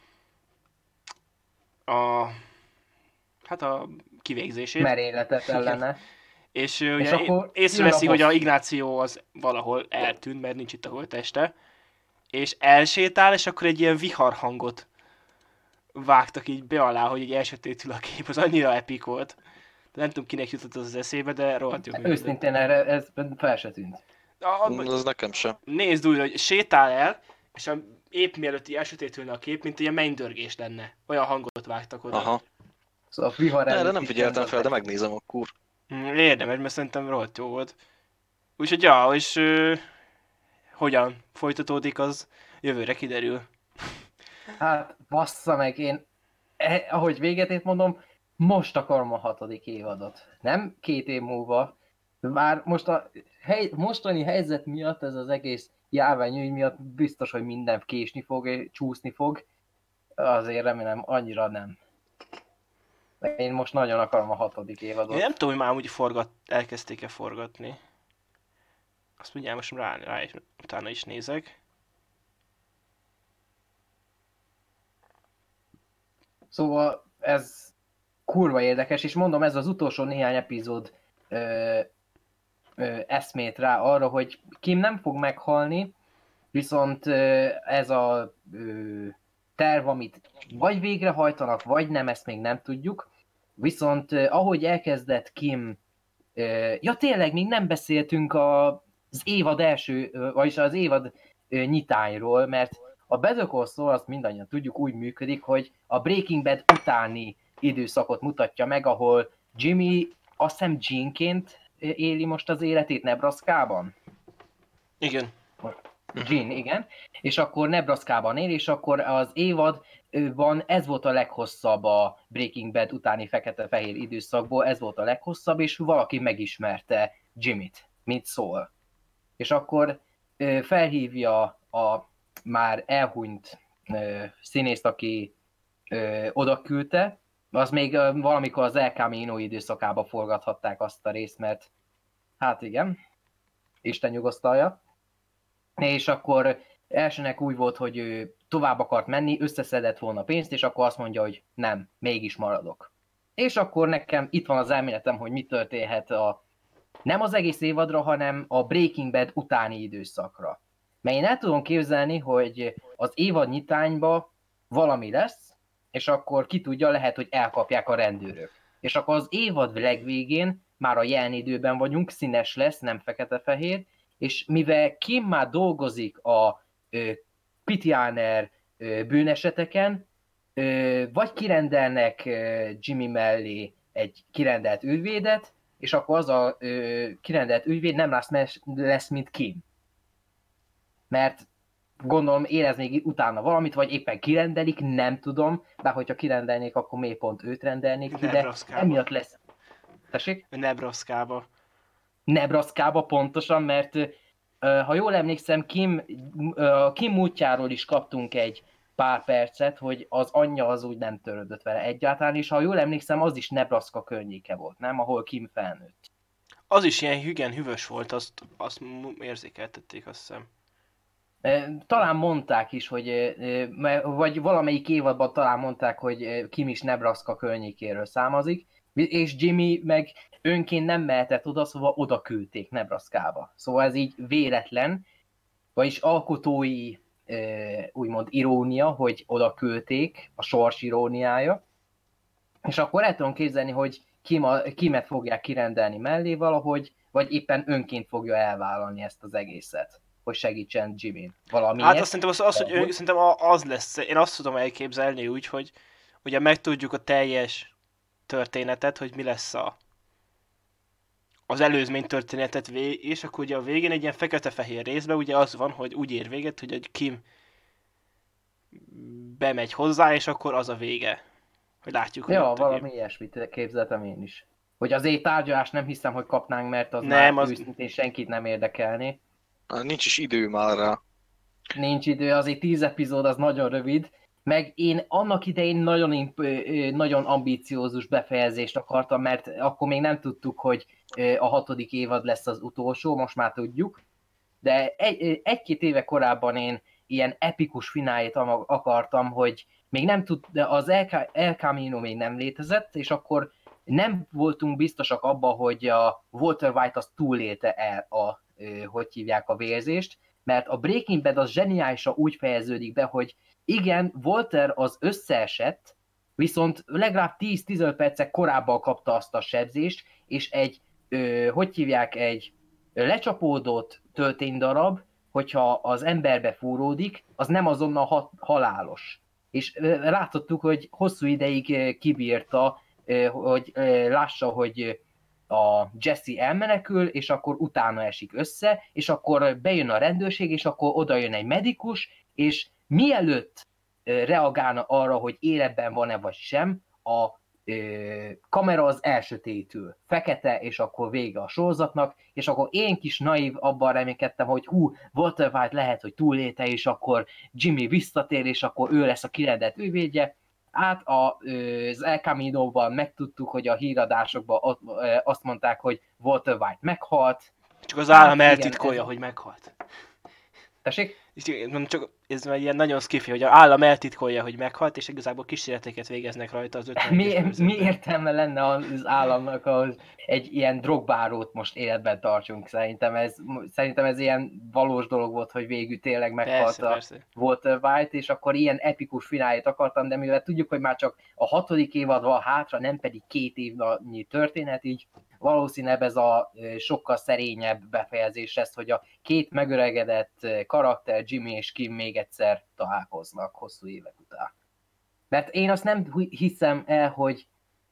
a hát a kivégzését. Merényletet ellene. És, és ugye akkor észreveszi, hogy a Ignáció az valahol eltűnt, mert nincs itt a holtteste. És elsétál, és akkor egy ilyen viharhangot vágtak így be alá, hogy egy elsötétül a kép. Az annyira epik volt. De nem tudom, kinek jutott az, az eszébe, de rohadt jó. Őszintén erre ez fel se tűnt. Az nekem sem. Nézd újra, hogy sétál el, és a, épp mielőtt így elsötétülne a kép, mint ilyen mennydörgés lenne. Olyan hangot vágtak oda. Aha. Szóval a vihar Erre nem figyeltem fel, de megnézem akkor. Érdemes, mert szerintem rohadt jó volt. Úgyhogy ja, és ö, hogyan folytatódik, az jövőre kiderül. Hát bassza meg, én eh, ahogy véget ért mondom, most akarom a hatodik évadot. Nem két év múlva. Már most a hely, mostani helyzet miatt, ez az egész járványügy miatt biztos, hogy minden késni fog, és csúszni fog. Azért remélem, annyira nem. De én most nagyon akarom a hatodik évadot. Én nem tudom, hogy már úgy forgat, elkezdték-e forgatni. Azt mindjárt most rá, rá is, utána is nézek. Szóval ez kurva érdekes, és mondom, ez az utolsó néhány epizód ö, ö, eszmét rá arra, hogy Kim nem fog meghalni, viszont ö, ez a ö, terv, amit vagy végrehajtanak, vagy nem, ezt még nem tudjuk. Viszont ö, ahogy elkezdett Kim, ö, ja tényleg, még nem beszéltünk a, az évad első, ö, vagyis az évad ö, nyitányról, mert a Better Call Saul, azt mindannyian tudjuk, úgy működik, hogy a Breaking Bad utáni időszakot mutatja meg, ahol Jimmy azt hiszem Gene-ként éli most az életét Nebraskában. Igen. Gene, igen. És akkor Nebraskában él, és akkor az évadban ez volt a leghosszabb a Breaking Bad utáni fekete-fehér időszakból, ez volt a leghosszabb, és valaki megismerte Jimmyt, mint Saul. És akkor felhívja a már elhunyt ö, színészt, aki ö, oda küldte, az még ö, valamikor az El Camino időszakában forgathatták azt a részt, mert hát igen. Isten nyugosztalja. És akkor elsőnek úgy volt, hogy ő tovább akart menni, összeszedett volna pénzt, és akkor azt mondja, hogy nem, mégis maradok. És akkor nekem itt van az elméletem, hogy mi történhet a, nem az egész évadra, hanem a Breaking Bad utáni időszakra. Mert én el tudom képzelni, hogy az évad nyitányba valami lesz, és akkor ki tudja, lehet, hogy elkapják a rendőrök. És akkor az évad legvégén, már a jelen időben vagyunk, színes lesz, nem fekete-fehér, és mivel Kim már dolgozik a ö, Pitianer ö, bűneseteken, ö, vagy kirendelnek ö, Jimmy mellé egy kirendelt ügyvédet, és akkor az a ö, kirendelt ügyvéd nem lesz, lesz, mint Kim. Mert gondolom érez még utána valamit, vagy éppen kirendelik, nem tudom, bár hogyha kirendelnék, akkor miért pont őt rendelnék ki, de Nebraska-ba. emiatt lesz. Tessék? Nebraska-ba. Nebraska-ba pontosan, mert ha jól emlékszem, Kim, Kim múltjáról is kaptunk egy pár percet, hogy az anyja az úgy nem törődött vele egyáltalán, és ha jól emlékszem, az is Nebraska környéke volt, nem? Ahol Kim felnőtt. Az is ilyen hügen hűvös volt, azt, azt érzékeltették, azt hiszem. Talán mondták is, hogy, vagy valamelyik évadban talán mondták, hogy Kim is Nebraska környékéről származik, és Jimmy meg önként nem mehetett oda, szóval oda küldték Nebraskába. Szóval ez így véletlen, vagyis alkotói úgymond irónia, hogy oda küldték, a sors iróniája. És akkor el tudom képzelni, hogy Kim a, Kimet fogják kirendelni mellé valahogy, vagy éppen önként fogja elvállalni ezt az egészet, hogy segítsen Jimmy valamiért. Hát azt szerintem az, az hogy ön, szerintem az lesz, én azt tudom elképzelni úgy, hogy ugye megtudjuk a teljes történetet, hogy mi lesz a az előzmény történetet vég, és akkor ugye a végén egy ilyen fekete-fehér részben ugye az van, hogy úgy ér véget, hogy egy Kim bemegy hozzá, és akkor az a vége. Hogy látjuk, hogy ja, valami Kim. Ilyesmit képzeltem én is. Hogy azért tárgyalást nem hiszem, hogy kapnánk, mert az nem, már az... őszintén senkit nem érdekelni. Nincs is idő már rá. Nincs idő, azért tíz epizód az nagyon rövid, meg én annak idején nagyon, nagyon ambíciózus befejezést akartam, mert akkor még nem tudtuk, hogy a hatodik évad lesz az utolsó, most már tudjuk, de egy, egy-két éve korábban én ilyen epikus fináét akartam, hogy még nem tud, de az El, El Camino még nem létezett, és akkor nem voltunk biztosak abban, hogy a Walter White az túlélte el a, hogy hívják, a vérzést, mert a Breaking Bad az zseniálisan úgy fejeződik be, hogy igen, Walter az összeesett, viszont legalább tíz-tizenöt percek korábban kapta azt a sebzést, és egy, ö, hogy hívják, egy lecsapódott tölténydarab, hogyha az emberbe fúródik, az nem azonnal ha- halálos. És ö, láthattuk, hogy hosszú ideig ö, kibírta, ö, hogy ö, lássa, hogy a Jesse elmenekül, és akkor utána esik össze, és akkor bejön a rendőrség, és akkor oda jön egy medikus, és mielőtt reagálna arra, hogy életben van-e vagy sem, a ö, kamera az elsötétül, fekete, és akkor vége a sorozatnak, és akkor én kis naív abban reménykedtem, hogy hú, Walter White lehet, hogy túlélte, és akkor Jimmy visszatér, és akkor ő lesz a kirendelt ügyvédje. Át a, az El Camino-ban megtudtuk, hogy a híradásokban azt mondták, hogy Walter White meghalt. Csak az állam hát, eltitkolja, ez... hogy meghalt. Tessék? Csak ez már ilyen nagyon skiffy, hogy az állam eltitkolja, hogy meghalt, és igazából kísérleteket végeznek rajta az ötven. Mi, mi értelme lenne az államnak, ahhoz egy ilyen drogbárót most életben tartsunk? Szerintem ez, szerintem ez ilyen valós dolog volt, hogy végül tényleg meghalt persze, a persze. Walter White, és akkor ilyen epikus finálit akartam, de mivel tudjuk, hogy már csak a hatodik évad van hátra, nem pedig két évnyi történet, így valószínűleg ez a sokkal szerényebb befejezés lesz, hogy a két megöregedett karakter, Jimmy és Kim még egyszer találkoznak hosszú évek után. Mert én azt nem hiszem el, hogy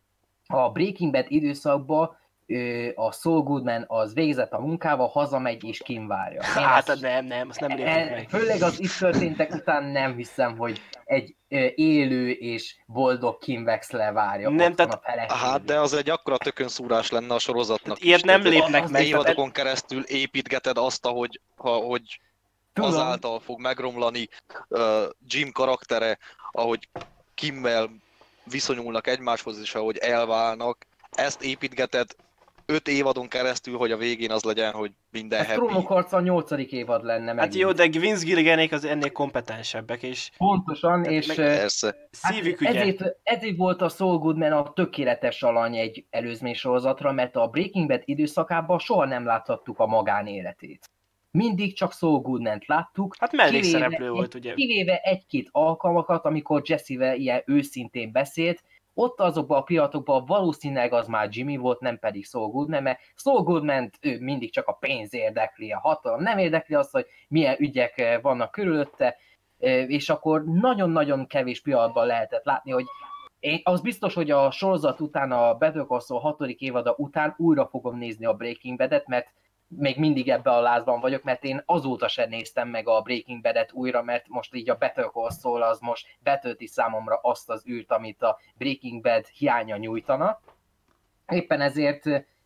a Breaking Bad időszakban a Saul Goodman az végzett a munkával, hazamegy és Kim várja. Én hát ezt, nem, nem, azt nem lépjük meg. Főleg az itt történtek után nem hiszem, hogy egy élő és boldog Kim Wexler várja. Nem, tehát, hát de az egy akkora tökönszúrás lenne a sorozatnak is. Ilyet nem lépnek meg. Évadokon tehát... keresztül építgeted azt, ahogy, hogy azáltal fog megromlani uh, Jim karaktere, ahogy Kimmel viszonyulnak egymáshoz, és ahogy elválnak. Ezt építgeted öt évadon keresztül, hogy a végén az legyen, hogy minden Ez happy. Trónokharca a nyolcadik évad lenne megint. Hát jó, de Vince Gilliganék az ennél kompetensebbek, és Pontosan, Tehát és meg- eh, Persze. hát szívük ügye. ezért, ezért volt a Saul Goodman a tökéletes alany egy előzmény sorozatra, mert a Breaking Bad időszakában soha nem láthattuk a magánéletét. Mindig csak Saul Goodmant láttuk, Hát mellékszereplő volt, ugye? kivéve egy-két alkalmakat, amikor Jesse-vel ilyen őszintén beszélt, ott azokban a pillanatokban valószínűleg az már Jimmy volt, nem pedig Saul Goodman, mert Saul Goodman ő mindig csak a pénz érdekli, a hatalom, nem érdekli azt, hogy milyen ügyek vannak körülötte, és akkor nagyon-nagyon kevés pillanatban lehetett látni, hogy én, az biztos, hogy a sorozat után, a Better Call Saul hatodik évada után újra fogom nézni a Breaking Bad-et, mert még mindig ebbe a lázban vagyok, mert én azóta sem néztem meg a Breaking Bad-et újra, mert most így a Better Call Saul az most betölti számomra azt az űrt, amit a Breaking Bad hiánya nyújtana. Éppen ezért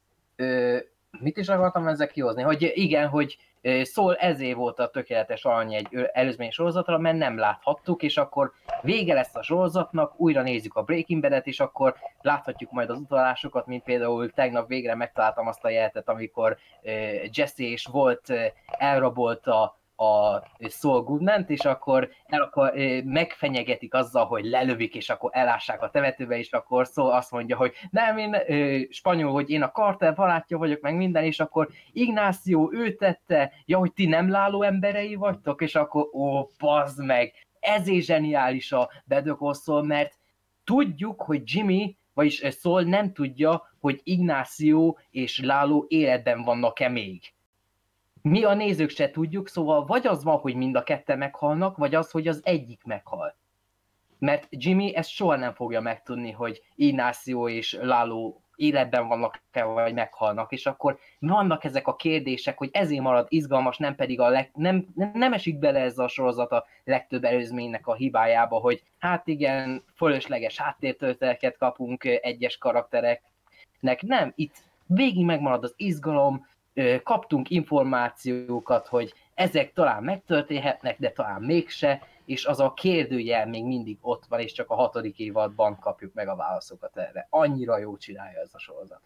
ö, mit is akartam ezzel kihozni? Hogy igen, hogy Saul ezért volt a tökéletes alany egy előzmény sorozatra, mert nem láthattuk, és akkor vége lesz a sorozatnak, újra nézzük a Breaking Bad-et, és akkor láthatjuk majd az utalásokat, mint például tegnap végre megtaláltam azt a jelenetet, amikor Jesse és Walt elrabolta a Saul Goodman-t, és akkor el akar, megfenyegetik azzal, hogy lelövik, és akkor elássák a temetőbe, és akkor Saul azt mondja, hogy nem, én spanyol, hogy én a Carter barátja vagyok, meg minden, és akkor Ignacio ő tette, ja, hogy ti nem láló emberei vagytok, és akkor ó, bazd meg, ezért zseniális a Better Call Saul, mert tudjuk, hogy Jimmy, vagyis Saul nem tudja, hogy Ignacio és Lalo életben vannak-e még. Mi a nézők se tudjuk, szóval vagy az van, hogy mind a ketten meghalnak, vagy az, hogy az egyik meghal. Mert Jimmy ezt soha nem fogja megtudni, hogy Ignacio és Lalo életben vannak-e, vagy meghalnak, és akkor vannak ezek a kérdések, hogy ezért marad izgalmas, nem pedig a leg... nem, nem esik bele ez a sorozat a legtöbb előzménynek a hibájába, hogy hát igen, fölösleges háttértölteleket kapunk egyes karaktereknek. Nem, itt végig megmarad az izgalom, kaptunk információkat, hogy ezek talán megtörténhetnek, de talán mégse, és az a kérdőjel még mindig ott van, és csak a hatodik évadban kapjuk meg a válaszokat erre. Annyira jó csinálja ez a sorozat.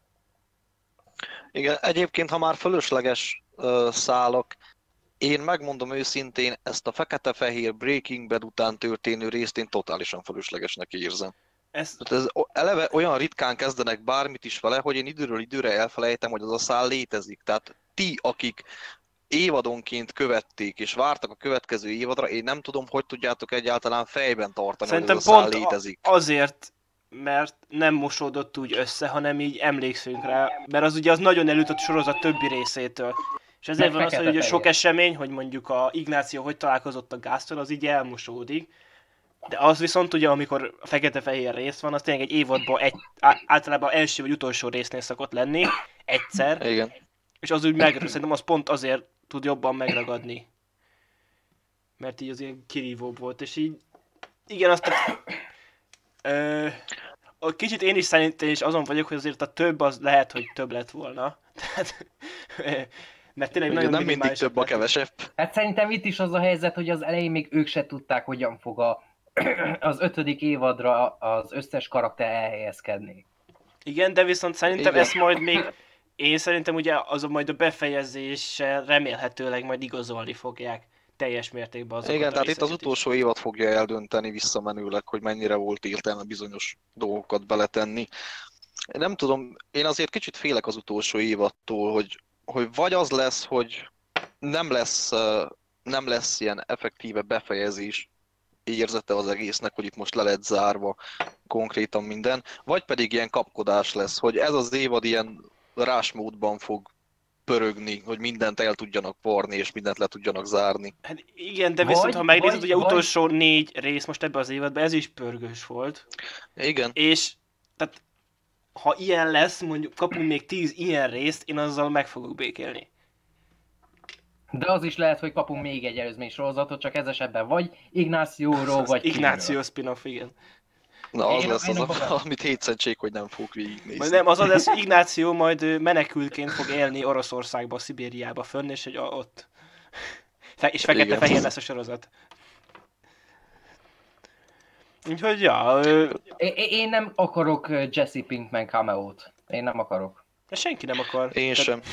Igen, egyébként, ha már fölösleges uh, szálak, én megmondom őszintén, ezt a fekete-fehér Breaking Bad után történő részt én totálisan fölöslegesnek érzem. Ez, Ez eleve olyan ritkán kezdenek bármit is vele, hogy én időről időre elfelejtem, hogy az a szál létezik. Tehát ti, akik évadonként követték és vártak a következő évadra, én nem tudom, hogy tudjátok egyáltalán fejben tartani, szerintem hogy ez a szál pont létezik. a- azért, mert nem mosódott úgy össze, hanem így emlékszünk rá, mert az ugye az nagyon elütött sorozat többi részétől. És ezért Meg van az, hogy ugye fekete-fehér. sok esemény, hogy mondjuk a Ignácio hogy találkozott a Gáztól, az így elmosódik. De az viszont ugye, amikor a fekete-fehér rész van, az tényleg egy évadban egy, á- általában első vagy utolsó résznél szokott lenni, egyszer, Igen. és az úgy meg, szerintem az pont azért tud jobban megragadni. Mert így az ilyen kirívóbb volt, és így, igen, azt a, ö, a kicsit én is szerintem is azon vagyok, hogy azért a több az lehet, hogy több lett volna. Tehát, mert tényleg Ugye nagyon nem mindig minimálisak több a lettek. kevesebb. Hát szerintem itt is az a helyzet, hogy az elején még ők se tudták, hogyan fog a, az ötödik évadra az összes karakter elhelyezkedni. Igen, de viszont szerintem Igen. ezt majd még, én szerintem ugye az a majd a befejezéssel remélhetőleg majd igazolni fogják teljes mértékben azokat Igen, a tehát itt az részeket is. utolsó évad fogja eldönteni visszamenőleg, hogy mennyire volt értelme bizonyos dolgokat beletenni. Én nem tudom, én azért kicsit félek az utolsó évattól, hogy, hogy vagy az lesz, hogy nem lesz, uh, nem lesz ilyen effektíve befejezés érzete az egésznek, hogy itt most le lett zárva konkrétan minden, vagy pedig ilyen kapkodás lesz, hogy ez az évad ilyen rásmódban fog pörögni, hogy mindent el tudjanak varni, és mindent le tudjanak zárni. Hát igen, de Vagy- viszont ha megnézed, vagy- ugye vagy- utolsó négy rész most ebben az évadban, ez is pörgős volt. Igen, És tehát ha ilyen lesz, mondjuk kapunk még tíz ilyen részt, én azzal meg fogok békélni. De az is lehet, hogy kapunk még egy előzmény sorozatot, csak ez esetben vagy Ignációról, vagy Ignácio spin-off, igen. na az Én- lesz én az, nem a, fogom. amit hétszentség, hogy nem fogok végignézni. Majd nem, az az lesz, hogy Ignácio majd ö, menekültként fog élni Oroszországba, Szibériába fönn, és hogy a- ott. Fe- és fekete-fehér Igen. lesz a sorozat. Úgyhogy, ja, ö, É- é- Én nem akarok Jesse Pinkman cameo-t. Én nem akarok. De senki nem akar. Én Tehát sem.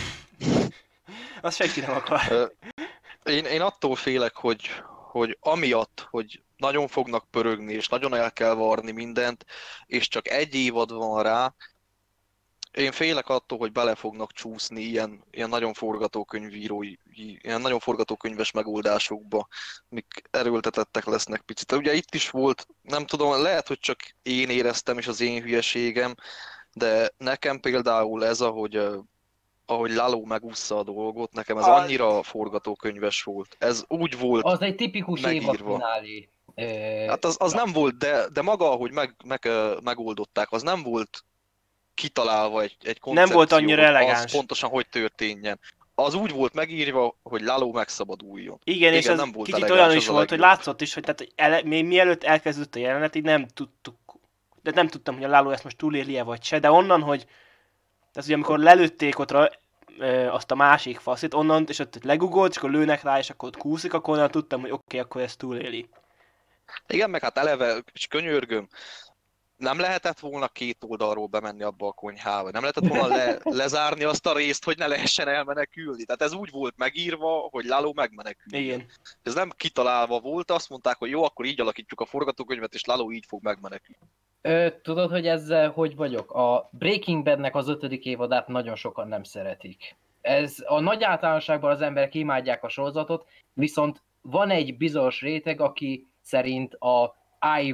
azt senki nem akar. Ö, Én, én attól félek, hogy, hogy amiatt, hogy nagyon fognak pörögni, és nagyon el kell varni mindent, és csak egy évad van rá, én félek attól, hogy bele fognak csúszni ilyen, ilyen nagyon forgatókönyvírói, ilyen nagyon forgatókönyves megoldásokba, amik erőltetettek lesznek picit. Ugye itt is volt, nem tudom, lehet, hogy csak én éreztem, és az én hülyeségem, de nekem például ez, ahogy, ö, ahogy Lalo megúszza a dolgot, nekem ez A, annyira forgatókönyves volt. Ez úgy volt Az egy tipikus megírva. évadfinálé. Ö, Hát az, az nem volt, de, de maga, ahogy meg, meg, ö, megoldották, az nem volt kitalálva egy, egy nem volt koncepció, annyira hogy az elegáns. pontosan hogy történjen. Az úgy volt megírva, hogy Lalo megszabaduljon. Igen, és Igen, ez nem volt kicsit elegáns, olyan is ez a volt, hogy legjobb. látszott is, hogy tehát, hogy ele, még mielőtt elkezdődött a jelenet, így nem tudtuk, de nem tudtam, hogy a Lalo ezt most túléli-e vagy se, de onnan, hogy tehát ugye amikor lelőtték ott ra- ö, azt a másik faszit, onnan, és ott legugolt, és akkor lőnek rá, és akkor ott kúszik, akkor onnan tudtam, hogy oké, okay, akkor ezt túléli. Igen, meg hát eleve, és könyörgöm, nem lehetett volna két oldalról bemenni abba a konyhába, nem lehetett volna le, lezárni azt a részt, hogy ne lehessen elmenekülni. Tehát ez úgy volt megírva, hogy Lalo megmeneküljön. Igen. Ez nem kitalálva volt, azt mondták, hogy jó, akkor így alakítjuk a forgatókönyvet, és Lalo így fog megmenekülni. Ö, tudod, hogy ezzel hogy vagyok? A Breaking Badnek az ötödik évadát nagyon sokan nem szeretik. Ez a nagy általánosságban az emberek imádják a sorozatot, viszont van egy bizonyos réteg, aki szerint a I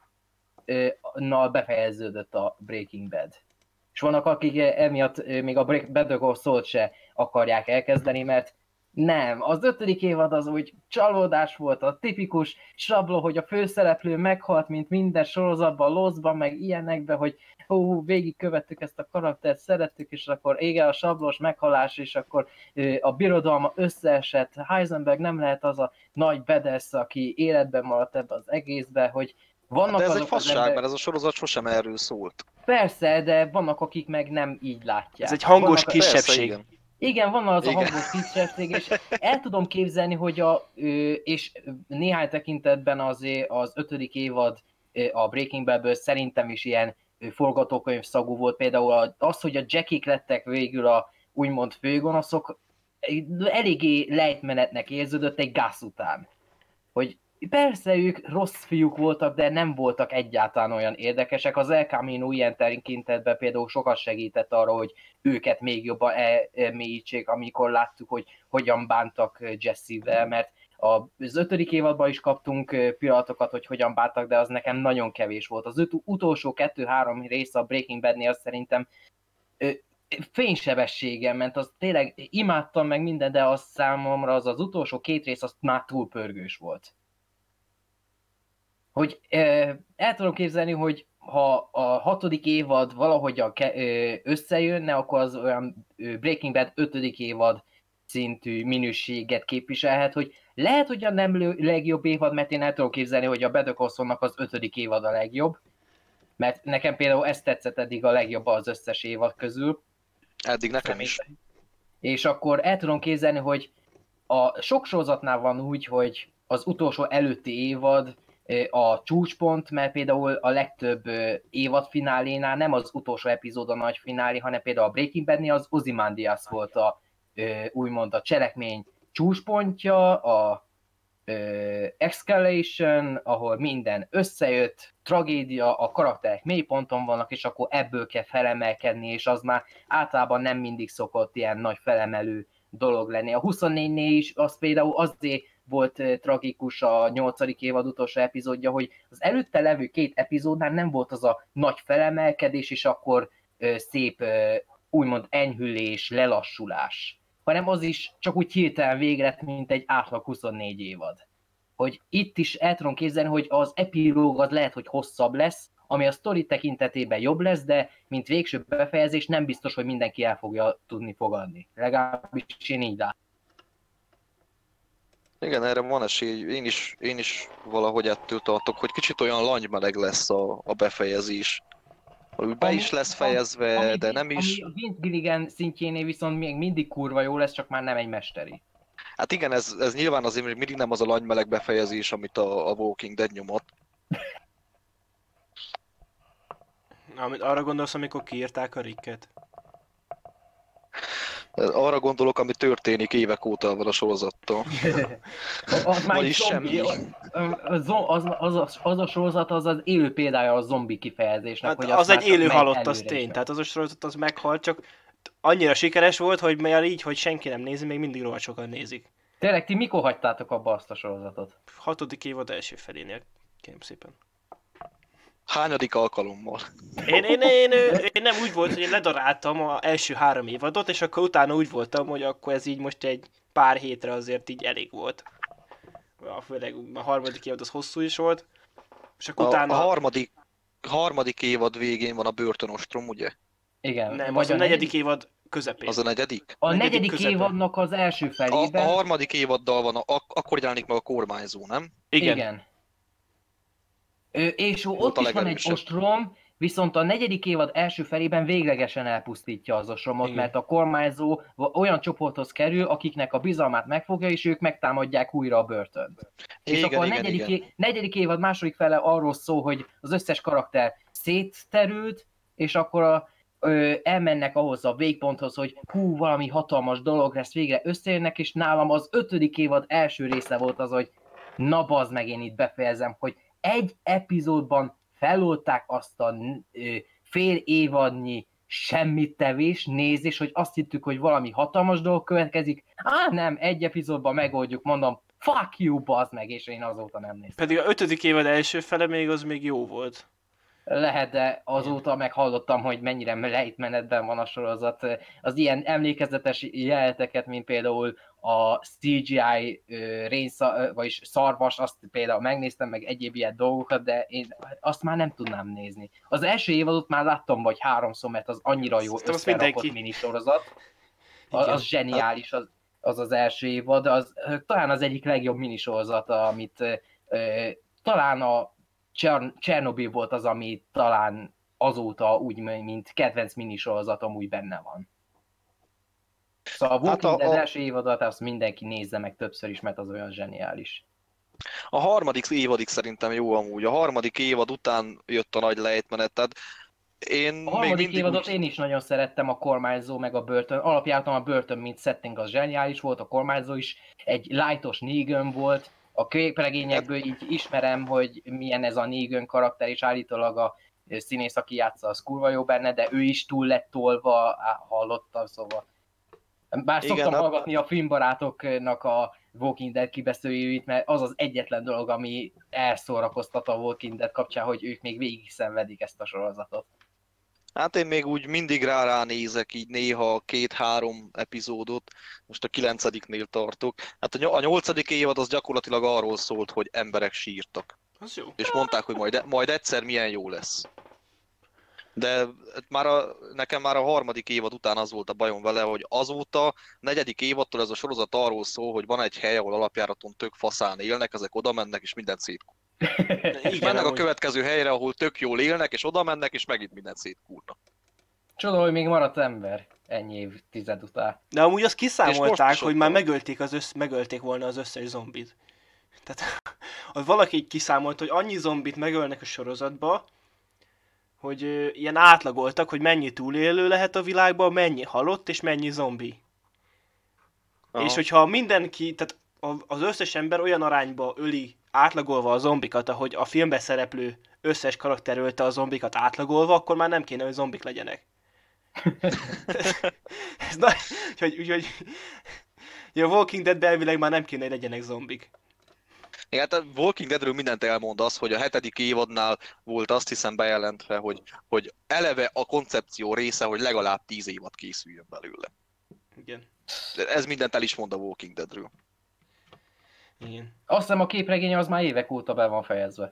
One-nal befejeződött a Breaking Bad. És vannak, akik emiatt még a Better Call Saul-t se akarják elkezdeni, mert nem, az ötödik évad az úgy csalódás volt, a tipikus sablon, hogy a főszereplő meghalt, mint minden sorozatban, Lostban, meg ilyenekben, hogy hú, végigkövettük ezt a karaktert, szerettük, és akkor igen, a sablos meghalás, és akkor a birodalma összeesett, Heisenberg nem lehet az a nagy bedesz, aki életben maradt ebbe az egészbe, hogy vannak De ez azok egy fasság, emberek... mert ez a sorozat sosem erről szólt. Persze, de vannak, akik meg nem így látják. Ez egy hangos vannak, kisebbség. Persze, igen. Igen, van az Igen. a hangos kisebbség, és el tudom képzelni, hogy a, és néhány tekintetben azért az ötödik évad a Breaking Badből szerintem is ilyen forgatókönyv szagú volt. Például az, hogy a Jackik lettek végül a úgymond főgonoszok, eléggé lejtmenetnek érződött egy gáz után. Hogy persze ők rossz fiúk voltak, de nem voltak egyáltalán olyan érdekesek. Az El Camino ilyen tekintetben például sokat segített arra, hogy őket még jobban elmélyítsék, amikor láttuk, hogy hogyan bántak Jesse-vel, mert az ötödik évadban is kaptunk pillanatokat, hogy hogyan bántak, de az nekem nagyon kevés volt. Az ut- utolsó kettő-három része a Breaking Badnél szerintem fénysebességen ment, az tényleg imádtam meg minden, de az számomra az az utolsó két rész az már túl pörgős volt. Hogy el tudom képzelni, hogy ha a hatodik évad valahogy összejönne, akkor az olyan Breaking Bad ötödik évad szintű minőséget képviselhet, hogy lehet, hogy a nem legjobb évad, mert én el tudom képzelni, hogy a Better Call Saulnak az ötödik évad a legjobb, mert nekem például ezt tetszett eddig a legjobb az összes évad közül. Eddig nekem is. És akkor el tudom képzelni, hogy a sok sorozatnál van úgy, hogy az utolsó előtti évad a csúcspont, mert például a legtöbb évadfinálénál nem az utolsó epizód a nagy finálé, hanem például a Breaking Badnél az Ozymandias volt a úgymond a cselekmény csúcspontja, a escalation, ahol minden összejött, tragédia, a karakterek mélyponton vannak, és akkor ebből kell felemelkedni, és az már általában nem mindig szokott ilyen nagy felemelő dolog lenni. A huszonnégynél is az például azért volt tragikus a nyolcadik évad utolsó epizódja, hogy az előtte levő két epizódnál nem volt az a nagy felemelkedés, és akkor szép úgymond enyhülés, lelassulás, hanem az is csak úgy hirtelen végre lett, mint egy átlag huszonnégy évad. Hogy itt is el tudom képzelni, hogy az epilóg az lehet, hogy hosszabb lesz, ami a sztori tekintetében jobb lesz, de mint végső befejezés nem biztos, hogy mindenki el fogja tudni fogadni. Legalábbis én így látom. Igen, erre van esély. Én is, én is valahogy ettől tartok, hogy kicsit olyan langymeleg lesz a, a befejezés. Be is lesz fejezve, ami, de nem is. Ami a Vince Gilligan szintjénél viszont még mindig kurva jó lesz, csak már nem egy mesteri. Hát igen, ez, ez nyilván azért még mindig nem az a langymeleg befejezés, amit a, a Walking Dead nyomott. Amit arra gondolsz, amikor kiírták a Ricket? Arra gondolok, ami történik évek óta van a sorozattal. Az már egy Vagyis zombi. semmi. Az, az, az, az, az a sorozat az az élő példája a zombi kifejezésnek, Hát hogy azt az már egy csak élő megy halott, az előre is. tény. Tehát az a sorozat az meghalt, csak annyira sikeres volt, hogy már így, hogy senki nem nézi, még mindig rohadt sokan nézik. Tényleg, ti mikor hagytátok abba azt a sorozatot? Hatodik évad első felénél. Kérem szépen. Hányadik alkalommal? Én, én, én, én nem úgy volt, hogy én ledaráltam az első három évadot, és akkor utána úgy voltam, hogy akkor ez így most egy pár hétre azért így elég volt. A főleg a harmadik évad az hosszú is volt. És akkor A, utána... a harmadik, harmadik évad végén van a börtönostrom, ugye? Igen. Nem, vagy az a negyedik évad közepén. Az a negyedik? A negyedik negyedik közepe. évadnak az első A, a felében. harmadik évaddal van, a, ak- akkor jelenik meg a kormányzó, nem? Igen. Igen. Ö, és Volt ott a is van egy legerősebb. ostrom, viszont a negyedik évad első felében véglegesen elpusztítja az ostromot, Igen. mert a kormányzó olyan csoporthoz kerül, akiknek a bizalmát megfogja, és ők megtámadják újra a börtönt. És Igen, akkor a igen, negyedik, igen. é- negyedik évad második fele arról szól, hogy az összes karakter szétterült, és akkor a, ö, elmennek ahhoz a végponthoz, hogy hú, valami hatalmas dolog lesz, végre összejönnek, és nálam az ötödik évad első része volt az, hogy na bazd meg, én itt befejezem, hogy egy epizódban feloldták azt a ö, fél évadnyi semmit tevés, nézés, hogy azt hittük, hogy valami hatalmas dolog következik. Á, nem, egy epizódban megoldjuk, mondom, fuck you, bazd meg, és én azóta nem néztem. Pedig a ötödik évad első fele még az még jó volt. Lehet, de azóta meghallottam, hogy mennyire lejtmenetben van a sorozat. Az ilyen emlékezetes jeleneteket, mint például a cé gé i rénsza, vagyis szarvas, azt például megnéztem, meg egyéb ilyen dolgokat, de én azt már nem tudnám nézni. Az első évadot már láttam vagy háromszor, mert az annyira jó Szerintem azt összerakott mindenki. minisorozat. Az, Igen. az zseniális, az, az az első évad, az talán az egyik legjobb minisorozata, amit ö, talán a Csern- Csernobyl volt az, ami talán azóta úgy, mint kedvenc minisorozatom úgy benne van. Szóval a Walking Hát a- Dead a- első évadat azt mindenki nézze meg többször is, mert az olyan zseniális. A harmadik évadig szerintem jó amúgy. A harmadik évad után jött a nagy lejtmenet, tehát én A még harmadik mindig évadot úgy... én is nagyon szerettem, a kormányzó meg a börtön. Alapjáton a börtön, mint setting, az zseniális volt, a kormányzó is egy lightos Negan volt. A képregényekből így ismerem, hogy milyen ez a Negan karakter, és állítólag a színész, aki játsza, az kurva jó benne, de ő is túl lett tolva, á, hallottam, szóval. Bár Igen, szoktam hát- hallgatni a filmbarátoknak a Walking Dead kibeszélőit, mert az az egyetlen dolog, ami elszórakoztat a Walking Dead kapcsán, hogy ők még végig szenvedik ezt a sorozatot. Hát én még úgy mindig rá nézek, így néha két-három epizódot, most a kilencediknél tartok. Hát a ny- a nyolcadik évad az gyakorlatilag arról szólt, hogy emberek sírtak. Az jó. És mondták, hogy majd, majd egyszer milyen jó lesz. De már a, nekem már a harmadik évad után az volt a bajom vele, hogy azóta, negyedik évadtól ez a sorozat arról szól, hogy van egy hely, ahol alapjáraton tök faszán élnek, ezek oda mennek, és mindent szétkúr. És Igen, mennek a amúgy. következő helyre, ahol tök jól élnek, és oda mennek, és megint mindent szétkúrnak. Csoda, hogy még maradt ember ennyi évtized után. De amúgy azt És kiszámolták, most is hogy ott már van. megölték, az össz, megölték volna az összes zombit. Tehát az valaki így kiszámolt, hogy annyi zombit megölnek a sorozatba, hogy ö, ilyen átlagoltak, hogy mennyi túlélő lehet a világban, mennyi halott és mennyi zombi. Aha. És hogyha mindenki, tehát a- az összes ember olyan arányba öli átlagolva a zombikat, ahogy a filmben szereplő összes karakter ölte a zombikat átlagolva, akkor már nem kéne, hogy zombik legyenek. Ez nagy, úgyhogy, úgyhogy ja, a Walking Dead elvileg már nem kéne, hogy legyenek zombik. Igen, hát a Walking Deadről mindent elmond az, hogy a hetedik évadnál volt azt hiszem bejelentve, hogy, hogy eleve a koncepció része, hogy legalább tíz évad készüljön belőle. Igen. Ez mindent el is mond a Walking Deadről. Igen. Azt hiszem a képregény az már évek óta be van fejezve.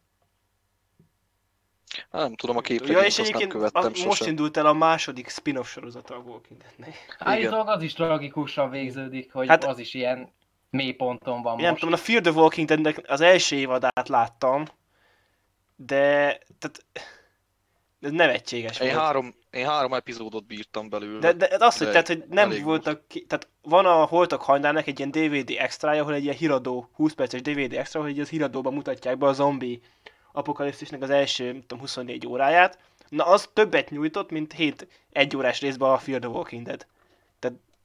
Nem tudom, a Ja, képregényt és azt nem egyébként követtem a, most sosem. indult el a második spin-off sorozata a Walking Deadnek. Állítólag az is tragikusan végződik, hogy Hát- hát, az is ilyen mélyponton van Én nem most. tudom, a Fear the Walking Deadnek az első évadát láttam, de tehát ez nevetséges Én volt. három, én három epizódot bírtam belőle. De, de az, hogy, de tehát, hogy nem elég voltak, ki, tehát van a Holtak hajnálnak egy ilyen dé vé dé extrája, ahol egy ilyen híradó, húsz perces dé vé dé extra, hogy az híradóban mutatják be a zombi apokalipszisnek az első, nem tudom, huszonnégy óráját. Na az többet nyújtott, mint hét egyórás részben a Fear the Walking Dead. Tehát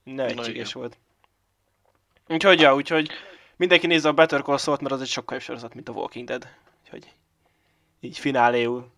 nevetséges volt. Úgyhogy, ja, úgyhogy mindenki nézze a Better Call Saul-t, mert az egy sokkal jobb sorozat, mint a Walking Dead. Úgyhogy így fináléul.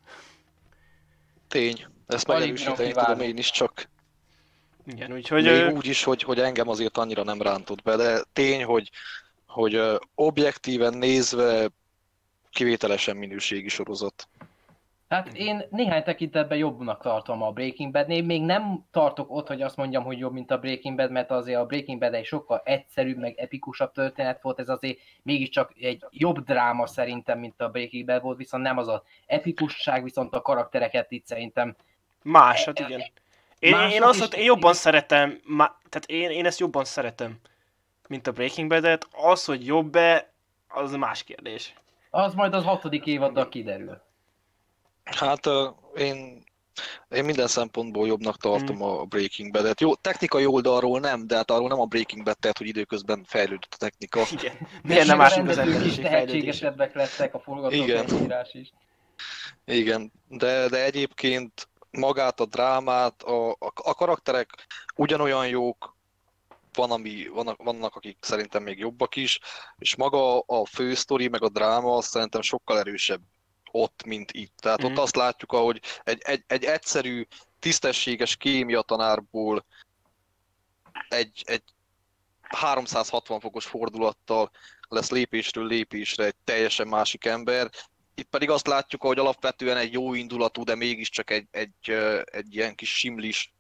Tény. Ezt Alig megerősíteni bírom tudom kivárni. én is, csak Igen, úgyhogy... még ö, úgy is, hogy, hogy engem azért annyira nem rántott be, de tény, hogy, hogy ö, objektíven nézve kivételesen minőségi sorozat. Hát én néhány tekintetben jobbnak tartom a Breaking Badnél, még nem tartok ott, hogy azt mondjam, hogy jobb, mint a Breaking Bad, mert azért a Breaking Bad egy sokkal egyszerűbb, meg epikusabb történet volt, ez azért mégiscsak egy jobb dráma szerintem, mint a Breaking Bad volt, viszont nem az a epikusság, viszont a karaktereket itt szerintem Más, hát igen. Én, én Mások azt is- mondtam, én jobban szeretem, má, tehát én, én ezt jobban szeretem, mint a Breaking Bad-et. Az, hogy jobb-e, az más kérdés. az majd az hatodik évaddal kiderül. Hát ö, én, én minden szempontból jobbnak tartom Mm. a Breaking Bad-et. Jó, technikai oldalról nem, de hát arról nem a Breaking Bad tehet, hogy időközben fejlődött a technika. Igen. Miért nem Meg a másunk az rendezők is emberiség fejlődése? tehetségesebbek lettek, a forgatókönyvírás is. Igen, de, de egyébként magát a drámát, a, a, a karakterek ugyanolyan jók, van, ami, vannak, vannak, akik szerintem még jobbak is, és maga a fő sztori, meg a dráma az szerintem sokkal erősebb ott, mint itt. Tehát Mhm. ott azt látjuk, ahogy egy, egy, egy egyszerű, tisztességes kémia tanárból egy, egy háromszázhatvan fokos fordulattal lesz lépésről lépésre egy teljesen másik ember. Itt pedig azt látjuk, hogy alapvetően egy jó indulatú, de mégiscsak egy, egy, ö, egy ilyen kis simlis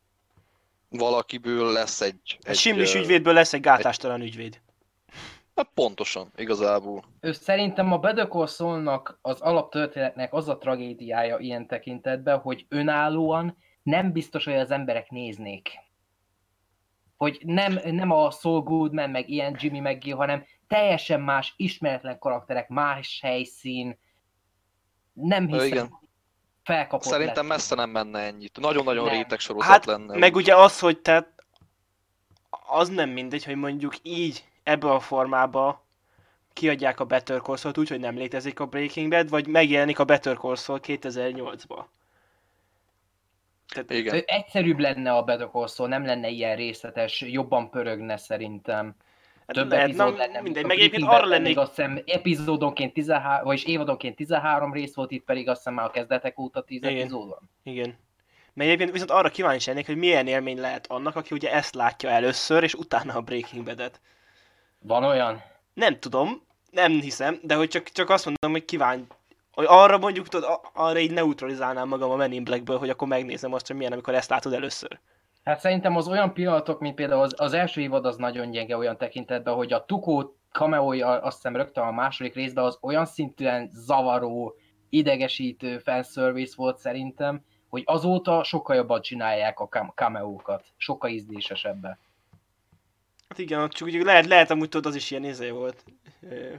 valakiből lesz egy... Egy egy simlis ö, ügyvédből lesz egy gátástalan ügyvéd. hát pontosan, igazából. Ő szerintem a Better Call Saul-nak az alaptörténetnek az a tragédiája ilyen tekintetben, hogy önállóan nem biztos, hogy az emberek néznék. Hogy nem, nem a Saul Goodman, meg ilyen Jimmy McGill, hanem teljesen más, ismeretlen karakterek, más helyszín. Nem Ö, hiszem, igen. felkapott Szerintem lett. messze nem menne ennyit. Nagyon-nagyon Nem. réteg sorozat Hát, lenne. meg úgy. ugye az, hogy te az nem mindegy, hogy mondjuk így, ebbe a formába kiadják a Better Call Saul-t úgy, hogy nem létezik a Breaking Bad, vagy megjelenik a Better Call Saul kétezer-nyolcban. Tehát, Igen. Ö, Egyszerűbb lenne a Better Call Saul, nem lenne ilyen részletes, jobban pörögne szerintem. hát Több lehet, epizód na, lenne, mindegy, mint a meg egyébként Breaking arra Badben még lennék, azt hiszem epizódonként tizenhárom, vagyis évadonként tizenhárom rész volt, itt pedig azt hiszem már a kezdetek óta tíz Igen. epizód van. igen. Mert egyébként viszont arra kíváncsi lennék, hogy milyen élmény lehet annak, aki ugye ezt látja először, és utána a Breaking Bad-et. Van olyan? Nem tudom, nem hiszem, de hogy csak, csak azt mondom, hogy kíváncsi, hogy arra mondjuk, tudod, a- arra így neutralizálnám magam a Men in Blackből, hogy akkor megnézem azt, hogy milyen, amikor ezt látod először. Hát szerintem az olyan pillanatok, mint például az, az első évad az nagyon gyenge olyan tekintetben, hogy a Tukó cameója azt hiszem rögtön a második részben az olyan szintűen zavaró, idegesítő fanservice volt szerintem, hogy azóta sokkal jobban csinálják a cam- cameókat, sokkal ízlésesebben. Hát igen, ott csak úgy lehet, lehet amúgy tudod, az is ilyen izé volt. Ö,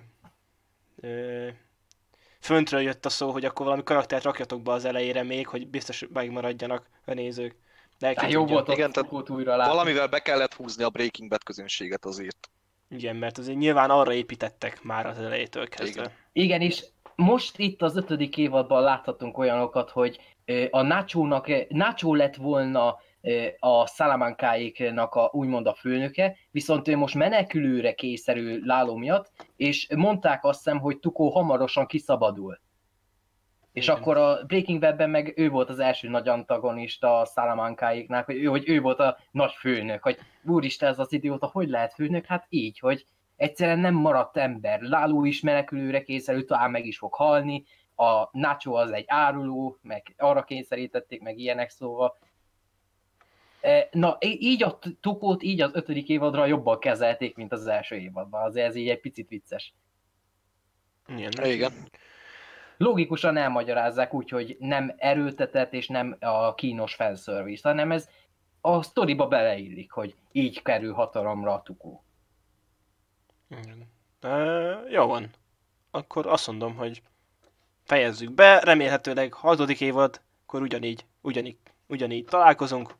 ö, föntről jött a szó, hogy akkor valami karaktert rakjatok be az elejére még, hogy biztos megmaradjanak a nézők. De ki Hát jó tudja. volt ott Igen, tehát Tukót újra látni. Valamivel be kellett húzni a Breaking Bad közönséget azért. Igen, mert azért nyilván arra építettek már az elejétől kezdve. Igen. Igen, és most itt az ötödik évadban láthatunk olyanokat, hogy ö, a Nacho-nak, ö, Nacho lett volna ö, a Salamanca-éknak a, úgymond a főnöke, viszont ő most menekülőre kényszerül Láló miatt, és mondták azt hiszem, hogy Tuco hamarosan kiszabadul. És Igen. akkor a Breaking Badben meg ő volt az első nagy antagonista a Salamanca-éknál, hogy ő, hogy ő volt a nagy főnök, hogy úristen, ez az idióta, hogy lehet főnök? Hát így, hogy egyszerűen nem maradt ember. Láló is menekülőre kényszerült, talán meg is fog halni, a Nacho az egy áruló, meg arra kényszerítették, meg ilyenek, szóval. E, Na, í- így a Tukót, így az ötödik évadra jobban kezelték, mint az első évadban. Azért ez így egy picit vicces. Igen. Igen. Logikusan elmagyarázzák úgy, hogy nem erőltetett és nem a kínos fanservice, hanem ez a sztoriba beleillik, hogy így kerül hatalomra a Tukó. Igen. Ö, jó van. Akkor azt mondom, hogy fejezzük be. Remélhetőleg hatodik évad, akkor ugyanígy, ugyanígy, ugyanígy találkozunk.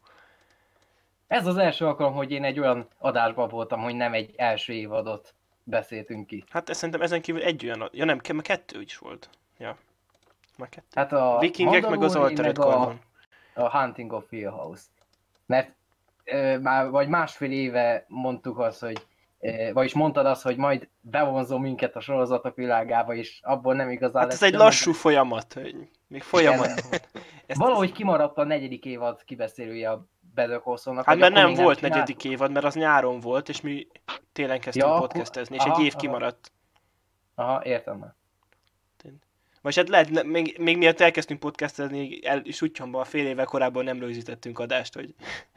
Ez az első alkalom, hogy én egy olyan adásban voltam, hogy nem egy első évadot beszéltünk ki. Hát ez szerintem ezen kívül egy olyan... Ja nem, ke- már kettő is volt. Ja. Már kettő. Hát a Vikingek meg az Mandalorian, Altered meg a, Carbon. a Hunting of Hill House. Mert ö, már vagy másfél éve mondtuk azt, hogy ö, vagyis mondtad azt, hogy majd bevonzol minket a sorozatok világába, és abból nem igazán Hát lesz ez egy semmi, lassú folyamat, hogy még folyamat. Ezt, Valahogy kimaradt a negyedik évad kibeszélője a Better Call Saulnak. hát hogy mert akkor nem még volt csináltuk. negyedik évad, mert az nyáron volt, és mi télen kezdtünk Ja, akkor- podcastezni, és aha, egy év aha. kimaradt. Aha, értem már. Vagy hát lehet, ne- még, még miatt elkezdtünk podcastezni, el, Suttyomban fél évvel korábban nem rögzítettünk adást, hogy...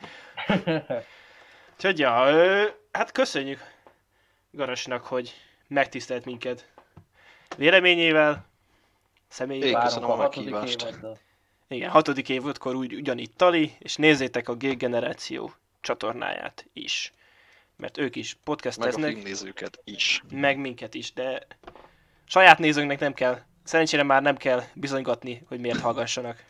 Úgyhogy ja, ö, hát köszönjük Garasnak, hogy megtisztelt minket véleményével, személyével. Én Várunk köszönöm a hatodik meghívást. évaddal. Igen, hatodik évadkor úgy ugyanígy Tali, és nézzétek a G-generáció csatornáját is. Mert ők is Meg a podcasteznek, filmnézőket is. meg minket is, de saját nézőnknek nem kell, szerencsére már nem kell bizonygatni, hogy miért hallgassanak.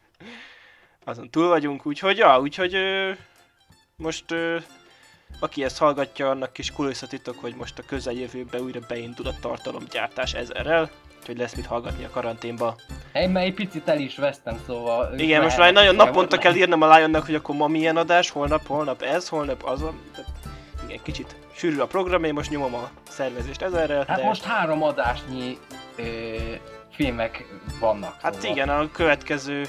Azon túl vagyunk, úgyhogy ja, úgyhogy ö, most ö, aki ezt hallgatja, annak kis kulisszatitok, hogy most a közeljövőben újra beindul a tartalomgyártás ezerrel, úgyhogy lesz mit hallgatni a karanténba. Én már egy picit el is vesztem, szóval... Igen, most már nagyon naponta kell írnom a Lionnak, hogy akkor ma milyen adás, holnap, holnap ez, holnap az. Tehát igen, kicsit sűrű a program, én most nyomom a szervezést ezerrel, Hát de... most három adásnyi ö, filmek vannak. Hát szóval. igen, a következő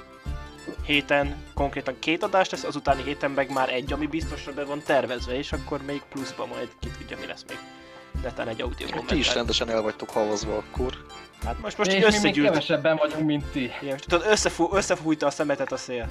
héten konkrétan két adás lesz, az utáni héten meg már egy, ami biztosra be van tervezve, és akkor még pluszba majd ki tudja, mi lesz még. Netán egy audio Ti is kommentár. rendesen el vagytok havazva akkor. Hát most, most És így mi még összegyűlt. kevesebben vagyunk, mint ti. Igen, most tudod, összefú, összefújta a szemetet a szél.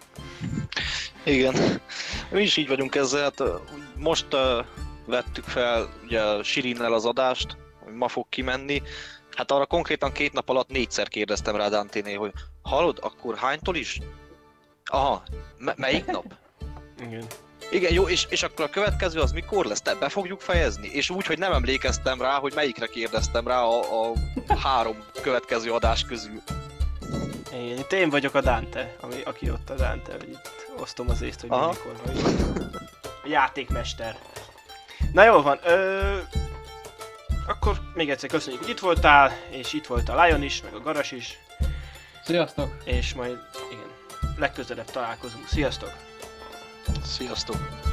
Igen. Mi is így vagyunk ezzel. Hát, ö, most uh, vettük fel ugye Sirinnel az adást, hogy ma fog kimenni. Hát arra konkrétan két nap alatt négyszer kérdeztem rá Dante-nél, hogy hallod, akkor hánytól is? Aha, me- melyik nap? Igen. Igen, jó, és, és akkor a következő az mikor lesz? Te be fogjuk fejezni? És úgy, hogy nem emlékeztem rá, hogy melyikre kérdeztem rá a, a három következő adás közül. Igen, itt én vagyok a Dante, ami, aki ott a Dante, hogy itt osztom az észt, hogy mi Aha. mikor vagy. A játékmester. Na jól van, ö... akkor még egyszer köszönjük, hogy itt voltál, és itt volt a Lion is, meg a Garas is, Sziasztok! és majd igen, legközelebb találkozunk. Sziasztok! Sziasztok!